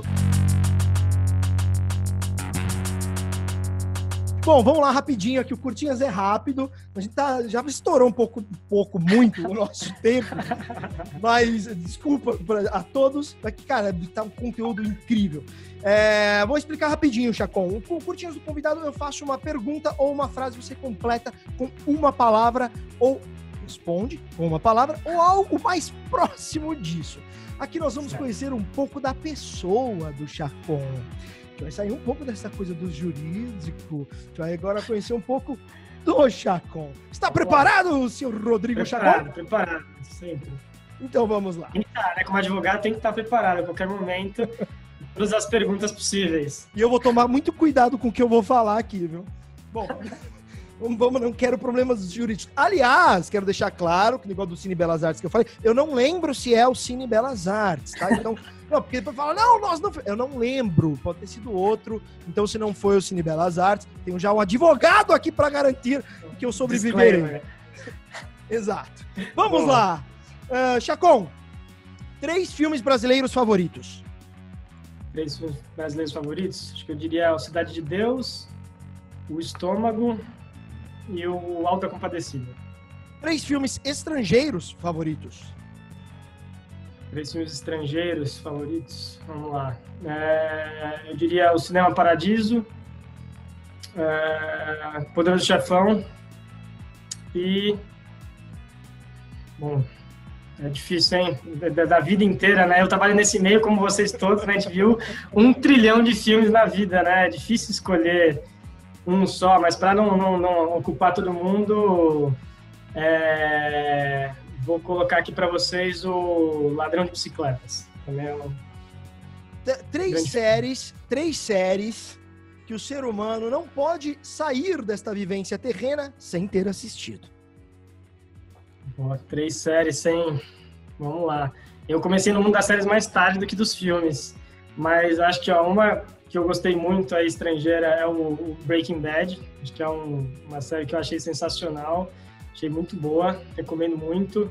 [SPEAKER 2] Bom, vamos lá rapidinho aqui, o Curtinhas é rápido, a gente tá, já estourou um pouco, um pouco muito o nosso tempo, mas desculpa a todos, é que, cara, tá um conteúdo incrível. É, vou explicar rapidinho, Chacon. O Curtinhas do Convidado, eu faço uma pergunta ou uma frase, você completa com uma palavra, ou responde com uma palavra, ou algo mais próximo disso. Aqui nós vamos conhecer um pouco da pessoa do Chacon. Vai sair um pouco dessa coisa do jurídico, vai agora conhecer um pouco do Chacon. Está preparado, senhor Rodrigo
[SPEAKER 11] preparado,
[SPEAKER 2] Chacon?
[SPEAKER 11] Preparado, sempre.
[SPEAKER 2] Então vamos lá.
[SPEAKER 11] Tem que estar, né? Como advogado tem que estar preparado a qualquer momento, todas as perguntas possíveis.
[SPEAKER 2] E eu vou tomar muito cuidado com o que eu vou falar aqui, viu? Bom, vamos, não quero problemas jurídicos. Aliás, quero deixar claro que o negócio do Cine Belas Artes que eu falei, eu não lembro se é o Cine Belas Artes, tá? Então... Não, porque depois fala, não, nós não... Eu não lembro, pode ter sido outro. Então, se não foi o Cine Belas Artes, tenho já um advogado aqui para garantir que eu sobreviverei. Exato. Vamos Boa. lá. Uh, Chacon, três filmes brasileiros favoritos.
[SPEAKER 11] Três filmes brasileiros favoritos? Acho que eu diria O Cidade de Deus, O Estômago e O Auto da Compadecida.
[SPEAKER 2] Três filmes estrangeiros favoritos.
[SPEAKER 11] Três filmes estrangeiros favoritos, vamos lá. É, eu diria O Cinema Paradiso, é, Poderoso Chefão e... Bom, é difícil, hein? Da, da vida inteira, né? Eu trabalho nesse meio, como vocês todos, né? A gente viu um trilhão de filmes na vida, né? É difícil escolher um só, mas para não, não, não ocupar todo mundo... É... Vou colocar aqui para vocês o Ladrão de Bicicletas. Também é um...
[SPEAKER 2] Três grande... séries, três séries que o ser humano não pode sair desta vivência terrena sem ter assistido.
[SPEAKER 11] Boa, três séries sem... Vamos lá. Eu comecei no mundo das séries mais tarde do que dos filmes, mas acho que ó, uma que eu gostei muito, a estrangeira, é o Breaking Bad. Acho que é um, uma série que eu achei sensacional. achei muito boa, recomendo muito.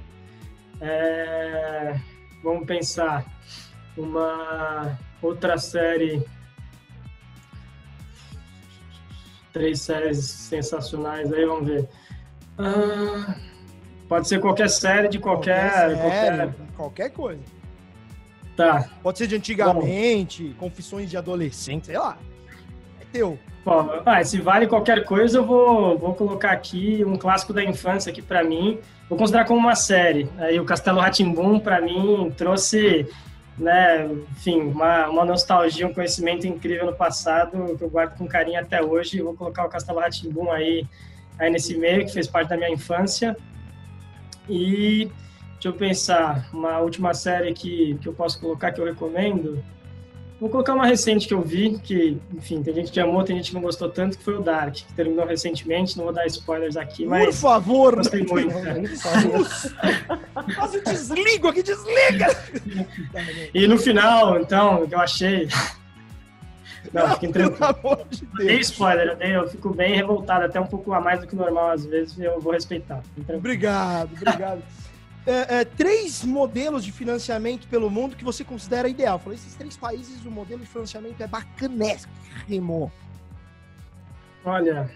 [SPEAKER 11] É, vamos pensar uma outra série, três séries sensacionais aí, vamos ver. Ah, pode ser qualquer série de qualquer...
[SPEAKER 2] Qualquer, série,
[SPEAKER 11] qualquer...
[SPEAKER 2] qualquer coisa.
[SPEAKER 11] Tá.
[SPEAKER 2] Pode ser de antigamente, Bom. Confissões de adolescente, sei lá. É teu.
[SPEAKER 11] Bom, ah, se vale qualquer coisa, eu vou, vou colocar aqui um clássico da infância aqui para mim. Vou considerar como uma série. Aí o Castelo Rá-Tim-Bum, para mim, trouxe, né, enfim, uma, uma nostalgia, um conhecimento incrível no passado, que eu guardo com carinho até hoje. Vou colocar o Castelo Rá-Tim-Bum aí, aí nesse meio, que fez parte da minha infância. E deixa eu pensar, uma última série que, que eu posso colocar, que eu recomendo. Vou colocar uma recente que eu vi, que, enfim, tem gente que amou, tem gente que não gostou tanto, que foi o Dark, que terminou recentemente. Não vou dar spoilers aqui, mas...
[SPEAKER 2] Por favor!
[SPEAKER 11] Gostei muito.
[SPEAKER 2] Mas eu desligo aqui, desliga!
[SPEAKER 11] E no final, então, o que eu achei... Não, fiquem tranquilos.
[SPEAKER 2] Pelo amor de Deus.
[SPEAKER 11] Dei spoiler, eu, dei, eu fico bem revoltado, até um pouco a mais do que normal, às vezes, eu vou respeitar.
[SPEAKER 2] Obrigado, obrigado. É, é, três modelos de financiamento pelo mundo que você considera ideal. Falei, esses três países, o modelo de financiamento é bacanésimo.
[SPEAKER 11] Olha,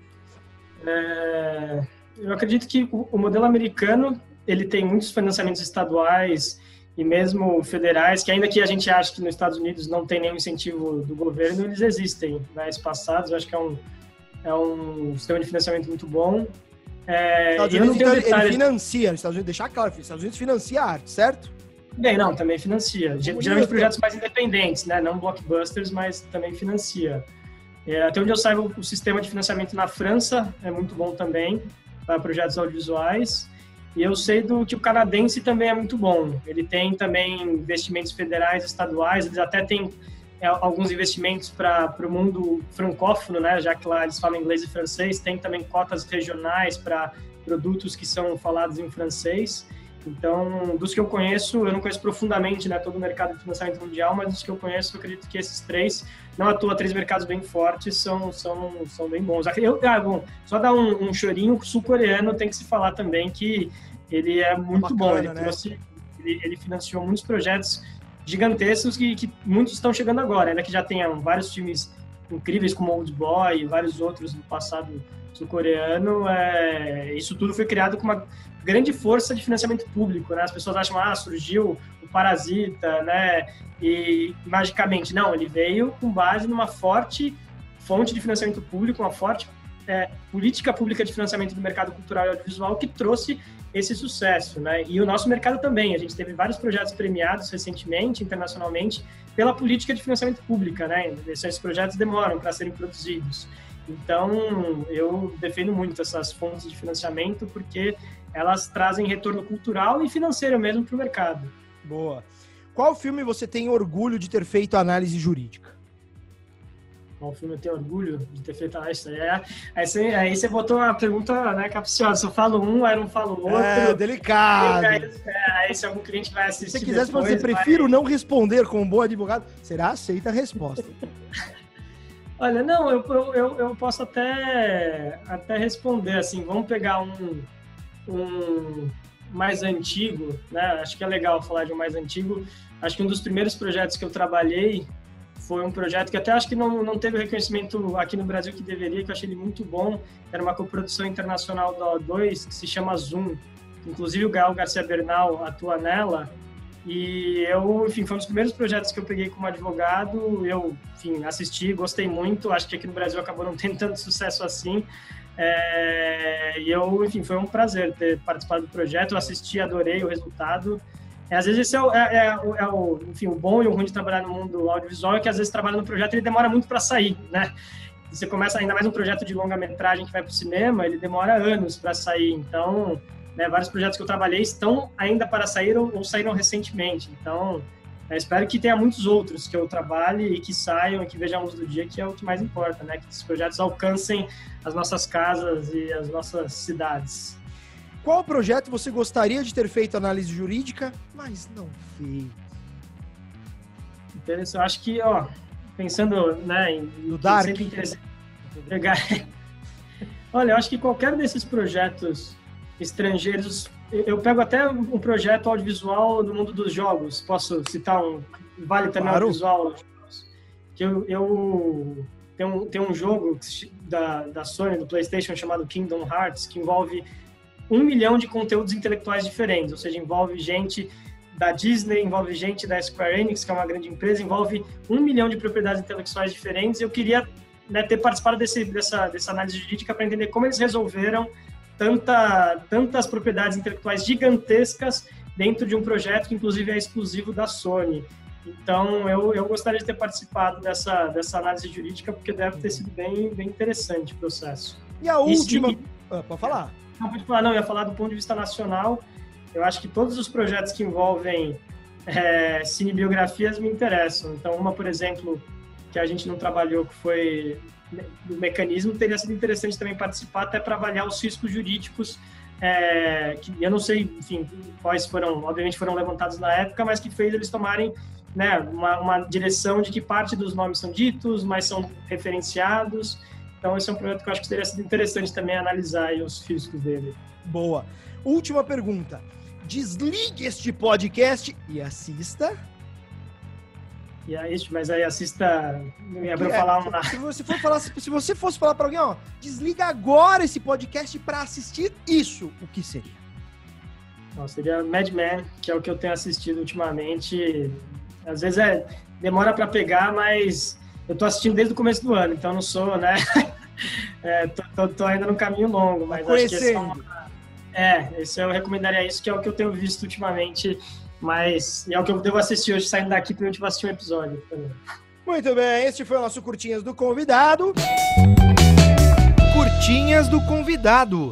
[SPEAKER 11] é, eu acredito que o, o modelo americano, ele tem muitos financiamentos estaduais e mesmo federais, que ainda que a gente ache que nos Estados Unidos não tem nenhum incentivo do governo, eles existem, né, espaçados. Eu acho que é um, é um sistema de financiamento muito bom. É,
[SPEAKER 2] Estados Unidos, então, ele financia, nos Estados Unidos, deixar claro, os Estados Unidos financia a arte, certo?
[SPEAKER 11] Bem, não, também financia. Bonito. Geralmente projetos mais independentes, né? Não blockbusters, mas também financia. É, até onde eu saiba, o sistema de financiamento na França é muito bom também, para projetos audiovisuais. E eu sei do que o canadense também é muito bom. Ele tem também investimentos federais, estaduais, eles até têm é, alguns investimentos para o mundo francófono, né? Já que lá eles falam inglês e francês, tem também cotas regionais para produtos que são falados em francês. Então, dos que eu conheço, eu não conheço profundamente, né, todo o mercado de financiamento mundial, mas dos que eu conheço, eu acredito que esses três, não à toa, três mercados bem fortes, são, são, são bem bons. Eu, ah, bom, só dar um, um chorinho, sul-coreano tem que se falar também que ele é muito Bacana, bom. Ele, né? trouxe, ele, ele financiou muitos projetos gigantescos que, que muitos estão chegando agora, ainda que já tenham vários filmes incríveis como Old Boy e vários outros do passado sul-coreano. É, isso tudo foi criado com uma grande força de financiamento público, né? As pessoas acham, ah, surgiu o Parasita, né? E magicamente, não, ele veio com base numa forte fonte de financiamento público, uma forte é, política pública de financiamento do mercado cultural e audiovisual que trouxe esse sucesso, né? E o nosso mercado também, a gente teve vários projetos premiados recentemente, internacionalmente, pela política de financiamento pública, né? Esses projetos demoram para serem produzidos. Então, eu defendo muito essas fontes de financiamento porque elas trazem retorno cultural e financeiro mesmo para o mercado.
[SPEAKER 2] Boa. Qual filme você tem orgulho de ter feito a análise jurídica?
[SPEAKER 11] Qual filme eu tenho orgulho de ter feito a análise? É, aí, você, aí você botou uma pergunta, né, capciosa. Se eu falo um, aí eu não falo outro.
[SPEAKER 2] É, delicado.
[SPEAKER 11] Aí, aí se algum cliente vai assistir
[SPEAKER 2] Se você quisesse
[SPEAKER 11] depois,
[SPEAKER 2] dizer, prefiro
[SPEAKER 11] vai...
[SPEAKER 2] não responder como um bom advogado, será aceita a resposta.
[SPEAKER 11] Olha, não, eu, eu, eu posso até, até responder, assim, vamos pegar um, um mais antigo, né? Acho que é legal falar de um mais antigo. Acho que um dos primeiros projetos que eu trabalhei foi um projeto que até acho que não, não teve o reconhecimento aqui no Brasil que deveria, que eu achei ele muito bom. Era uma coprodução internacional da O dois, que se chama Zoom. Inclusive o Gael Garcia Bernal atua nela. E eu, enfim, foi um dos primeiros projetos que eu peguei como advogado. Eu, enfim, assisti, gostei muito. Acho que aqui no Brasil acabou não tendo tanto sucesso assim. É, e eu, enfim, foi um prazer ter participado do projeto. Eu assisti, adorei o resultado. É, às vezes esse é o, é, é, é o, enfim, o bom e o ruim de trabalhar no mundo audiovisual é que às vezes trabalhando no projeto ele demora muito para sair, né? Você começa ainda mais um projeto de longa-metragem que vai para o cinema, ele demora anos para sair. Então, né, vários projetos que eu trabalhei estão ainda para sair ou, ou saíram recentemente. Então, é, espero que tenha muitos outros que eu trabalhe e que saiam e que vejam a luz do dia, que é o que mais importa, né? Que esses projetos alcancem as nossas casas e as nossas cidades.
[SPEAKER 2] Qual projeto você gostaria de ter feito análise jurídica, mas não fez?
[SPEAKER 11] Interessante. Eu acho que, ó, pensando, né, em...
[SPEAKER 2] No Dark.
[SPEAKER 11] Sempre interessante pegar... Olha, eu acho que qualquer desses projetos estrangeiros. Eu pego até um projeto audiovisual no mundo dos jogos. Posso citar um? Vale também
[SPEAKER 2] Claro.
[SPEAKER 11] audiovisual. Que eu, eu tem, um, tem um jogo da, da Sony, do PlayStation, chamado Kingdom Hearts, que envolve um milhão de conteúdos intelectuais diferentes. Ou seja, envolve gente da Disney, envolve gente da Square Enix, que é uma grande empresa, envolve um milhão de propriedades intelectuais diferentes. Eu queria, né, ter participado desse, dessa, dessa análise jurídica para entender como eles resolveram tanta, tantas propriedades intelectuais gigantescas dentro de um projeto que, inclusive, é exclusivo da Sony. Então, eu, eu gostaria de ter participado dessa, dessa análise jurídica, porque deve ter sido bem, bem interessante o processo.
[SPEAKER 2] E a última...
[SPEAKER 11] E,
[SPEAKER 2] ah, pode falar.
[SPEAKER 11] Não, pode falar. Não, eu ia falar do ponto de vista nacional. Eu acho que todos os projetos que envolvem é, cinebiografias me interessam. Então, uma, por exemplo, que a gente não trabalhou, que foi do mecanismo, teria sido interessante também participar, até para avaliar os riscos jurídicos, é, que eu não sei, enfim, quais foram, obviamente foram levantados na época, mas que fez eles tomarem, né, uma, uma direção de que parte dos nomes são ditos, mas são referenciados. Então, esse é um projeto que eu acho que teria sido interessante também analisar aí os riscos dele.
[SPEAKER 2] Boa. Última pergunta. Desligue este podcast e assista...
[SPEAKER 11] E é isso, mas aí assista. Não ia pra eu falar uma.
[SPEAKER 2] Se você, for falar, se você fosse falar pra alguém, ó, desliga agora esse podcast pra assistir isso, o que seria?
[SPEAKER 11] Não, seria Mad Men, que é o que eu tenho assistido ultimamente. Às vezes é, demora pra pegar, mas eu tô assistindo desde o começo do ano, então não sou, né? é, tô, tô, tô ainda no caminho longo, mas acho que esse é, uma... é, esse eu recomendaria isso, que é o que eu tenho visto ultimamente. Mas é o que eu devo assistir hoje, saindo daqui, para eu te assistir um episódio também.
[SPEAKER 2] Muito bem, este foi o nosso Curtinhas do Convidado.
[SPEAKER 12] Curtinhas do Convidado.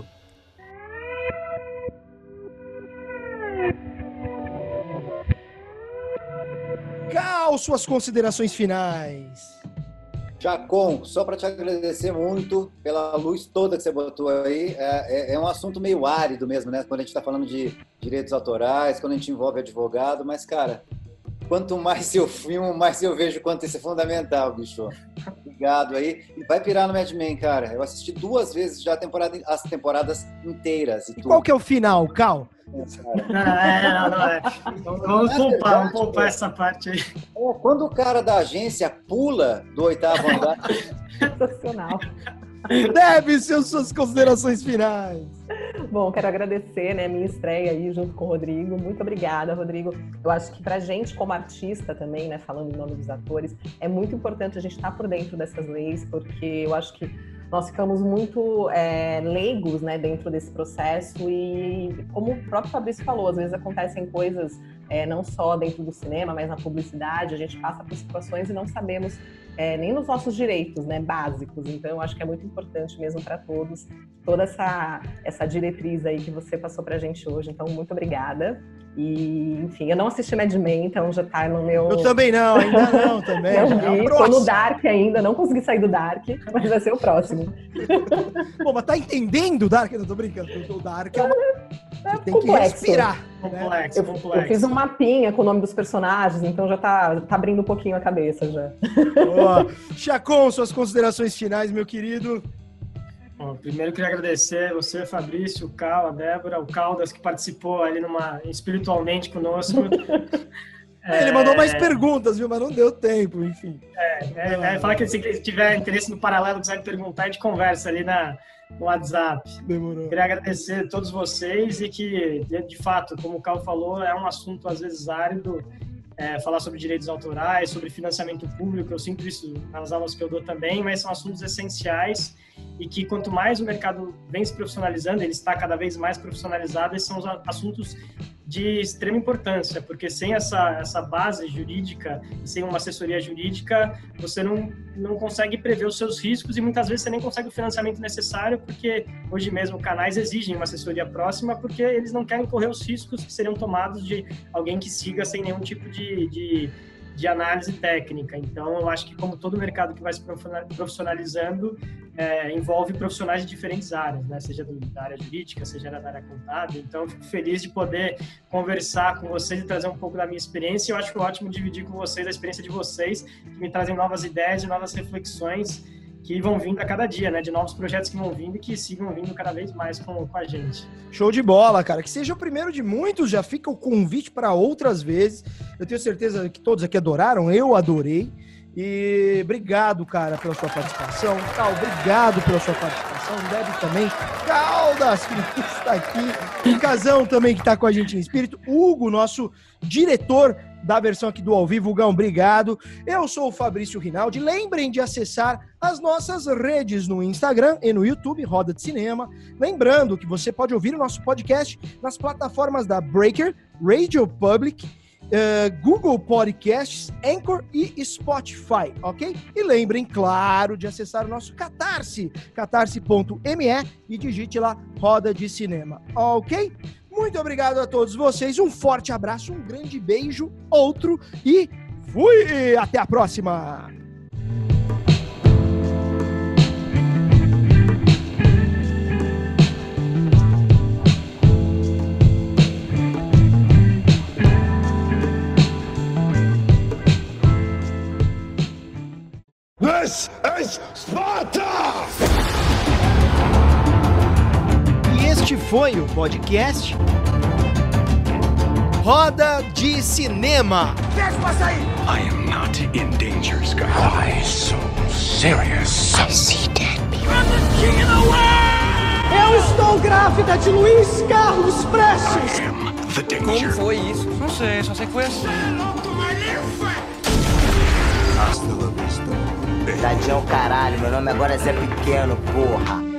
[SPEAKER 2] Cal, suas considerações finais.
[SPEAKER 9] Chacon, só para te agradecer muito pela luz toda que você botou aí. É, é, é um assunto meio árido mesmo, né? Quando a gente está falando de direitos autorais, quando a gente envolve advogado, mas, cara, quanto mais eu filmo, mais eu vejo quanto isso é fundamental, bicho. Obrigado aí. E vai pirar no Mad Men, cara. Eu assisti duas vezes já a temporada, as temporadas inteiras. E,
[SPEAKER 2] e qual que é o final, Cal?
[SPEAKER 11] Não, não, não, é. Vamos poupar, vamos poupar essa parte aí.
[SPEAKER 9] É, quando o cara da agência pula do oitavo andar...
[SPEAKER 10] Sensacional.
[SPEAKER 2] Deve ser suas considerações finais.
[SPEAKER 10] Bom, quero agradecer, né, minha estreia aí junto com o Rodrigo. Muito obrigada, Rodrigo. Eu acho que pra gente, como artista também, né, falando em nome dos atores, é muito importante a gente estar por dentro dessas leis, porque eu acho que nós ficamos muito é, leigos, né, dentro desse processo e, como o próprio Fabrício falou, às vezes acontecem coisas é, não só dentro do cinema, mas na publicidade, a gente passa por situações e não sabemos é, nem nos nossos direitos, né, básicos. Então, eu acho que é muito importante mesmo para todos, toda essa, essa diretriz aí que você passou pra gente hoje. Então, muito obrigada. E, enfim, eu não assisti Mad Men, então já tá no meu...
[SPEAKER 2] Eu também não, ainda não, também.
[SPEAKER 10] Não vi, é tô no Dark ainda, não consegui sair do Dark, mas vai ser o próximo.
[SPEAKER 2] Pô, mas tá entendendo o Dark? Não tô brincando, o Dark é uma...
[SPEAKER 10] É
[SPEAKER 2] tem
[SPEAKER 10] complexo.
[SPEAKER 2] que respirar.
[SPEAKER 11] Complexo,
[SPEAKER 10] eu,
[SPEAKER 11] complexo.
[SPEAKER 10] eu fiz um mapinha com o nome dos personagens, então já tá, tá abrindo um pouquinho a cabeça já.
[SPEAKER 2] Boa. Chacon, suas considerações finais, meu querido.
[SPEAKER 11] Bom, primeiro eu queria agradecer você, Fabrício, o Cal, a Débora, o Caldas, que participou ali numa, espiritualmente conosco.
[SPEAKER 2] É, ele mandou mais perguntas, viu? Mas não deu tempo, enfim.
[SPEAKER 11] É, é, é fala que se tiver interesse no paralelo, quiser perguntar, a gente conversa ali na, no WhatsApp.
[SPEAKER 2] Demorou.
[SPEAKER 11] Queria agradecer a todos vocês e que, de, de fato, como o Cal falou, é um assunto às vezes árido, é, falar sobre direitos autorais, sobre financiamento público, eu sinto isso nas aulas que eu dou também, mas são assuntos essenciais e que quanto mais o mercado vem se profissionalizando, ele está cada vez mais profissionalizado, esses são os assuntos de extrema importância, porque sem essa, essa base jurídica, sem uma assessoria jurídica, você não, não consegue prever os seus riscos e muitas vezes você nem consegue o financiamento necessário, porque hoje mesmo canais exigem uma assessoria próxima, porque eles não querem correr os riscos que seriam tomados de alguém que siga sem nenhum tipo de, de, de análise técnica. Então, eu acho que como todo mercado que vai se profissionalizando, é, envolve profissionais de diferentes áreas, né? Seja do, da área jurídica, seja da área contábil. Então, eu fico feliz de poder conversar com vocês e trazer um pouco da minha experiência. Eu acho que é ótimo dividir com vocês a experiência de vocês, que me trazem novas ideias e novas reflexões que vão vindo a cada dia, né? De novos projetos que vão vindo e que sigam vindo cada vez mais com, com a gente.
[SPEAKER 2] Show de bola, cara. Que seja o primeiro de muitos, já fica o convite para outras vezes. Eu tenho certeza que todos aqui adoraram, eu adorei. E obrigado, cara, pela sua participação. Tá, obrigado pela sua participação. Deve também. Caldas, que está aqui. O Casão também, que está com a gente em espírito. Hugo, nosso diretor da versão aqui do Ao Vivo. Gão, obrigado. Eu sou o Fabrício Rinaldi. Lembrem de acessar as nossas redes no Instagram e no YouTube, Roda de Cinema. Lembrando que você pode ouvir o nosso podcast nas plataformas da Breaker, Radio Public, Uh, Google Podcasts, Anchor e Spotify, ok? E lembrem, claro, de acessar o nosso Catarse, catarse ponto me e digite lá Roda de Cinema, ok? Muito obrigado a todos vocês, um forte abraço, um grande beijo, outro e fui! Até a próxima!
[SPEAKER 3] This is Sparta!
[SPEAKER 2] E este foi o podcast Roda de Cinema.
[SPEAKER 3] Deixa passar aí! I am not in danger, Skyler. Why so serious? I see dead people. I'm the king of the world!
[SPEAKER 4] Eu estou grávida de Luiz Carlos Prestes!
[SPEAKER 3] I am the danger.
[SPEAKER 5] Como foi isso? Não sei, só sei que foi assim.
[SPEAKER 8] Tadinho, caralho, meu nome agora é Zé Pequeno, porra.